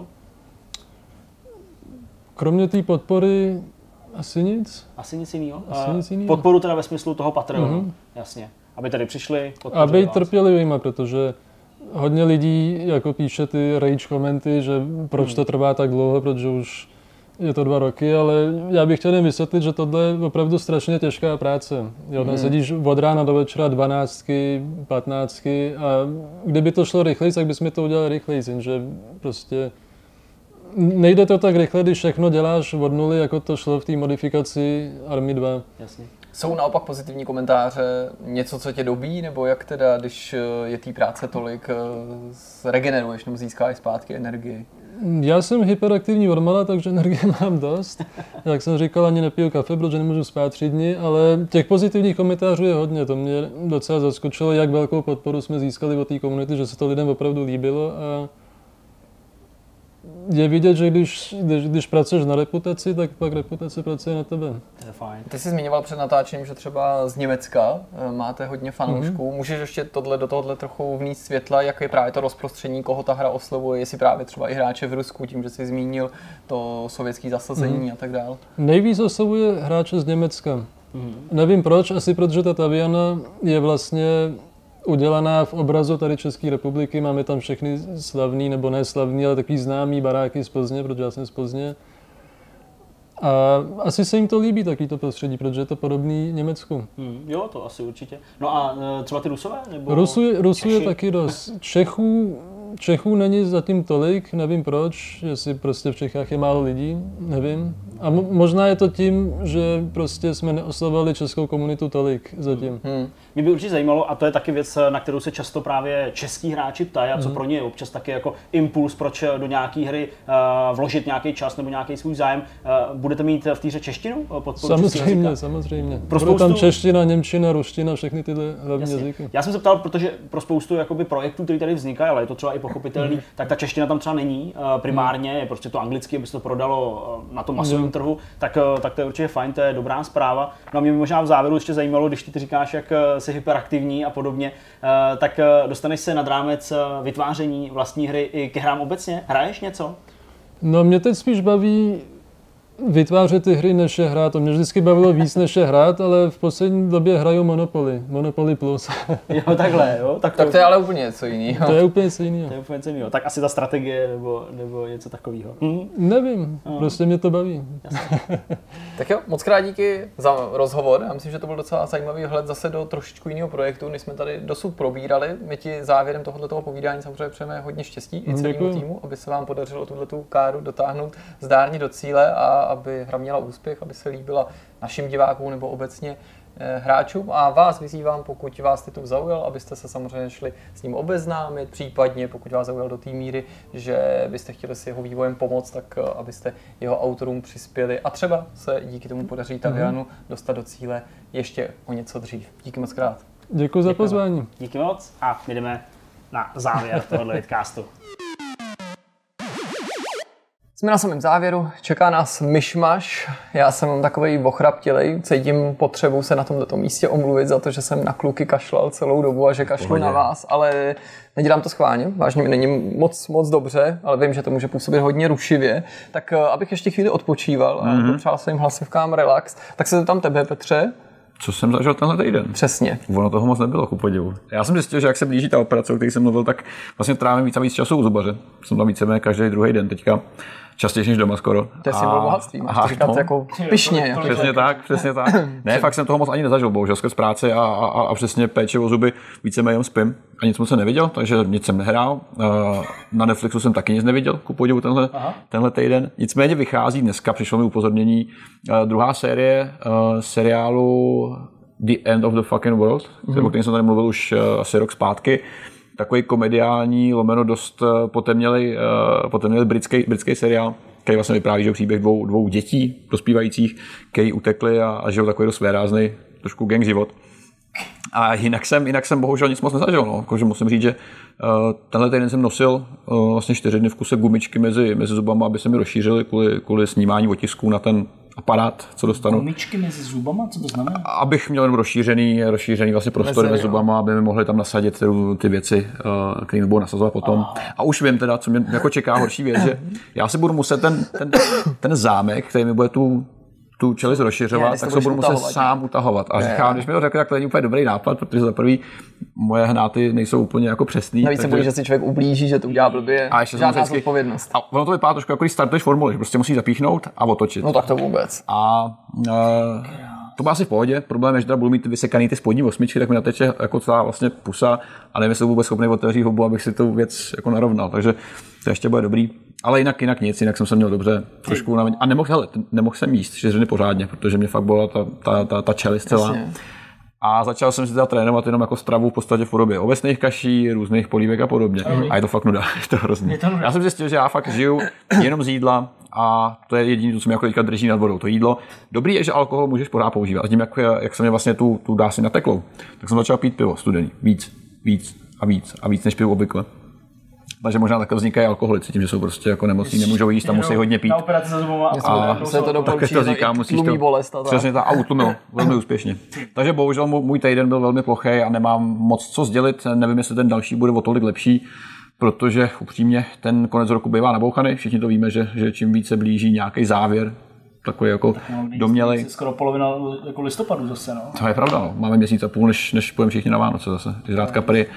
Kromě té podpory asi nic. Asi nic jiného? Nic jiného. Podporu teda ve smyslu toho Patreonu, jasně. Aby tady přišli, aby vás. Trpělivými, protože hodně lidí jako píše ty rage komenty, že proč to trvá tak dlouho, protože už je to 2 roky, ale já bych chtěl jen vysvětlit, že tohle je opravdu strašně těžká práce. Jo, sedíš od rána do večera 12, 15 a kdyby to šlo rychleji, tak bychom to udělali rychleji, že prostě nejde to tak rychle, když všechno děláš od nuly, jako to šlo v té modifikaci Army 2. Jasně. Jsou naopak pozitivní komentáře, něco, co tě dobí, nebo jak teda, když je té práce tolik, regeneruješ nebo získáš zpátky energii? Já jsem hyperaktivní od mala, takže energie mám dost. Jak jsem říkal, ani nepiju kafe, protože nemůžu spát 3 dny, ale těch pozitivních komentářů je hodně. To mě docela zaskočilo, jak velkou podporu jsme získali od té komunity, že se to lidem opravdu líbilo a je vidět, že když pracuješ na reputaci, tak pak reputace pracuje na tebe. To je fajn. Ty jsi zmiňoval před natáčením, že třeba z Německa máte hodně fanoušků. Můžeš ještě do tohohle trochu vnést světla, jak je právě to rozprostření, koho ta hra oslovuje, jestli právě třeba i hráče v Rusku, tím, že jsi zmínil to sovětské zasazení a tak dále. Nejvíc oslovuje hráče z Německa. Nevím proč, asi protože ta Taviana je vlastně udělaná v obrazu tady České republiky, máme tam všechny slavný nebo ne slavný, ale takový známý baráky z Plzně, protože já jsem z Plzně. A asi se jim to líbí, taky to prostředí, protože je to podobný Německu. Jo, to asi určitě. No a třeba ty Rusové? Nebo Rusů je taky dost. Čechů není zatím tolik, nevím proč, jestli prostě v Čechách je málo lidí, nevím. A možná je to tím, že prostě jsme neoslovali českou komunitu tolik zatím. Mě by určitě zajímalo, a to je taky věc, na kterou se často právě český hráči ptají, a co pro ně je občas taky jako impuls, proč do nějaké hry vložit nějaký čas nebo nějaký svůj zájem. Budete mít v té hře češtinu? Samozřejmě. Bude tam čeština, němčina, ruština, všechny tyhle hlavní jazyky. Já jsem se ptal, protože pro spoustu jakoby projektů, které tady vznikají, ale je to třeba i pochopitelný, tak ta čeština tam třeba není primárně, je prostě to anglicky, aby se to prodalo na tom masovém trhu, tak to je určitě fajn, to je dobrá zpráva. No a mě by možná v závěru ještě zajímalo, když ty říkáš, jak jsi hyperaktivní a podobně, tak dostaneš se nad rámec vytváření vlastní hry i ke hrám obecně? Hraješ něco? No mě teď spíš baví vytvářet ty hry, než je hrát. To mě vždycky bavilo víc, než je hrát, ale v poslední době hraju Monopoly Plus. Jo, takhle, jo? Tak to je ale úplně něco jiného. To je úplně něco jiného. Tak asi ta strategie nebo něco takového. Nevím, prostě mě to baví. Tak jo, moc krát díky za rozhovor. Já myslím, že to byl docela zajímavý vhled zase do trošičku jiného projektu, než jsme tady dosud probírali. My ti závěrem tohoto povídání samozřejmě přejeme hodně štěstí i celému týmu, aby se vám podařilo tuhletu káru dotáhnout zdárně do cíle a aby hra měla úspěch, aby se líbila našim divákům nebo obecně hráčům. A vás vyzývám, pokud vás titul zaujal, abyste se samozřejmě šli s ním obeznámit, případně pokud vás zaujal do té míry, že byste chtěli s jeho vývojem pomoct, tak abyste jeho autorům přispěli a třeba se díky tomu podaří Tavianu dostat do cíle ještě o něco dřív. Díky moc krát. Děkuji za pozvání. Díky moc a my jdeme na závěr tohoto vidcastu. Jsme na samém závěru, čeká nás myšmaš. Já jsem takovej ochraptilej, cítím potřebu se na tomto místě omluvit za to, že jsem na kluky kašlal celou dobu a že kašlu na vás, ale nedělám to schválně, vážně mi není moc dobře, ale vím, že to může působit hodně rušivě. Tak abych ještě chvíli odpočíval a dopřál svým hlasivkám relax, tak se zeptám tebe, Petře. Co jsem zažil tenhle týden? Přesně. Ono toho moc nebylo, ku podivu. Já jsem zjistil, že jak se blíží ta operace, o které jsem mluvil, tak vlastně trávím víc a víc času u zubaře. Jsem tam víceméně každý druhý den teďka. častěji než doma skoro. To je symbol bohatství, máš to říkat jako pyšně. Přesně tak. Ne, fakt jsem toho moc ani nezažil, bohužel skrz práci a přesně péče o zuby víceméně spím a nic moc jsem neviděl, takže nic jsem nehrál. Na Netflixu jsem taky nic neviděl, ku podivu tenhle týden. Nicméně vychází dneska, přišlo mi upozornění, druhá série seriálu The End of the Fucking World, o kterém jsem tady mluvil už asi rok zpátky. Takový komediální, lomeno dost potemnělý britský seriál, který vlastně vypráví, že příběh dvou dětí dospívajících, který utekli a žijou takový dost svérázný, trošku gang život. A jinak jsem bohužel nic moc nezažil. No. Jakože musím říct, že tenhle týden jsem nosil vlastně 4 dny v kuse gumičky mezi zubama, aby se mi rozšířily kvůli snímání otisků na ten aparát, co dostanu. Gumičky mezi zubama? Co to znamená? Abych měl rozšířený vlastně prostor mezi zubama, aby mi mohli tam nasadit ty věci, které mi budou nasazovat potom. A už vím teda, co mě jako čeká horší věc, že já si budu muset ten zámek, který mi bude tu čelist rozšiřovat, tak se budu muset sám utahovat. A říkám, když mi to řekl, tak to není úplně dobrý nápad, protože za prvý moje hnáty nejsou úplně jako přesný. Navíc se bojíš, že si člověk ublíží, že to udělá blbě, žádná zodpovědnost. A ono to vypadá trošku jako když startuješ formuli, že prostě musí zapíchnout a otočit. No tak to vůbec. A to má asi v pohodě. Problém je, že teda budu mít vysekaný ty spodní osmičky, tak mi nateče jako celá vlastně pusa a nevím, jestli jsem vůbec schopný otevřít hubu, abych si tu věc jako narovnal. Takže to ještě bude dobrý. Ale jinak nic, jinak jsem se měl dobře trošku unavený. A nemohl jsem jíst 4 dny pořádně, protože mě fakt byla ta čelist celá. A začal jsem si teda trénovat jenom jako stravu v podstatě v podobě ovesných kaší, různých polívek a podobně. A je to fakt nuda, je to hrozný. Já jsem zjistil, že já fakt žiju jenom z jídla a to je jediné, co mě jako teďka drží nad vodou, to jídlo. Dobrý je, že alkohol můžeš pořád používat. A tím, jak se mě vlastně tu dásy nateklou, tak jsem začal pít pivo studený. Víc než pivo obvykle. Takže možná takhle vznikají alkoholici tím, že jsou prostě jako nemocní, nemůžou jíst a musí hodně pít. Na operaci za zubama a se to doporučí, tlumí bolest. Přesně tak, a utlumil velmi úspěšně. Takže bohužel můj týden byl velmi plochý a nemám moc co sdělit, nevím, jestli ten další bude o tolik lepší, protože upřímně ten konec roku bývá nabouchaný, všichni to víme, že čím více blíží nějaký závěr, takový jako domělej. Skoro polovina jako listopadu zase, no. To je pravda, no. Máme měsíc a půl, než půjdeme všichni na Vánoce zase. Žrát kapry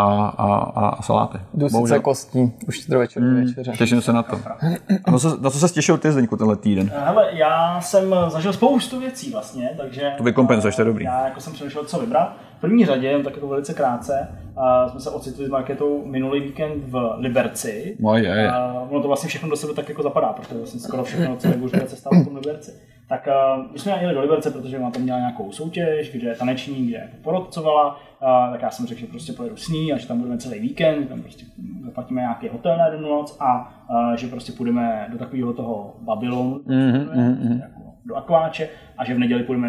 a saláty. Dusice kostí, už večer. Těším se na to. A na co se těšil ty, Zdeňku, tenhle týden? Hele, já jsem zažil spoustu věcí vlastně, takže... To vykompenzuješ, to je dobrý. Já jako jsem přemýšlel, co vybrat. V první řadě, tak jako velice krátce, jsme se ocitli s Marketou minulý víkend v Liberci. Ono to vlastně všechno do sebe tak jako zapadá, protože vlastně skoro všechno, co nebudu cesta v tom Liberci. Tak my jsme jeli do Liberce, protože má tam měla nějakou soutěž, kde je taneční, kde jako porodcovala, tak já jsem řekl, že prostě pojedu s ní a že tam budeme celý víkend, tam prostě zaplatíme nějaký hotel na jednu noc a že prostě půjdeme do takového toho Babylonu, jako do Akváče a že v neděli půjdeme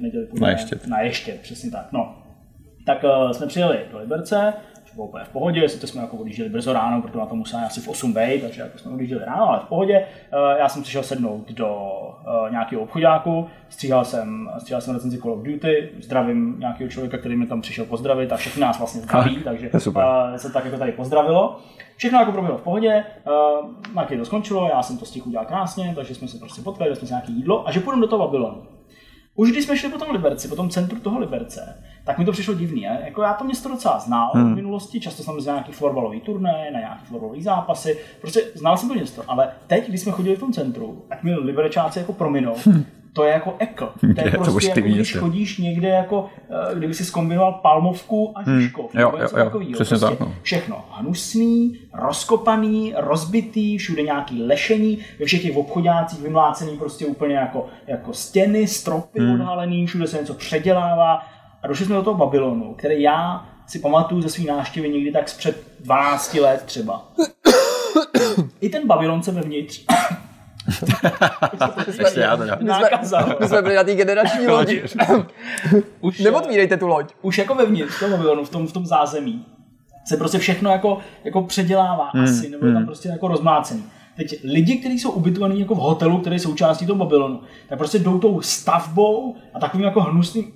na Ještěd, přesně tak. No. Tak jsme přijeli do Liberce, bylo úplně v pohodě, sice jsme jako odjížděli brzo ráno, protože na to musela asi v 8 být, takže jako jsme odjížděli ráno, ale v pohodě. Já jsem přišel sednout do nějakého obchodáku, stříhal jsem recenzi Call of Duty, zdravím nějakého člověka, který mě tam přišel pozdravit a všechny nás vlastně zdraví, takže se tak jako tady pozdravilo. Všechno jako proběhlo v pohodě, nějaké to skončilo, já jsem to stihl udělal krásně, takže jsme se prostě potkali, jsme si nějaké jídlo a že půjdeme do toho Babylonu. Už když jsme šli po tom Liberci, po tom centru toho Liberce, tak mi to přišlo divný. Jako já to město docela znal v minulosti, často jsem jezdil na nějaký florbalový turné, na nějaký florbalový zápasy, prostě znal jsem to město, ale teď, když jsme chodili v tom centru, tak mi Liberečáci jako prominou, to je jako ekl. To je prostě jako, když chodíš někde jako, kdyby si zkombinoval Palmovku a Žižkov. Přesně tak. Všechno hnusný, rozkopaný, rozbitý, všude nějaký lešení, ve všech těch obchodácích vymlácený prostě úplně jako stěny, stropy odhalený, všude se něco předělává. A došli jsme do toho Babylonu, který já si pamatuju ze svý návštěvy někdy tak před 12 let třeba. I ten Babylon se vevnitř. My jsme byli na té generační lodi. Neotvírejte tu loď. Už jako vevnitř v tom Babylonu, v tom zázemí se prostě všechno jako předělává asi, nebo je tam prostě jako rozmlácený. Teď lidi, kteří jsou ubytovaní jako v hotelu, který je součástí toho Babylonu, tak prostě jdou tou stavbou a takovým jako hnusným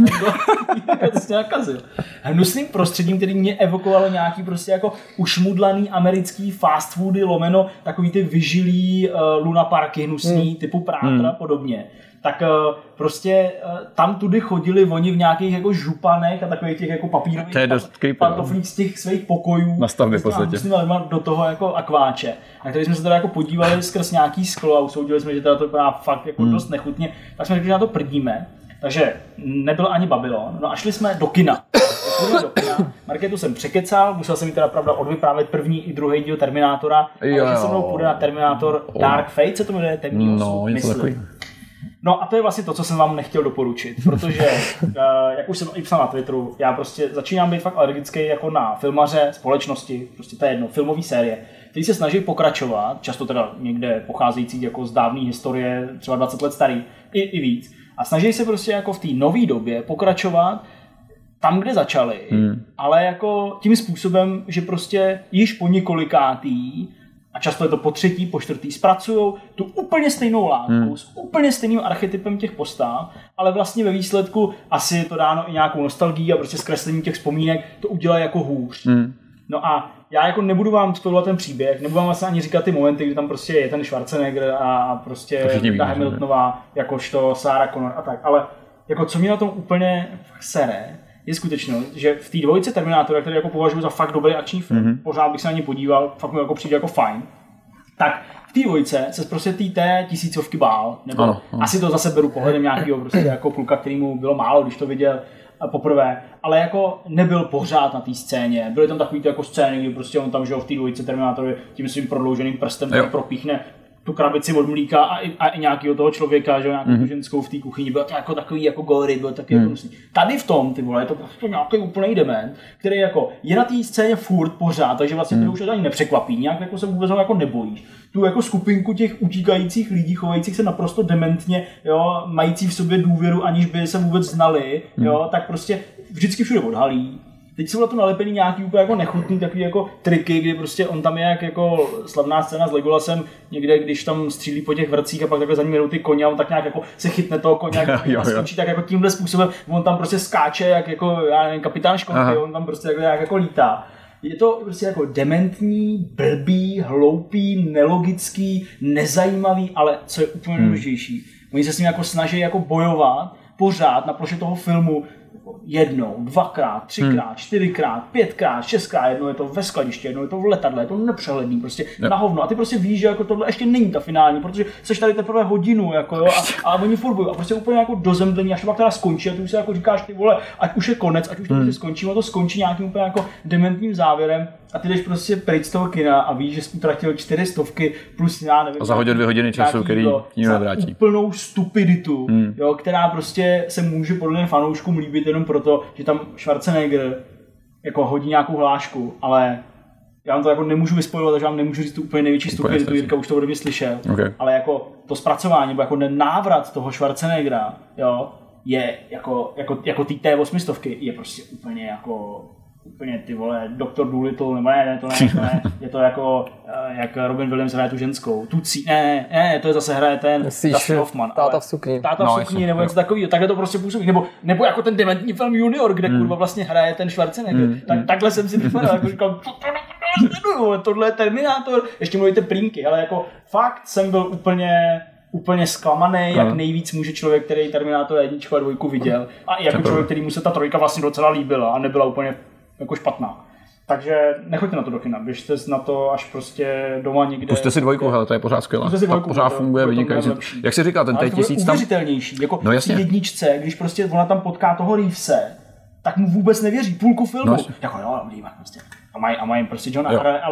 hnusným prostředím, který mě evokovalo nějaký prostě jako ušmudlaný americký fast foody lomeno, takový ty vyžilý lunaparky hnusný typu Prátra a podobně. tak prostě tam tudy chodili oni v nějakých jako županech a takových těch jako papírových pantoflích z těch svých pokojů. Na stavbě v podstatě. Do toho jako akváče. A když jsme se teda jako podívali skrz nějaký sklo a usoudili jsme, že teda to vypadá fakt jako dost nechutně, tak jsme řekli, že na to prdíme. Takže nebyl ani Babylon. No a šli jsme do kina. Marketu jsem překecal, musel jsem jí teda pravda odvyprávět první i druhý díl Terminátora. Ale se mnou půjde na Terminátor Dark Fate, se to jmenuje temný osud, myslím. No a to je vlastně to, co jsem vám nechtěl doporučit, protože, jak už jsem i psal na Twitteru, já prostě začínám být fakt alergický jako na filmaře, společnosti, prostě to je jedno, filmové série, který se snaží pokračovat, často teda někde pocházející jako z dávné historie, třeba 20 let starý, i víc. A snaží se prostě jako v té nové době pokračovat tam, kde začali, ale jako tím způsobem, že prostě již po několikátý, a často je to po třetí, po čtvrtý, zpracujou tu úplně stejnou látku, s úplně stejným archetypem těch postav, ale vlastně ve výsledku asi je to dáno i nějakou nostalgií a prostě zkreslením těch vzpomínek to udělají jako hůř. No a já jako nebudu vám spoilovat ten příběh, nebudu vám vlastně ani říkat ty momenty, kdy tam prostě je ten Schwarzenegger a prostě ta Hamiltonová, jakožto Sarah Connor a tak, ale jako co mě na tom úplně sere, je skutečnost, že v té dvojice Terminátora, který jako považuji za fakt dobrý akční film, pořád bych se na ně podíval, fakt mi jako přijde jako fajn, tak v té dvojice se prostě té tisícovky bál, nebo asi to zase beru pohledem nějakého prostě jako kluka, kterýmu bylo málo, když to viděl poprvé, ale jako nebyl pořád na té scéně. Byly tam takový jako scény, kdy prostě on tam žil v té dvojice Terminátory tím svým prodlouženým prstem propíchne tu krabici od mlíka a i nějakého toho člověka, že nějakou tu ženskou v té kuchyni, bylo to jako takový jako gory, bylo taky jako hnusný. Tady v tom, ty vole, je to prostě nějaký úplný dement, který jako je na té scéně furt pořád, takže vlastně to už ani nepřekvapí, nějak jako se vůbec jako nebojíš. Tu jako skupinku těch utíkajících lidí, chovajících se naprosto dementně, jo, mající v sobě důvěru, aniž by se vůbec znali, jo, tak prostě vždycky všude odhalí. Teď jsou na to nalepený nějaký úplně jako nechutný takový jako triky, kdy prostě on tam je jak jako slavná scéna s Legolasem někde, když tam střílí po těch vrcích a pak takhle za ním jedou ty koně a on tak nějak jako se chytne toho koně a skončí tak jako tímhle způsobem, on tam prostě skáče jak jako, já nevím, kapitán Školky, on tam prostě takhle nějak jako lítá. Je to prostě jako dementní, blbý, hloupý, nelogický, nezajímavý, ale co je úplně nejdůležitější. Oni se s ním jako snaží jako bojovat pořád na ploše toho filmu jednou, dvakrát, třikrát, čtyřikrát, pětkrát, šestkrát, jednou je to ve skladišti, jednou je to v letadle, je to nepřehledný, prostě na hovno. A ty prostě víš, že jako tohle ještě není ta finální, protože seš tady teprve hodinu, jako jo, a oni furt bojují a prostě úplně jako dozemdlení, až to pak teda skončí a ty už se jako říkáš, ty vole, ať už je konec, ať už to prostě skončí, a to skončí nějakým úplně jako dementním závěrem a ty jdeš prostě pryč z toho kina a víš, že jsi utratil 400 plus já nevím. A za hodinu 2 hodiny času, který ti nevrátí. Úplnou stupiditu, jo, která prostě se může podle fanouškům líbit jenom proto, že tam Schwarzenegger jako hodí nějakou hlášku, ale já vám to jako nemůžu vyspojovat, takže vám nemůžu říct tu úplně největší stupiditu, Jirka už to ode mě slyšel, ale jako to zpracování, nebo jako návrat toho Schwarzeneggera, jo, je jako té T800 je prostě úplně jako úplně ty vole, Dr. Dolittle, nebo ne, je to jako, jak Robin Williams hraje tu ženskou, ne, to je zase hraje ten Dustin Hoffman. Táta v sukni. Táta v sukni, nebo něco takového, takhle to prostě působí, nebo jako ten dementní film Junior, kde kurva vlastně hraje ten Schwarzenegger, takhle jsem si vypadal, jako říkal, tohle je Terminátor, ještě mluvíte plínky, ale jako fakt jsem byl úplně zklamaný, jak nejvíc může člověk, který Terminátor 1 a 2 viděl, a i jako člověk, který mu se ta trojka vlastně docela líbila a nebyla úplně jako špatná. Takže nechoďte na to do kina, běžte na to až prostě doma někde. Puste si dvojku, hele, to je pořád skvělé. Pořád funguje vynikající. Jak si říkal, ten T1000 tam... uvěřitelnější, jako no, v jedničce, když prostě ona tam potká toho Reevese, tak mu vůbec nevěří, půlku filmu. No, jako jo, dobrý, prostě. A mají prostě Johna,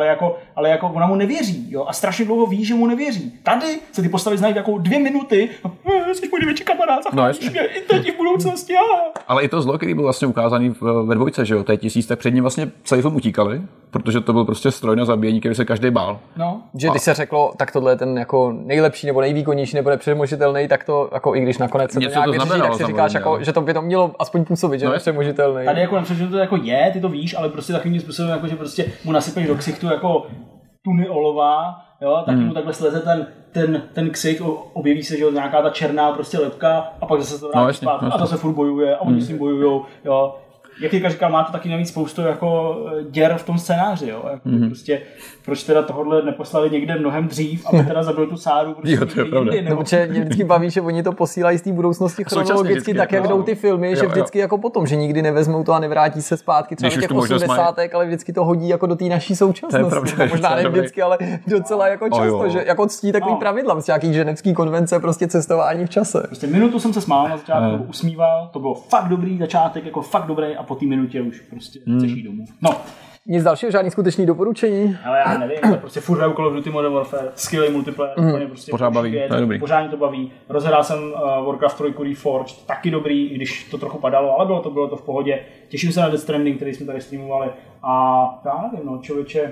ale jako ona mu nevěří, jo, a strašně dlouho ví, že mu nevěří. Tady se ty postavy znají jako 2 minuty, jsi můj největší kamarád, zachránís mě i teď v budoucnosti. Ale i to zlo, který byl vlastně ukázaný ve dvojce, že jo, T1000, tak před ním vlastně celý film utíkali, protože to byl prostě stroj na zabíjení, který se každý bál. No, že když se řeklo, tak tohle je ten jako nejlepší nebo nejvýkonnější nebo nepřemožitelný, tak to jako i když nakonec se to nějak vyřeší, tak si říkáš, jako, že to by to mělo aspoň působit, že nepřemožitelný. Tady jako nepřemožitelný to jako je, ty to víš, ale prostě takovým způsobem jako že prostě mu nasypeš do ksichtu jako tuny olova, jo, tak mu takhle sleze ten ksicht, objeví se, že nějaká ta černá prostě lepka a pak zase to vrátí zpátky a zase furt bojuje a oni s tím bojujou, jo. jak Jirka říkal, má to taky navíc spoustu jako děr v tom scénáři, jo? Jako prostě, proč teda tohle neposlali někde mnohem dřív, aby teda zabil tu Sáru prostě jo, to je pravda. No, protože mě vždycky baví, že oni to posílají z té budoucnosti chronologicky, tak jak jdou ty filmy, že vždycky jako potom, že nikdy nevezmou to a nevrátí se zpátky třeba do těch 80. ale vždycky to hodí jako do té naší současnosti. Možná ne vždycky, ale docela jako často, že jako ctí takový pravidla, prostě nějaký ženevský konvence, prostě cestování v čase. Prostě minutu jsem se smál na začátku, usmíval, to bylo fakt dobrý začátek, jako fakt dobrý a po té minutě už prostě chceš jít domů. No. Nic dalšího, žádný skutečný doporučení? Ale já nevím, ale prostě furt hraju Call of Duty Modern Warfare, skvělý multiplayer, prostě pořád baví, to je dobrý. Pořád to baví. Rozhrál jsem Warcraft 3 Reforged, taky dobrý, i když to trochu padalo, ale bylo to v pohodě. Těším se na Death Stranding, který jsme tady streamovali a já nevím, no, člověče,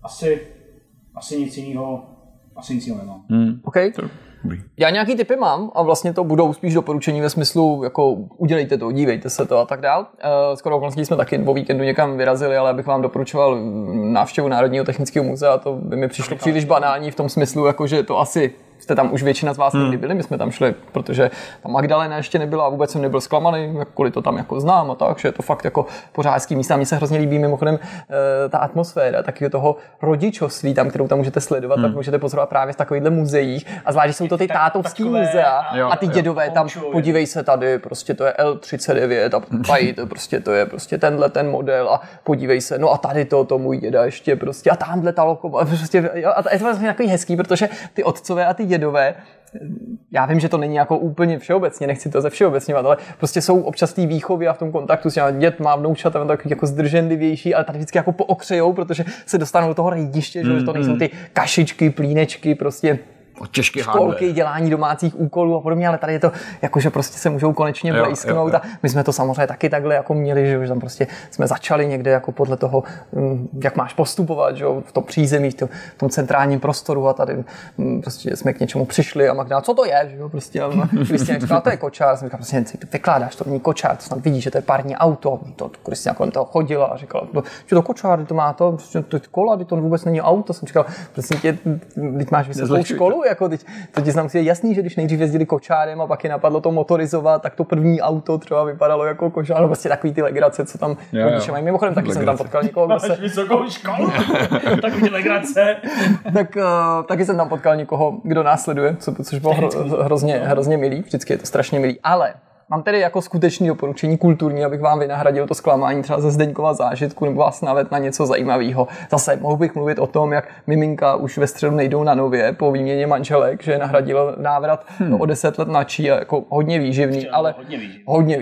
asi nic jiného nemám. Okay. Já nějaký tipy mám a vlastně to budou spíš doporučení ve smyslu, jako udělejte to, dívejte se to a tak dál. Skoro okolností jsme taky o víkendu někam vyrazili, ale abych vám doporučoval návštěvu Národního technického muzea, to by mi přišlo příliš banální v tom smyslu, jako že to asi jste tam už většina z vás někdy byli, my jsme tam šli, protože tam Magdalena ještě nebyla a vůbec jsem nebyl zklamaný, jakkoliv to tam jako znám a tak, že je to fakt jako pořád hezký místa. Mně se hrozně líbí mimochodem ta atmosféra, taky toho rodičovství tam, kterou tam můžete sledovat, tak můžete pozorovat právě v takovýchhle muzeích a zvlášť jsou to ty tátovský muzea a ty dědové tam, podívej se tady, prostě to je L39 a tady to prostě to je prostě tenhle ten model a podívej se, no a tady to můj děda ještě prostě a tamhle ta lokomotiva, prostě a je to vlastně takový hezký, protože ty otcové a ty dědové, já vím, že to není jako úplně všeobecně, nechci to ze všeobecňovat, ale prostě jsou občas té výchovy a v tom kontaktu s těma dětma, vnoučata, tak jako zdrženlivější, ale tady vždycky jako pookřejou, protože se dostanou do toho rejdiště, že to nejsou ty kašičky, plínečky, prostě školky, dělání domácích úkolů a podobně, ale tady je to jako, že prostě se můžou konečně blejsknout a my jsme to samozřejmě taky takhle jako měli, že už tam prostě jsme začali někde jako podle toho, jak máš postupovat, že v tom přízemí, v tom centrálním prostoru a tady prostě jsme k něčemu přišli a Magda, co to je, že jo, prostě a Kristián říkal, to je kočár, jsem říkal, prostě vykládáš, to není kočár, to snad vidíš, že to je parní auto, to Kristián kolem toho chodila a říkal, že to kočár, to má to kola, to vůbec není auto, jsem říkal, prostě teď máš vysokou školu, jako teď nám je jasný, že když nejdřív jezdili kočárem a pak je napadlo to motorizovat, tak to první auto třeba vypadalo jako kočár, prostě takový ty legrace, co tam rodiče mají. Mimochodem taky jsem tam potkal někoho, kdo se... vysokou školu, takový legrace. Tak taky jsem tam potkal někoho, kdo následuje, což bylo hrozně milý, vždycky je to strašně milý, ale mám tedy jako skutečný doporučení kulturní, abych vám vynahradil to zklamání třeba ze Zdeňkova zážitku nebo vás navedl na něco zajímavého. Zase mohl bych mluvit o tom, jak miminka už ve středu nejdou na Nově po výměně manželek, že nahradil návrat o 10 let mladší a jako hodně výživný, ale hodně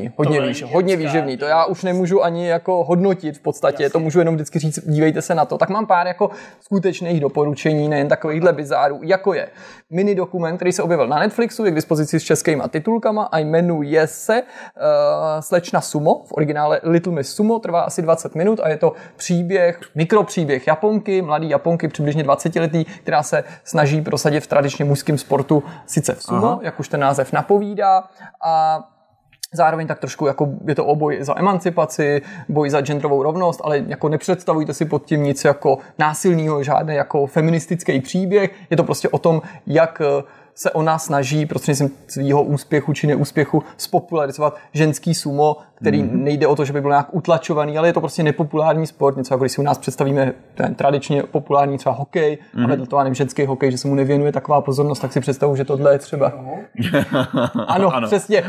výživný. To já už nemůžu ani jako hodnotit v podstatě, to můžu jenom vždycky říct, dívejte se na to. Tak mám pár jako skutečných doporučení, nejen takovýchhle bizárů, jako je mini dokument, který se objevil na Netflixu, je k dispozici s českýma titulkama a jmenuje se Slečna Sumo, v originále Little Miss Sumo, trvá asi 20 minut a je to mikropříběh Japonky, mladý Japonky, přibližně 20letý, která se snaží prosadit v tradičně mužském sportu, sice v sumo, jak už ten název napovídá, a zároveň tak trošku jako je to o boji za emancipaci, boj za genderovou rovnost, ale jako nepředstavujte si pod tím nic jako násilného, žádný jako feministický příběh. Je to prostě o tom, jak se ona snaží prostřednictvím svého úspěchu či neúspěchu spopularizovat ženský sumo, který nejde o to, že by byl nějak utlačovaný, ale je to prostě nepopulární sport, něco jako když si u nás představíme ten tradičně populární třeba hokej, a vedle toho nevím, ženský hokej, že se mu nevěnuje taková pozornost, tak si představu, že tohle je třeba. Ano, přesně.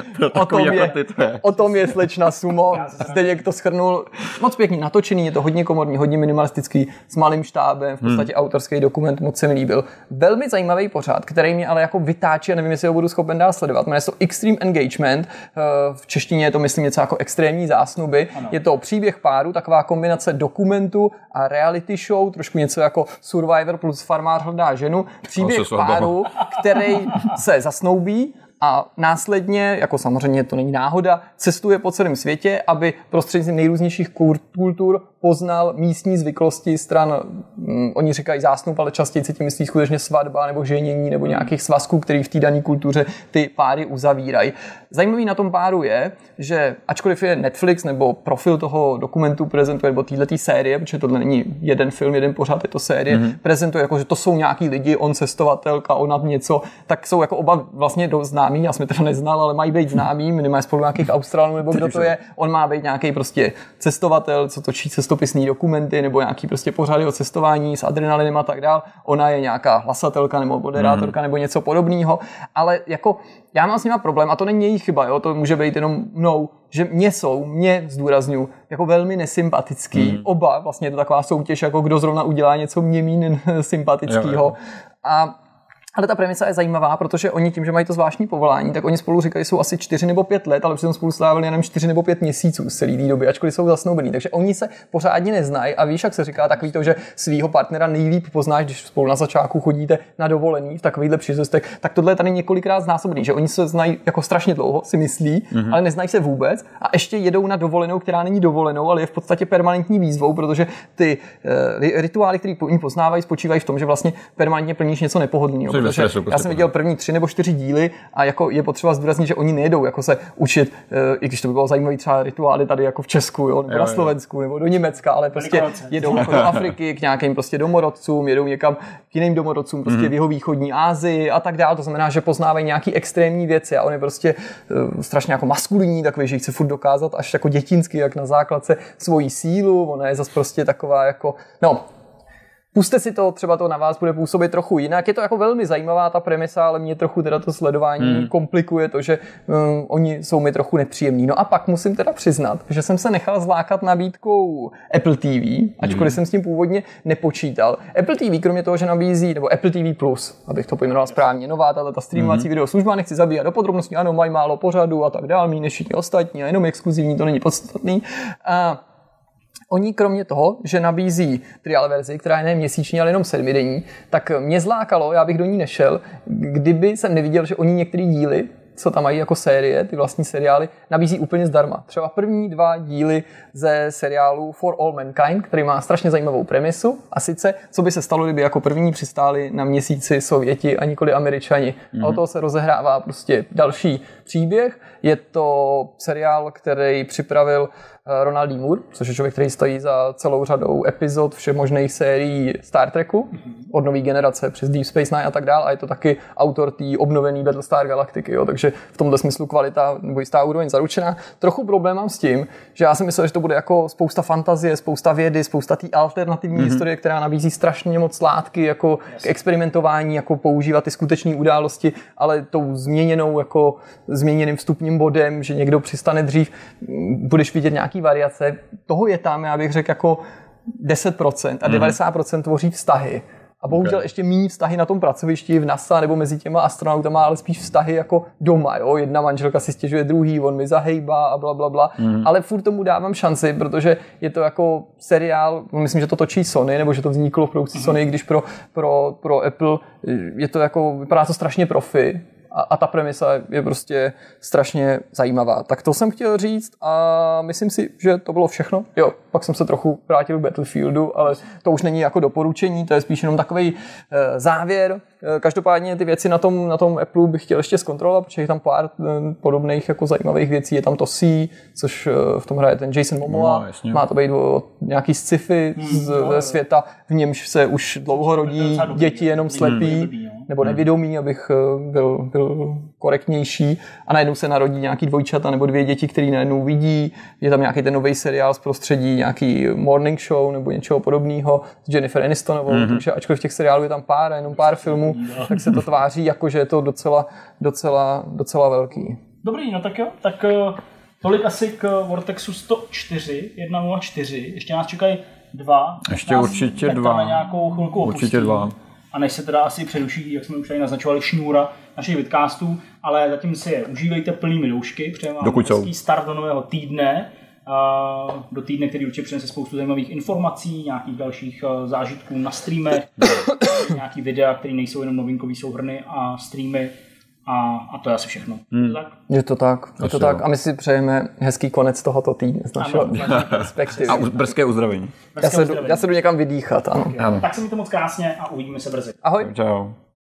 O tom je Slečna Sumo. Zdeněk to shrnul. Moc pěkný natočený, je to hodně komorní, hodně minimalistický, s malým štábem, v podstatě autorský dokument, moc se mi líbil. Velmi zajímavý pořad, který mě ale jako vytáčí a nevím, jestli ho budu schopen dál sledovat. Jmenuje se to Extreme Engagement. V češtině je to, myslím, něco jako extrémní zásnuby. Ano. Je to příběh páru, taková kombinace dokumentu a reality show, trošku něco jako Survivor plus farmář hledá ženu. Příběh páru, který se zasnoubí a následně, jako samozřejmě to není náhoda, cestuje po celém světě, aby prostřednictvím nejrůznějších kultur poznal místní zvyklosti stran, oni říkají zásnub, ale častěji se tím myslí skutečně svatba nebo ženění nebo nějakých svazků, který v té dané kultuře ty páry uzavírají. Zajímavý na tom páru je, že ačkoliv je Netflix nebo profil toho dokumentu prezentuje, nebo této série, protože tohle není jeden film, jeden pořad, je to série, prezentuje jako, že to jsou nějaký lidi, on cestovatelka, ona něco, tak jsou jako oba vlastně dost známý, já jsem je teda neznal, ale mají být známý, minimálně spolu nějakých Australanů nebo kdo to je. On má být nějaký prostě cestovatel, co točí cestopisní dokumenty nebo nějaký prostě pořady o cestování s adrenalinem a tak dál. Ona je nějaká hlasatelka nebo moderátorka nebo něco podobného, ale jako já mám s nima problém a to není jejich chyba, jo? To může být jenom mnou, že mě zdůrazňuji, jako velmi nesympatický. Oba, vlastně je to taková soutěž, jako kdo zrovna udělá něco mě míň sympatického. Ale ta premisa je zajímavá, protože oni tím, že mají to zvláštní povolání, tak oni spolu říkají, jsou asi 4 nebo 5 let, ale přitom spolu strávili jenom 4 nebo 5 měsíců z celé té doby, ačkoliv jsou zasnoubení. Takže oni se pořádně neznají a víš, jak se říká takový to, že svýho partnera nejlíp poznáš, když spolu na začátku chodíte na dovolený v takovýchhle příležitostech, tak tohle je tady několikrát znásobený, že oni se znají jako strašně dlouho, si myslí, ale neznají se vůbec a ještě jedou na dovolenou, která není dovolenou, ale je v podstatě permanentní výzvou, protože ty rituály, které oni poznávají, spočívají v tom, že vlastně permanentně plníš něco nepohodlného. Já jsem viděl první 3 nebo 4 díly a jako je potřeba zdůraznit, že oni nejedou jako se učit, i když to by bylo zajímavé třeba rituály tady jako v Česku, jo, nebo na Slovensku, nebo do Německa, ale prostě jedou jako do Afriky k nějakým prostě domorodcům, jedou někam k jiným domorodcům, prostě v jihovýchodní Asii a tak dále. To znamená, že poznávají nějaký extrémní věci a on je prostě strašně jako maskulinní, takový, že chce furt dokázat až jako dětinsky, jak na základce svoji sílu. Ona je zase prostě taková jako puste si to, třeba to na vás bude působit trochu jinak. Je to jako velmi zajímavá ta premisa, ale mě trochu teda to sledování komplikuje to, že oni jsou mi trochu nepříjemní. No a pak musím teda přiznat, že jsem se nechal zlákat nabídkou Apple TV, ačkoliv jsem s tím původně nepočítal. Apple TV, kromě toho, že nabízí, nebo Apple TV Plus, abych to pojmenoval správně, nová ta streamovací videoslužba, nechci zabíhat do podrobností, ano, mají málo pořadu a tak dál, méně než všichni ostatní a jenom exkluzivní, to není podstatný. Oni kromě toho, že nabízí trial verzi, která je ne měsíční, ale jenom 7denní, tak mě zlákalo, já bych do ní nešel, kdyby jsem neviděl, že oni některé díly, co tam mají jako série, ty vlastní seriály, nabízí úplně zdarma. Třeba první 2 díly ze seriálu For All Mankind, který má strašně zajímavou premisu, a sice, co by se stalo, kdyby jako první přistáli na měsíci Sověti a nikoli Američani. A od toho se rozehrává prostě další příběh. Je to seriál, který připravil Ronald D. Moore, což je člověk, který stojí za celou řadou epizod všech možných sérií Star Treku, od nový generace přes Deep Space Nine a tak dále, a je to taky autor té obnovené Battlestar Galactiky, jo, takže v tomhle smyslu kvalita nebo jistá úroveň zaručená. Trochu problém mám s tím, že já si myslel, že to bude jako spousta fantazie, spousta vědy, spousta té alternativní historie, která nabízí strašně moc látky jako k experimentování, jako používat ty skutečné události, ale tou změněným vstupním bodem, že někdo přistane dřív, budeš vidět nějaký variace. Toho je tam, já bych řekl, jako 10% a 90% tvoří vztahy. A bohužel ještě méně vztahy na tom pracovišti v NASA nebo mezi těma astronautama, ale spíš vztahy jako doma. Jo? Jedna manželka si stěžuje druhý, on mi zahejbá a blablabla. Ale furt tomu dávám šanci, protože je to jako seriál, myslím, že to točí Sony, nebo že to vzniklo v produkci Sony, když pro Apple je to jako, vypadá to strašně profi. A ta premisa je prostě strašně zajímavá. Tak to jsem chtěl říct a myslím si, že to bylo všechno. Jo, pak jsem se trochu vrátil k Battlefieldu, ale to už není jako doporučení, to je spíš jenom takovej závěr. Každopádně ty věci na tom Apple bych chtěl ještě zkontrolovat, protože je tam pár podobných jako zajímavých věcí. Je tam to C, což v tom hraje ten Jason Momoa. Má to být nějaký sci-fi ze světa, v němž se už dlouho rodí děti jenom slepí nebo nevědomí, abych byl korektnější, a najednou se narodí nějaký dvojčata nebo 2 děti, který najednou vidí. Je tam nějaký ten nový seriál z prostředí, nějaký morning show nebo něčeho podobného s Jennifer Anistonovou, takže ačkoliv v těch seriálů je tam jenom pár filmů, tak se to tváří jako, že je to docela velký. Dobrý, no tak jo, tak tolik asi k Vortexu 104, 104, ještě nás čekají 2. Ještě určitě 2. Na nějakou chvilku opustí. Určitě 2. A než se teda asi přeruší, jak jsme už tady naznačovali, šňůra našich vidcastů, ale zatím si je užívejte plnými doušky, přejeme vám hezký start do nového týdne, do týdne, který určitě přinese spoustu zajímavých informací, nějakých dalších zážitků na streamech, nějaký videa, které nejsou jenom novinkový souhrny a streamy, a to je asi všechno. Je to tak. A my si přejeme hezký konec tohoto týdne z našeho perspektivy. A brzké uzdravení. Já se jdu někam vydýchat, ano. Tak se mějte moc krásně a uvidíme se brzy. Ahoj. Čau.